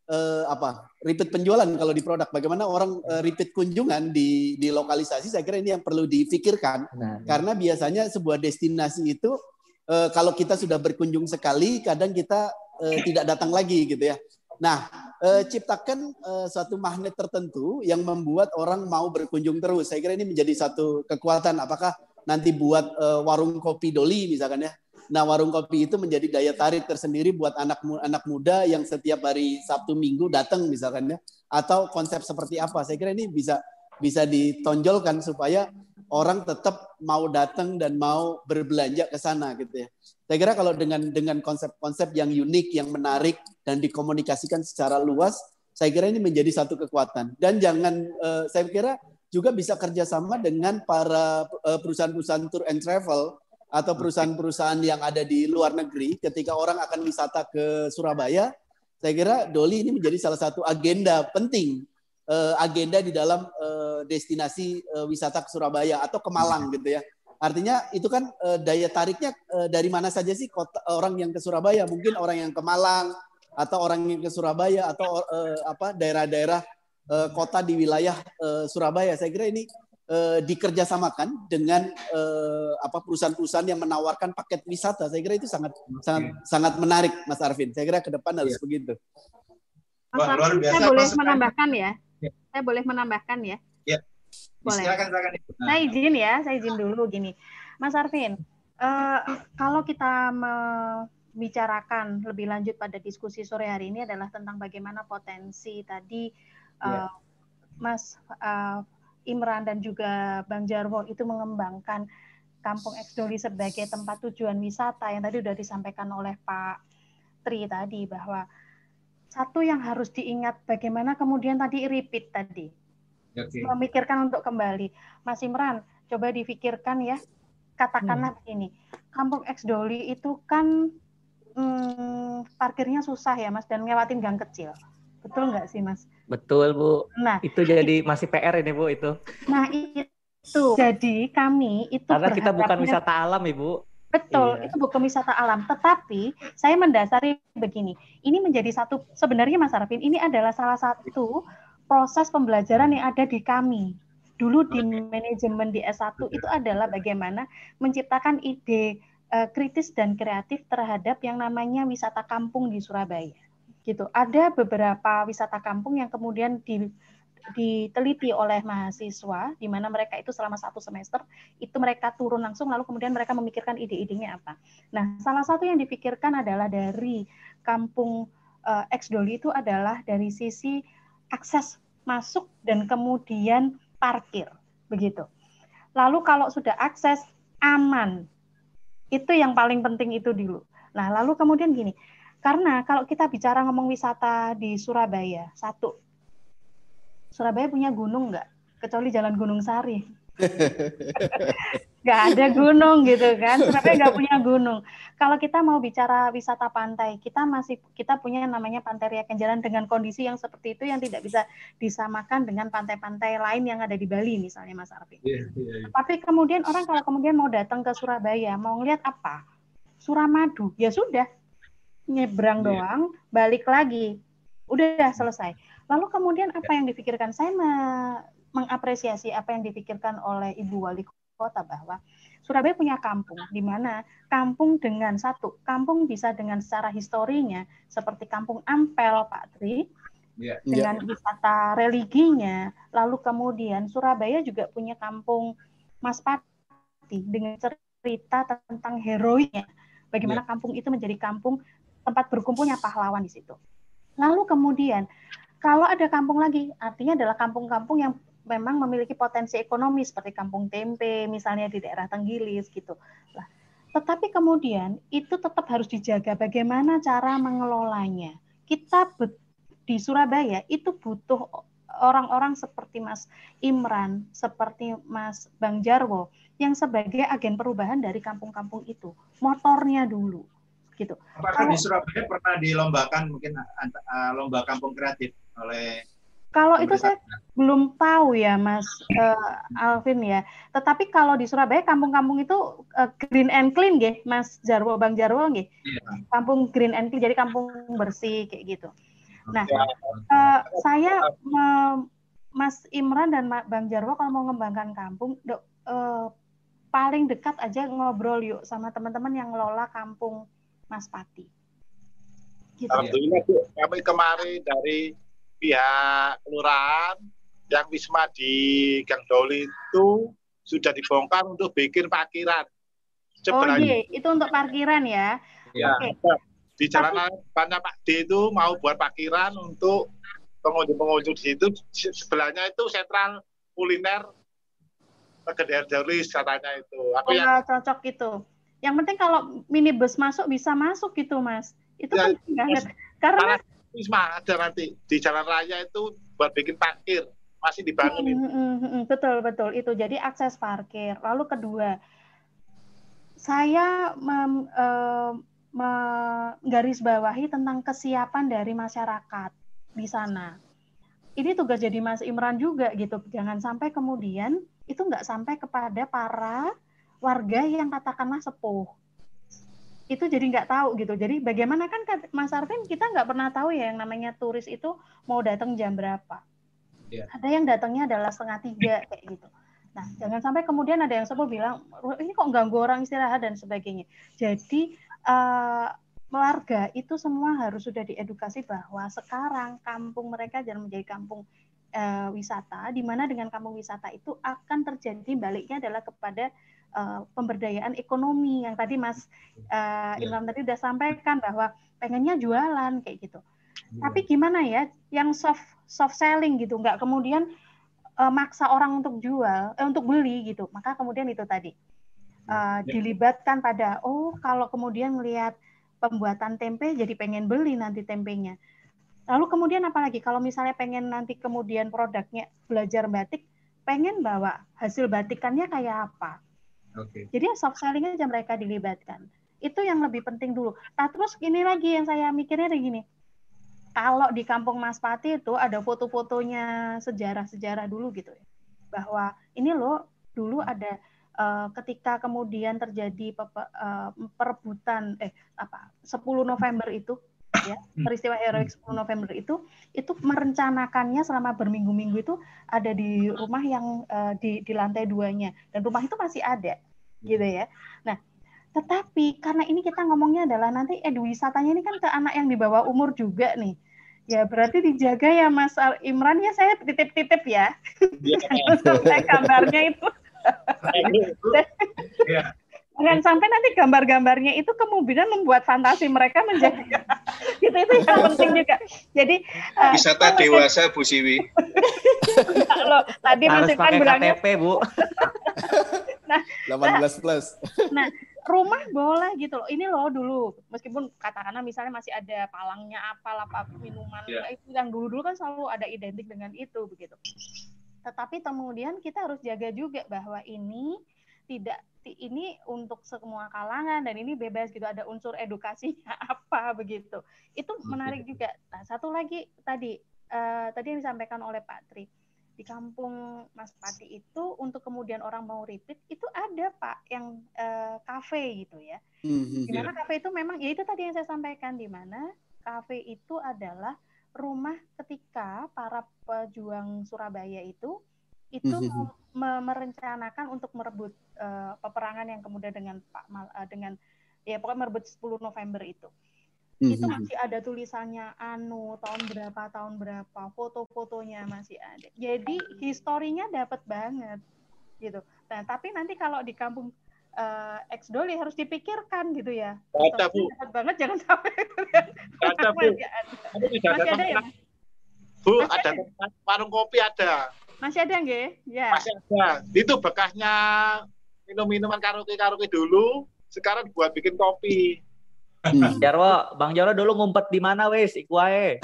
uh, apa repeat penjualan kalau di produk. Bagaimana orang uh, repeat kunjungan di di lokalisasi, saya kira ini yang perlu difikirkan. Nah, karena biasanya sebuah destinasi itu uh, kalau kita sudah berkunjung sekali, kadang kita uh, tidak datang lagi gitu ya. Nah, uh, ciptakan uh, satu magnet tertentu yang membuat orang mau berkunjung terus. Saya kira ini menjadi satu kekuatan. Apakah nanti buat uh, warung kopi Doli misalkan ya. Nah, warung kopi itu menjadi daya tarik tersendiri buat anak anak muda yang setiap hari Sabtu Minggu datang misalkan ya. Atau konsep seperti apa? Saya kira ini bisa bisa ditonjolkan supaya orang tetap mau datang dan mau berbelanja ke sana gitu ya. Saya kira kalau dengan dengan konsep-konsep yang unik, yang menarik dan dikomunikasikan secara luas, saya kira ini menjadi satu kekuatan. Dan jangan uh, saya kira juga bisa kerjasama dengan para uh, perusahaan-perusahaan tour and travel atau perusahaan-perusahaan yang ada di luar negeri. Ketika orang akan wisata ke Surabaya, saya kira Doli ini menjadi salah satu agenda penting, uh, agenda di dalam uh, destinasi uh, wisata ke Surabaya atau ke Malang gitu ya. Artinya itu kan uh, daya tariknya uh, dari mana saja sih kota, orang yang ke Surabaya, mungkin orang yang ke Malang atau orang yang ke Surabaya atau uh, apa daerah-daerah uh, kota di wilayah uh, Surabaya. Saya kira ini uh, dikerjasamakan dengan uh, apa perusahaan-perusahaan yang menawarkan paket wisata. Saya kira itu sangat sangat sangat menarik, Mas Arvin. Saya kira ke depan harus ya. begitu. Mas Wah, luar biasa. Saya boleh menambahkan ya? ya. Saya boleh menambahkan ya? Ya. Boleh. Silakan, silakan. Nah, saya izin ya, saya izin dulu gini. Mas Arvin, uh, kalau kita membicarakan lebih lanjut pada diskusi sore hari ini adalah tentang bagaimana potensi tadi uh, ya. Mas uh, Imran dan juga Bang Jarwo itu mengembangkan Kampung X Doli sebagai tempat tujuan wisata yang tadi sudah disampaikan oleh Pak Tri tadi, bahwa satu yang harus diingat bagaimana kemudian tadi repeat tadi. Okay. Memikirkan untuk kembali. Mas Imran, coba difikirkan ya, katakanlah hmm. begini, Kampung X Doli itu kan hmm, parkirnya susah ya Mas, dan ngelewatin gang kecil. Betul nggak sih Mas? Betul Bu. Nah, itu jadi masih P R ini Bu itu. Nah itu, jadi kami itu karena kita bukan wisata alam Ibu. Betul, iya. Itu bukan wisata alam. Tetapi saya mendasari begini, ini menjadi satu, sebenarnya Mas Arvin, ini adalah salah satu proses pembelajaran yang ada di kami. Dulu di manajemen di S satu itu adalah bagaimana menciptakan ide uh, kritis dan kreatif terhadap yang namanya wisata kampung di Surabaya. Gitu. Ada beberapa wisata kampung yang kemudian di, diteliti oleh mahasiswa, di mana mereka itu selama satu semester, itu mereka turun langsung, lalu kemudian mereka memikirkan ide-idenya apa. Nah, salah satu yang dipikirkan adalah dari Kampung uh, X Doli itu adalah dari sisi akses masuk dan kemudian parkir, begitu. Lalu kalau sudah akses aman, itu yang paling penting itu dulu. Nah, lalu kemudian gini, karena kalau kita bicara ngomong wisata di Surabaya, satu, Surabaya punya gunung nggak? Kecuali Jalan Gunung Sari. Nggak ada gunung gitu kan, Surabaya nggak punya gunung. Kalau kita mau bicara wisata pantai, kita masih kita punya namanya Pantai Ria Kenjeran dengan kondisi yang seperti itu yang tidak bisa disamakan dengan pantai-pantai lain yang ada di Bali misalnya Mas Arvin. Yeah, yeah, yeah. Tapi kemudian orang kalau kemudian mau datang ke Surabaya, mau ngeliat apa? Suramadu, ya sudah nyebrang yeah. doang, balik lagi, udah selesai. Lalu kemudian apa yang dipikirkan? Saya me- mengapresiasi apa yang dipikirkan oleh Ibu Wali Kota bahwa Surabaya punya kampung, di mana kampung dengan satu, kampung bisa dengan secara historinya seperti Kampung Ampel, Pak Tri, yeah. dengan yeah. wisata religinya, lalu kemudian Surabaya juga punya Kampung Mas Pati dengan cerita tentang heroiknya, bagaimana yeah. kampung itu menjadi kampung tempat berkumpulnya pahlawan di situ. Lalu kemudian kalau ada kampung lagi, artinya adalah kampung-kampung yang memang memiliki potensi ekonomi seperti Kampung Tempe misalnya di daerah Tenggilis gitu. Nah, tetapi kemudian itu tetap harus dijaga bagaimana cara mengelolanya. Kita di Surabaya itu butuh orang-orang seperti Mas Imran, seperti Mas Bang Jarwo yang sebagai agen perubahan dari kampung-kampung itu. Motornya dulu gitu. Apakah Kalau, di Surabaya pernah dilombakan mungkin uh, lomba kampung kreatif oleh Kalau itu saya belum tahu ya Mas uh, Alvin ya. Tetapi kalau di Surabaya kampung-kampung itu uh, green and clean nggih, Mas Jarwo, Bang Jarwo nggih. Yeah. Kampung green and clean, jadi kampung bersih kayak gitu. Nah, uh, saya uh, Mas Imran dan Bang Jarwo kalau mau ngembangkan kampung, dok, uh, paling dekat aja ngobrol yuk sama teman-teman yang ngelola kampung Mas Pati. Gitu. Alhamdulillah Bu, kami kemarin dari pihak kelurahan yang wisma di Gang Doli itu sudah dibongkar untuk bikin parkiran. Sebenarnya, oh iya, itu untuk parkiran ya. Ya. Oke. Di jalan depannya Pak D itu mau buat parkiran untuk pengunjung-pengunjung di situ. Sebelahnya itu sentral kuliner legendaris katanya itu. Apa oh, yang cocok gitu. Yang penting kalau minibus masuk bisa masuk gitu Mas. Itu ya, penting banget. Karena wisma ada nanti di jalan raya itu buat bikin parkir masih dibangun hmm, itu. Hmm, hmm, betul betul itu. Jadi akses parkir. Lalu kedua, saya mem, eh, menggarisbawahi tentang kesiapan dari masyarakat di sana. Ini tugas jadi Mas Imran juga gitu. Jangan sampai kemudian itu nggak sampai kepada para warga yang katakanlah sepuh. Itu jadi nggak tahu gitu. Jadi bagaimana kan Mas Arvin, kita nggak pernah tahu ya yang namanya turis itu mau datang jam berapa. Yeah. Ada yang datangnya adalah setengah tiga kayak gitu. Nah, jangan sampai kemudian ada yang sepuh bilang, ini kok ganggu orang istirahat dan sebagainya. Jadi Uh, warga itu semua harus sudah diedukasi bahwa sekarang kampung mereka jangan menjadi kampung uh, wisata, di mana dengan kampung wisata itu akan terjadi baliknya adalah kepada uh, pemberdayaan ekonomi yang tadi Mas uh, Imran tadi udah sampaikan bahwa pengennya jualan kayak gitu. Ya. Tapi gimana ya, yang soft soft selling gitu, nggak kemudian uh, maksa orang untuk jual, eh, untuk beli gitu. Maka kemudian itu tadi. Uh, dilibatkan pada, oh kalau kemudian melihat pembuatan tempe jadi pengen beli nanti tempenya. Lalu kemudian apalagi kalau misalnya pengen nanti kemudian produknya belajar batik, pengen bawa hasil batikannya kayak apa. Okay. Jadi soft selling aja mereka dilibatkan. Itu yang lebih penting dulu. Nah terus ini lagi yang saya mikirnya ada gini, kalau di kampung Mas Pati itu ada foto-fotonya sejarah-sejarah dulu gitu ya, bahwa ini loh dulu ada Uh, ketika kemudian terjadi pepe, uh, perebutan eh apa sepuluh November itu ya, peristiwa heroik sepuluh November itu itu merencanakannya selama berminggu-minggu itu ada di rumah yang uh, di di lantai duanya, dan rumah itu masih ada gitu ya. Nah, tetapi karena ini kita ngomongnya adalah nanti edwisatanya ini kan ke anak yang di bawah umur juga nih. Ya berarti dijaga ya Mas Imran ya, saya titip-titip ya. Jangan sampai gambarnya itu jangan sampai nanti gambar-gambarnya itu kemudian membuat fantasi mereka menjadi gitu, itu yang penting juga. Jadi wisata uh, dewasa Bu Siwi. Loh, tadi harus pakai bilangnya, K T P Bu. Nah, delapan belas plus. Nah, rumah boleh gitu loh. Ini loh dulu, meskipun katakanlah misalnya masih ada palangnya apa, apa minuman yeah. itu yang dulu-dulu kan selalu ada identik dengan itu begitu. Tetapi kemudian kita harus jaga juga bahwa ini tidak ini untuk semua kalangan dan ini bebas gitu, ada unsur edukasinya apa begitu. Itu menarik juga. Nah, satu lagi tadi uh, tadi yang disampaikan oleh Pak Tri, di kampung Mas Pati itu untuk kemudian orang mau retreat itu ada Pak yang uh, kafe gitu ya. Di mana kafe itu memang ya itu tadi yang saya sampaikan, di mana kafe itu adalah rumah ketika para pejuang Surabaya itu itu mm-hmm. merencanakan untuk merebut uh, peperangan yang kemudian dengan Pak Mal, uh, dengan ya pokoknya merebut sepuluh November itu. Mm-hmm. Itu masih ada tulisannya anu tahun berapa tahun berapa, foto-fotonya masih ada. Jadi historinya dapat banget gitu. Nah, tapi nanti kalau di kampung Uh, ex Doli harus dipikirkan gitu ya. Ada Bu. Dapat banget jangan sampai. Ada Bu. Masih ada, masih ada ya. Bu, ada warung kopi ada. Masih ada nggih? Ya. Masih ada. Itu bekasnya minum-minuman karaoke-karaoke dulu, sekarang buat bikin kopi. Hmm. Jarwo, Bang Jarwo dulu ngumpet di mana wes? Iku wae.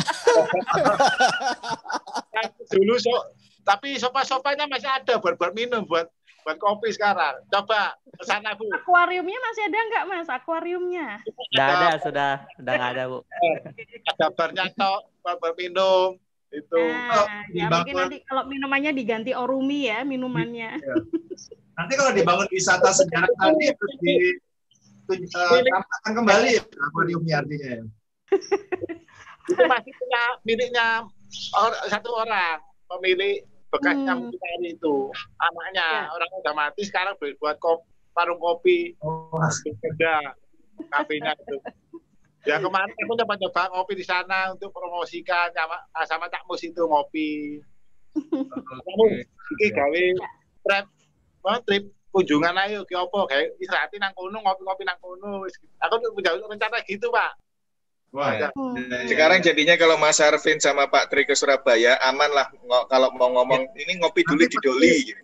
Dulu so, tapi sofa-sofanya masih ada buat buat minum, buat buat kopi sekarang. Coba ke sana Bu. Akuariumnya masih ada nggak Mas? Akuariumnya? Sudah ada, sudah, sudah nggak ada Bu. Ada barnya toh buat berminum itu. Nah, ya mungkin nanti kalau minumannya diganti Orumi ya minumannya. Ya. Nanti kalau dibangun wisata sejarah tadi terus di uh, kembali akuariumnya artinya. itu masih punya miliknya or, satu orang pemilik bekasnya Hmm. mucikari itu anaknya Ya. orang udah mati sekarang buat kopi, warung kopi Oh, kerja kafenya itu. Ya kemarin aku coba-coba ngopi di sana untuk promosikan sama sama Cak Mus itu ngopi. Kamu iki gawe trip, mau trip kunjungan ayo ki opo gawe istirahat nang kono ngopi-ngopi nang kono. Aku punya rencana gitu, Pak. wah. Ya. Hmm. Sekarang jadinya kalau Mas Arvin sama Pak Tri ke Surabaya aman lah ngo- kalau mau ngomong ini ngopi dulu di Doli. Gitu.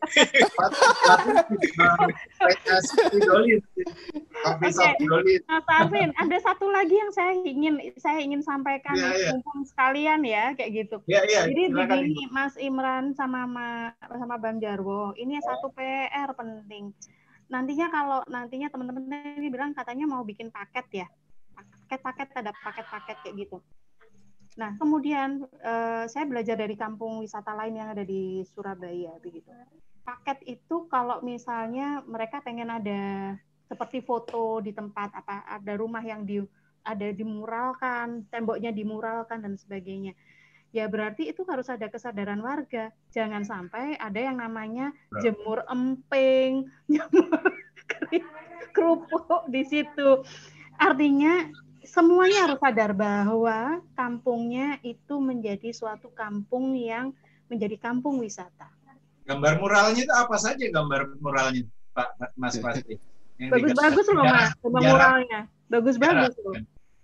Tapi Doli, kopi shop Doli. Mas Arvin, ada satu lagi yang saya ingin saya ingin sampaikan Iya, iya. mumpung sekalian ya kayak gitu. Iya, iya. Jadi Silakan, begini Mas Imran sama Ma- sama Bang Jarwo, ini satu P R penting. Nantinya kalau nantinya teman-teman ini bilang katanya mau bikin paket ya. Paket-paket ada paket-paket kayak gitu. Nah, kemudian eh, saya belajar dari kampung wisata lain yang ada di Surabaya begitu. Paket itu kalau misalnya mereka pengen ada seperti foto di tempat apa ada rumah yang di ada dimuralkan, temboknya dimuralkan dan sebagainya. Ya berarti itu harus ada kesadaran warga. Jangan sampai ada yang namanya jemur emping, jemur kerupuk di situ. Artinya semuanya harus sadar bahwa kampungnya itu menjadi suatu kampung yang menjadi kampung wisata. Gambar muralnya itu apa saja gambar muralnya, Pak Mas Pasti? Bagus-bagus loh Mas, gambar muralnya. Bagus-bagus loh.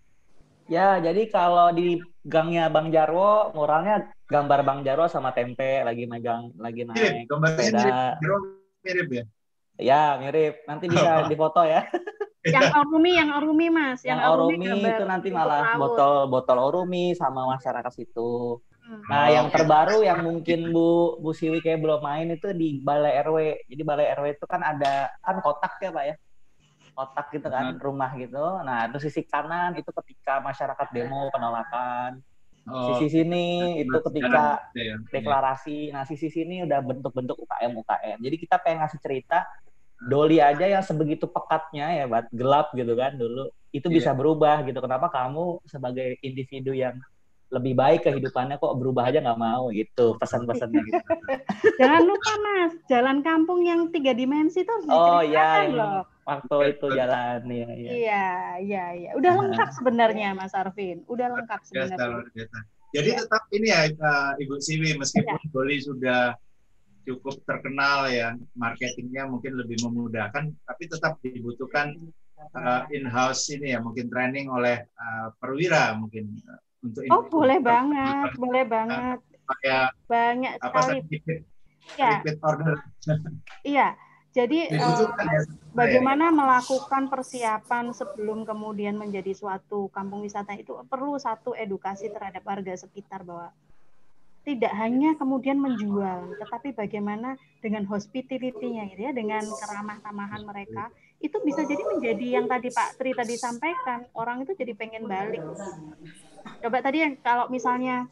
Ya, jadi kalau di gangnya Bang Jarwo, muralnya gambar Bang Jarwo sama tempe lagi megang lagi naik Mirip, gambarnya sepeda. mirip, mirip ya? Ya, mirip. Nanti bisa difoto ya. Yang Orumi, yang Orumi Mas, Yang, yang Orumi itu nanti malah botol-botol Orumi sama masyarakat situ. Nah, Oh, yang oke. terbaru yang mungkin Bu Bu Siwi kayak belum main itu di Balai R W. Jadi Balai R W itu kan ada kan kotak ya, Pak ya. Kotak gitu kan, rumah gitu. Nah, itu sisi kanan itu ketika masyarakat demo penolakan. Oh, Sisi sini itu ketika ya, ya. deklarasi. Nah, sisi sini udah bentuk-bentuk U K M U K M. Jadi kita pengen ngasih cerita Doli aja yang sebegitu pekatnya ya, Bat, gelap gitu kan dulu. Itu bisa Iya. berubah gitu. Kenapa kamu sebagai individu yang lebih baik kehidupannya kok berubah aja nggak mau gitu pesan-pesannya gitu. Jangan lupa Mas, jalan kampung yang tiga dimensi itu harus Oh diceritakan ya, yang loh. waktu itu jalan ya. ya. Iya, iya, iya. Udah lengkap sebenarnya Mas Arvin. Udah lengkap Biasa, sebenarnya. luar biasa. Jadi Ya. tetap ini ya uh, Ibu Siwi, meskipun Ya. Doli sudah cukup terkenal ya, marketingnya mungkin lebih memudahkan, tapi tetap dibutuhkan uh, in-house ini ya, mungkin training oleh uh, perwira mungkin uh, untuk Oh, ini. boleh banget, boleh banget. Kayak Banyak apa sekali. tadi repeat, Ya. repeat order. Iya. Jadi Dibutuhkan uh, ya. bagaimana melakukan persiapan sebelum kemudian menjadi suatu kampung wisata itu perlu satu edukasi terhadap warga sekitar bahwa tidak hanya kemudian menjual, tetapi bagaimana dengan hospitality-nya gitu ya, dengan keramah-tamahan mereka, itu bisa jadi menjadi yang tadi Pak Tri tadi sampaikan, orang itu jadi pengen balik. Coba tadi yang kalau misalnya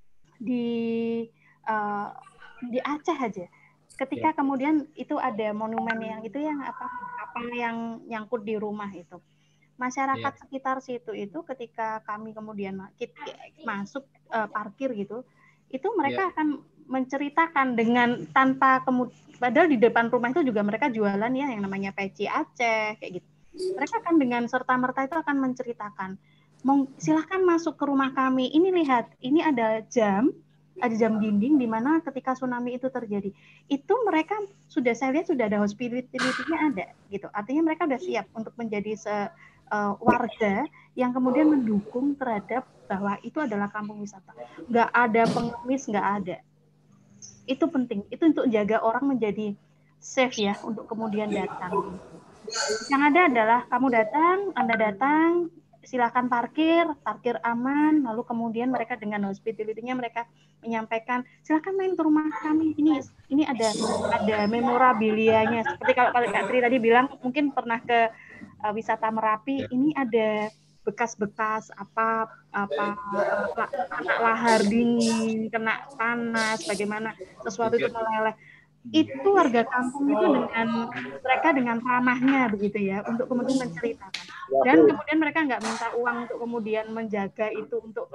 di uh, di Aceh aja, ketika kemudian itu ada monumen yang itu yang apa apa yang nyangkut di rumah itu. Masyarakat yeah. sekitar situ itu ketika kami kemudian masuk uh, parkir gitu, itu mereka yeah. akan menceritakan dengan tanpa kemudian, padahal di depan rumah itu juga mereka jualan ya yang namanya peci Aceh kayak gitu. Mereka akan dengan serta-merta itu akan menceritakan, silahkan masuk ke rumah kami, ini lihat, ini ada jam, ada jam dinding di mana ketika tsunami itu terjadi. Itu mereka sudah saya lihat sudah ada hospitality-nya ada gitu. Artinya mereka sudah siap untuk menjadi se Uh, warga yang kemudian mendukung terhadap bahwa itu adalah kampung wisata. Nggak ada pengemis, nggak ada. Itu penting. Itu untuk jaga orang menjadi safe ya, untuk kemudian datang. Yang ada adalah kamu datang, Anda datang, silakan parkir, parkir aman, lalu kemudian mereka dengan hospitality-nya mereka menyampaikan, silakan main ke rumah kami. Ini ini ada ada memorabilianya. Seperti kalau Kak Tri tadi bilang, mungkin pernah ke Uh, wisata Merapi, ini ada bekas-bekas apa apa kena lahar dingin, kena panas, bagaimana sesuatu itu meleleh. Itu warga kampung itu dengan mereka dengan ramahnya begitu ya, untuk kemudian menceritakan. Dan kemudian mereka nggak minta uang untuk kemudian menjaga itu untuk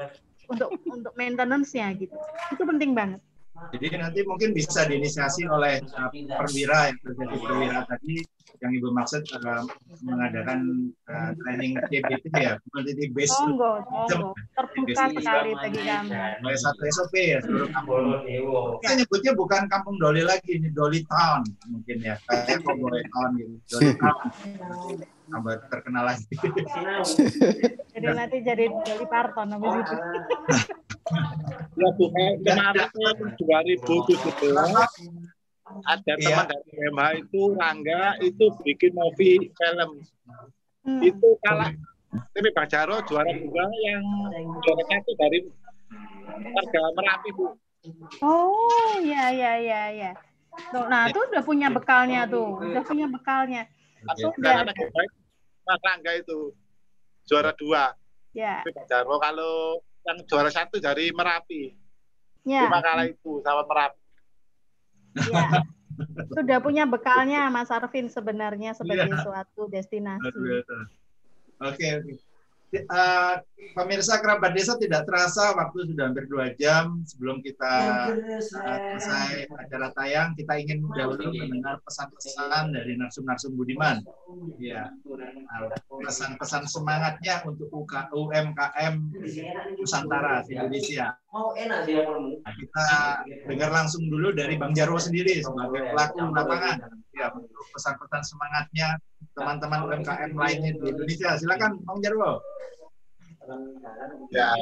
untuk untuk maintenance-nya gitu. Itu penting banget. Jadi nanti mungkin bisa diinisiasi oleh uh, perwira yang terjadi perwira tadi yang Ibu maksud uh, mengadakan uh, training C B T ya, community based. Monggo, monggo. Terbuka sekali bagi kami. Oleh satu S O P ya seluruh kampung. Kita nyebutnya bukan kampung Doli lagi, ini Doli Town mungkin ya, kayak Cowboy Town gitu. Doli Town. Tambah terkenal lagi. Jadi nanti jadi Doli Parton habis itu. Ya, kemarin dua ribu tujuh belas ada teman dari M H itu Rangga itu bikin movie film hmm. itu kalah tapi Bang Jaro juara dua yang juara satu dari warga Merapi Bu. Oh ya ya ya ya. Tuh, nah itu udah punya bekalnya tuh, udah punya bekalnya. Sudah. Mas Rangga itu juara dua. Ya. Tapi Bang Jaro kalau yang juara satu dari Merapi. Ya. Cuma kalah itu sama Merapi. Ya. Sudah punya bekalnya Mas Arvin sebenarnya sebagai ya. suatu destinasi. Oke, oke. Uh, pemirsa Kerabat Desa, tidak terasa waktu sudah hampir dua jam sebelum kita uh, selesai acara tayang. Kita ingin dahulu mendengar pesan-pesan dari narsum-narsum Budiman. Ya, pesan-pesan semangatnya untuk U M K M Nusantara Indonesia. Nah, kita dengar langsung dulu dari Bang Jarwo sendiri sebagai pelaku lapangan. Ya, untuk pesan-pesan semangatnya teman-teman U M K M lainnya di Indonesia. Silakan Bang Jarwo. Ya,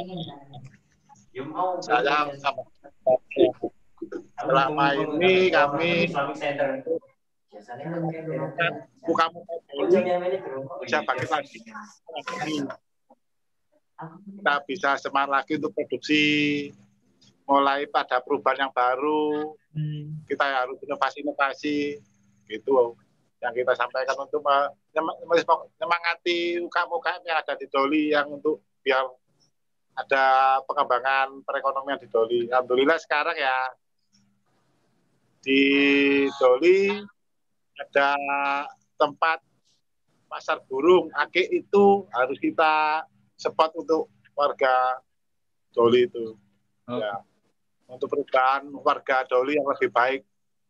saya selama ini kami bukan bisa bangkit lagi. Kita bisa semangat lagi untuk produksi, mulai pada perubahan yang baru. Kita harus inovasi-inovasi, gitu yang kita sampaikan untuk menyemangati U K M U K M yang ada di Doli yang untuk biar ada pengembangan perekonomian di Doli. Alhamdulillah sekarang ya di Doli ada tempat pasar burung Ake itu harus kita support untuk warga Doli itu. Oh. Ya, untuk perubahan warga Doli yang lebih baik.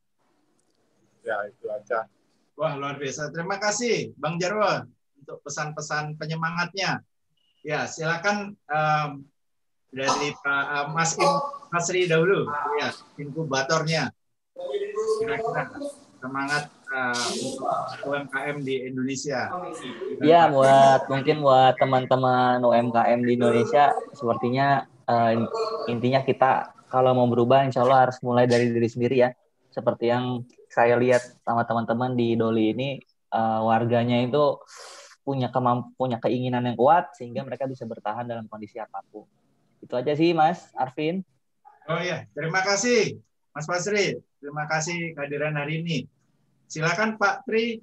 Ya, itu aja. Wah, luar biasa. Terima kasih Bang Jarwo untuk pesan-pesan penyemangatnya. Ya, silakan um, dari Pak uh, Mas Im Masri dahulu, ya, inkubatornya. Kira-kira semangat uh, untuk U M K M di Indonesia. Ya, buat mungkin buat teman-teman U M K M di Indonesia, sepertinya uh, intinya kita kalau mau berubah, insya Allah harus mulai dari diri sendiri ya. Seperti yang saya lihat sama teman-teman di Doli ini, uh, warganya itu punya kemampuan, punya keinginan yang kuat sehingga mereka bisa bertahan dalam kondisi apapun. Itu aja sih Mas Arvin. Oh iya, terima kasih Mas Basri. Terima kasih kehadiran hari ini. Silakan Pak Tri.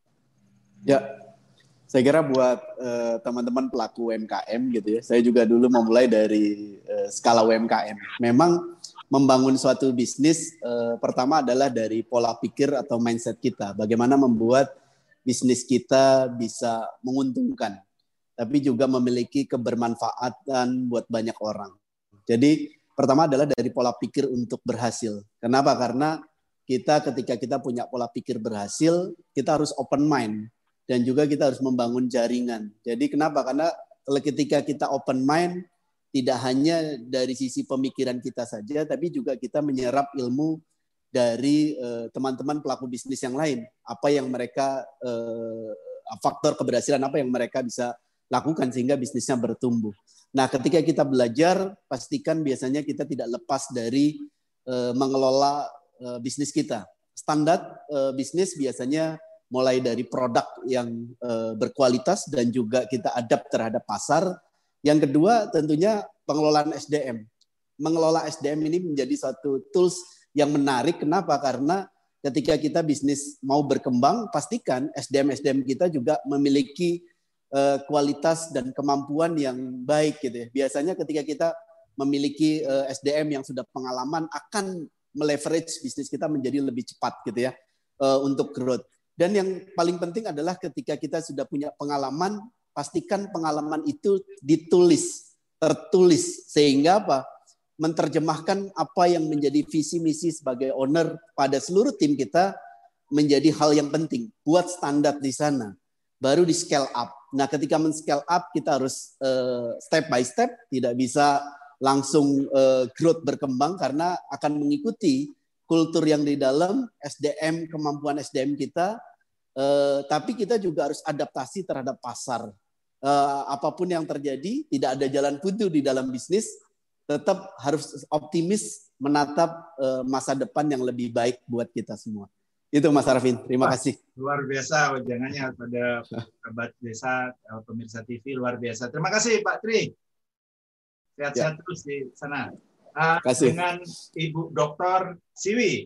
Ya, saya kira buat uh, teman-teman pelaku U M K M gitu ya. Saya juga dulu memulai dari uh, skala U M K M. Memang membangun suatu bisnis uh, pertama adalah dari pola pikir atau mindset kita. Bagaimana membuat bisnis kita bisa menguntungkan, tapi juga memiliki kebermanfaatan buat banyak orang. Jadi pertama adalah dari pola pikir untuk berhasil. Kenapa? Karena kita ketika kita punya pola pikir berhasil, kita harus open mind dan juga kita harus membangun jaringan. Jadi kenapa? Karena ketika kita open mind, tidak hanya dari sisi pemikiran kita saja, tapi juga kita menyerap ilmu dari uh, teman-teman pelaku bisnis yang lain. Apa yang mereka, uh, faktor keberhasilan apa yang mereka bisa lakukan sehingga bisnisnya bertumbuh. Nah, ketika kita belajar, pastikan biasanya kita tidak lepas dari uh, mengelola uh, bisnis kita. Standar uh, bisnis biasanya mulai dari produk yang uh, berkualitas dan juga kita adapt terhadap pasar. Yang kedua tentunya pengelolaan S D M. Mengelola S D M ini menjadi satu tools yang menarik. Kenapa? Karena ketika kita bisnis mau berkembang, pastikan S D M-S D M kita juga memiliki uh, kualitas dan kemampuan yang baik gitu ya. Biasanya ketika kita memiliki uh, S D M yang sudah pengalaman akan meleverage bisnis kita menjadi lebih cepat gitu ya uh, untuk growth. Dan yang paling penting adalah ketika kita sudah punya pengalaman, pastikan pengalaman itu ditulis tertulis, sehingga apa? Menerjemahkan apa yang menjadi visi misi sebagai owner pada seluruh tim kita menjadi hal yang penting. Buat standar di sana, baru di scale up. Nah, ketika men-scale up kita harus uh, step by step, tidak bisa langsung uh, growth berkembang karena akan mengikuti kultur yang di dalam S D M, kemampuan S D M kita, uh, tapi kita juga harus adaptasi terhadap pasar. Uh, apapun yang terjadi, tidak ada jalan buntu di dalam bisnis, tetap harus optimis menatap uh, masa depan yang lebih baik buat kita semua. Itu Mas Arvin, terima Wah, kasih. Luar biasa wajangannya pada sahabat desa, pemirsa T V, luar biasa. Terima kasih Pak Tri. Sehat-sehat ya. Terus di sana. Uh, dengan Ibu Doktor Siwi.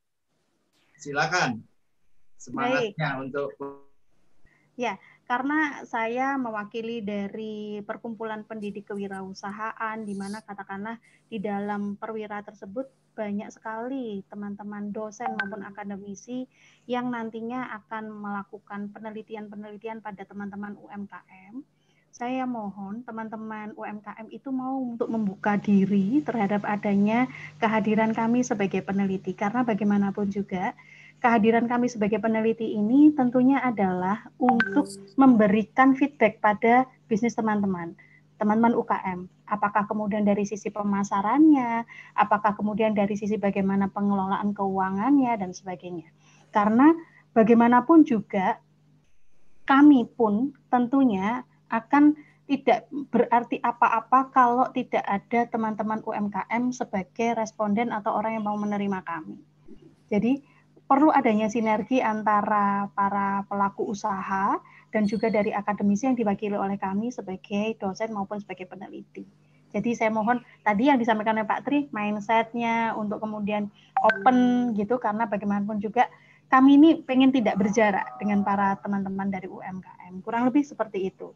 Silakan. Semangatnya Baik. Untuk ya. Karena saya mewakili dari perkumpulan pendidik kewirausahaan, di mana katakanlah di dalam perwira tersebut banyak sekali teman-teman dosen maupun akademisi yang nantinya akan melakukan penelitian-penelitian pada teman-teman U M K M. Saya mohon teman-teman U M K M itu mau untuk membuka diri terhadap adanya kehadiran kami sebagai peneliti. Karena bagaimanapun juga, kehadiran kami sebagai peneliti ini tentunya adalah untuk memberikan feedback pada bisnis teman-teman, teman-teman U K M. Apakah kemudian dari sisi pemasarannya, apakah kemudian dari sisi bagaimana pengelolaan keuangannya, dan sebagainya. Karena bagaimanapun juga, kami pun tentunya akan tidak berarti apa-apa kalau tidak ada teman-teman U M K M sebagai responden atau orang yang mau menerima kami. Jadi, perlu adanya sinergi antara para pelaku usaha dan juga dari akademisi yang diwakili oleh kami sebagai dosen maupun sebagai peneliti. Jadi saya mohon tadi yang disampaikan oleh Pak Tri, mindset-nya untuk kemudian open gitu, karena bagaimanapun juga kami ini pengen tidak berjarak dengan para teman-teman dari U M K M. Kurang lebih seperti itu.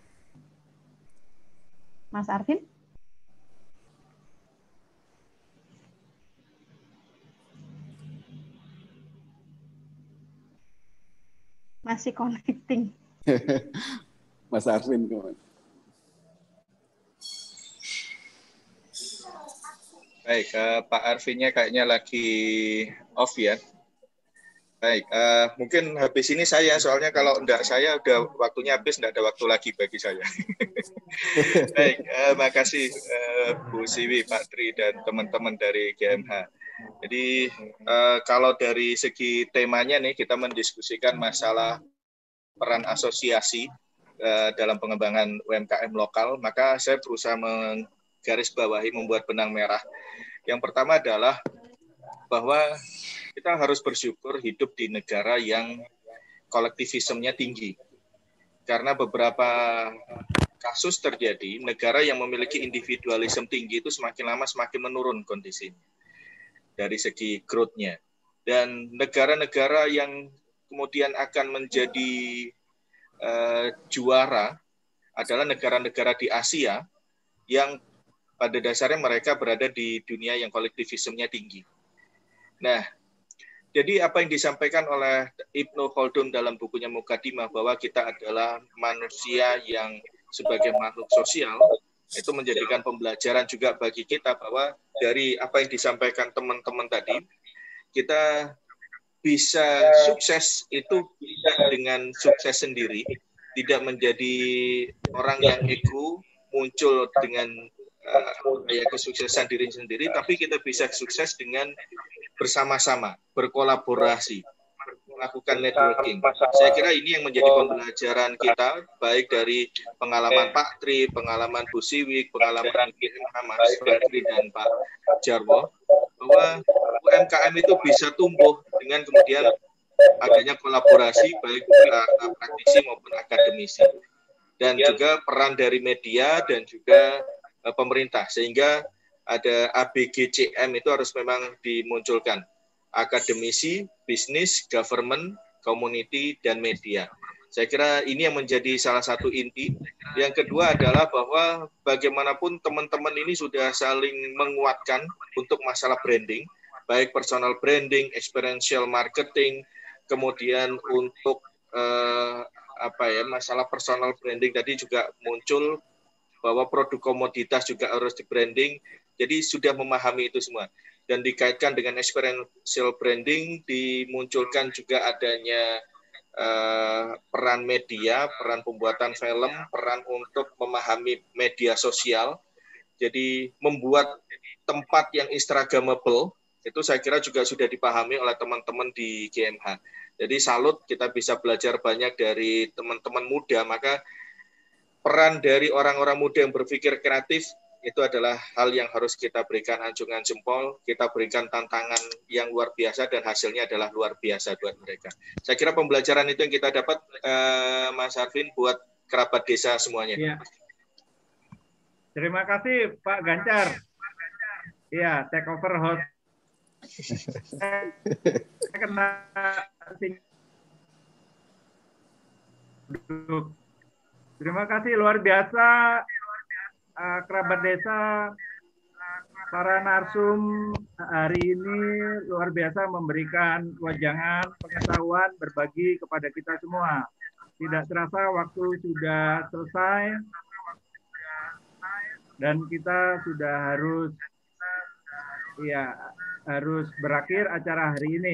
Mas Arvin? Masih connecting. Mas Arvin. Baik, uh, Pak Arvinnya kayaknya lagi off ya. Baik, uh, mungkin habis ini saya, soalnya kalau enggak saya udah waktunya habis, enggak ada waktu lagi bagi saya. Baik, uh, makasih uh, Bu Siwi, Pak Tri, dan teman-teman dari G M H. Jadi uh, kalau dari segi temanya nih, kita mendiskusikan masalah peran asosiasi uh, dalam pengembangan U M K M lokal, maka saya berusaha menggarisbawahi, membuat benang merah. Yang pertama adalah bahwa kita harus bersyukur hidup di negara yang kolektivismenya tinggi. Karena beberapa kasus terjadi, negara yang memiliki individualisme tinggi itu semakin lama semakin menurun kondisinya dari segi growth-nya. Dan negara-negara yang kemudian akan menjadi uh, juara adalah negara-negara di Asia yang pada dasarnya mereka berada di dunia yang kolektivismenya tinggi. Nah, jadi apa yang disampaikan oleh Ibnu Khaldun dalam bukunya Muqaddimah bahwa kita adalah manusia yang sebagai makhluk sosial, itu menjadikan pembelajaran juga bagi kita bahwa dari apa yang disampaikan teman-teman tadi, kita bisa sukses itu dengan sukses sendiri, tidak menjadi orang yang ego, muncul dengan uh, ya, kesuksesan diri sendiri, tapi kita bisa sukses dengan bersama-sama, berkolaborasi, melakukan networking. Saya kira ini yang menjadi pembelajaran kita, baik dari pengalaman Pak Tri, pengalaman Bu Siwi, pengalaman Mas Bakri dan Pak Jarwo, bahwa U M K M itu bisa tumbuh dengan kemudian adanya kolaborasi baik uh, praktisi maupun akademisi, dan juga peran dari media dan juga uh, pemerintah, sehingga ada A B G C M itu harus memang dimunculkan. Akademisi, bisnis, government, community, dan media. Saya kira ini yang menjadi salah satu inti. Yang kedua adalah bahwa bagaimanapun teman-teman ini sudah saling menguatkan untuk masalah branding, baik personal branding, experiential marketing, kemudian untuk eh, apa ya masalah personal branding tadi juga muncul bahwa produk komoditas juga harus di branding. Jadi sudah memahami itu semua. Dan dikaitkan dengan experiential branding, dimunculkan juga adanya uh, peran media, peran pembuatan film, peran untuk memahami media sosial. Jadi membuat tempat yang instagramable, itu saya kira juga sudah dipahami oleh teman-teman di G M H. Jadi salut, kita bisa belajar banyak dari teman-teman muda, maka peran dari orang-orang muda yang berpikir kreatif itu adalah hal yang harus kita berikan anjungan jempol, kita berikan tantangan yang luar biasa dan hasilnya adalah luar biasa buat mereka. Saya kira pembelajaran itu yang kita dapat, eh, Mas Arvin, buat kerabat desa semuanya. Ya. Terima kasih Pak Gancar. Iya, take over host. Kena Terima kasih luar biasa. Uh, kerabat desa, para narsum hari ini luar biasa memberikan wejangan, pengetahuan, berbagi kepada kita semua. Tidak terasa waktu sudah selesai dan kita sudah harus ya harus berakhir acara hari ini.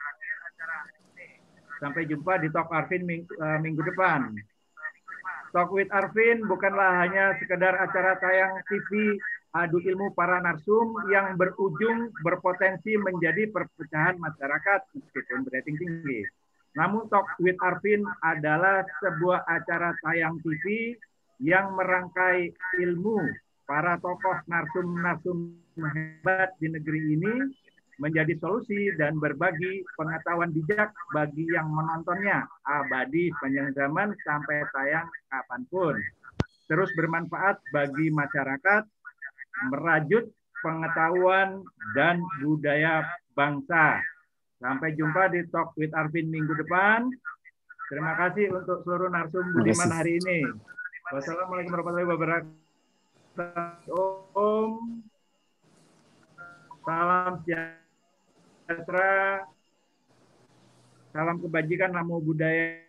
Sampai jumpa di Talk Arvin minggu, uh, minggu depan. Talk with Arvin bukanlah hanya sekedar acara tayang T V adu ilmu para narsum yang berujung berpotensi menjadi perpecahan masyarakat meskipun rating tinggi. Namun Talk with Arvin adalah sebuah acara tayang T V yang merangkai ilmu para tokoh narsum-narsum hebat di negeri ini menjadi solusi dan berbagi pengetahuan bijak bagi yang menontonnya, abadi sepanjang zaman sampai tayang kapanpun. Terus bermanfaat bagi masyarakat, merajut pengetahuan dan budaya bangsa. Sampai jumpa di Talk with Arvin minggu depan. Terima kasih untuk seluruh narsum budiman hari ini. Wassalamualaikum warahmatullahi wabarakatuh. Om. Salam sejahtera. Salam kebajikan, namo buddhaya.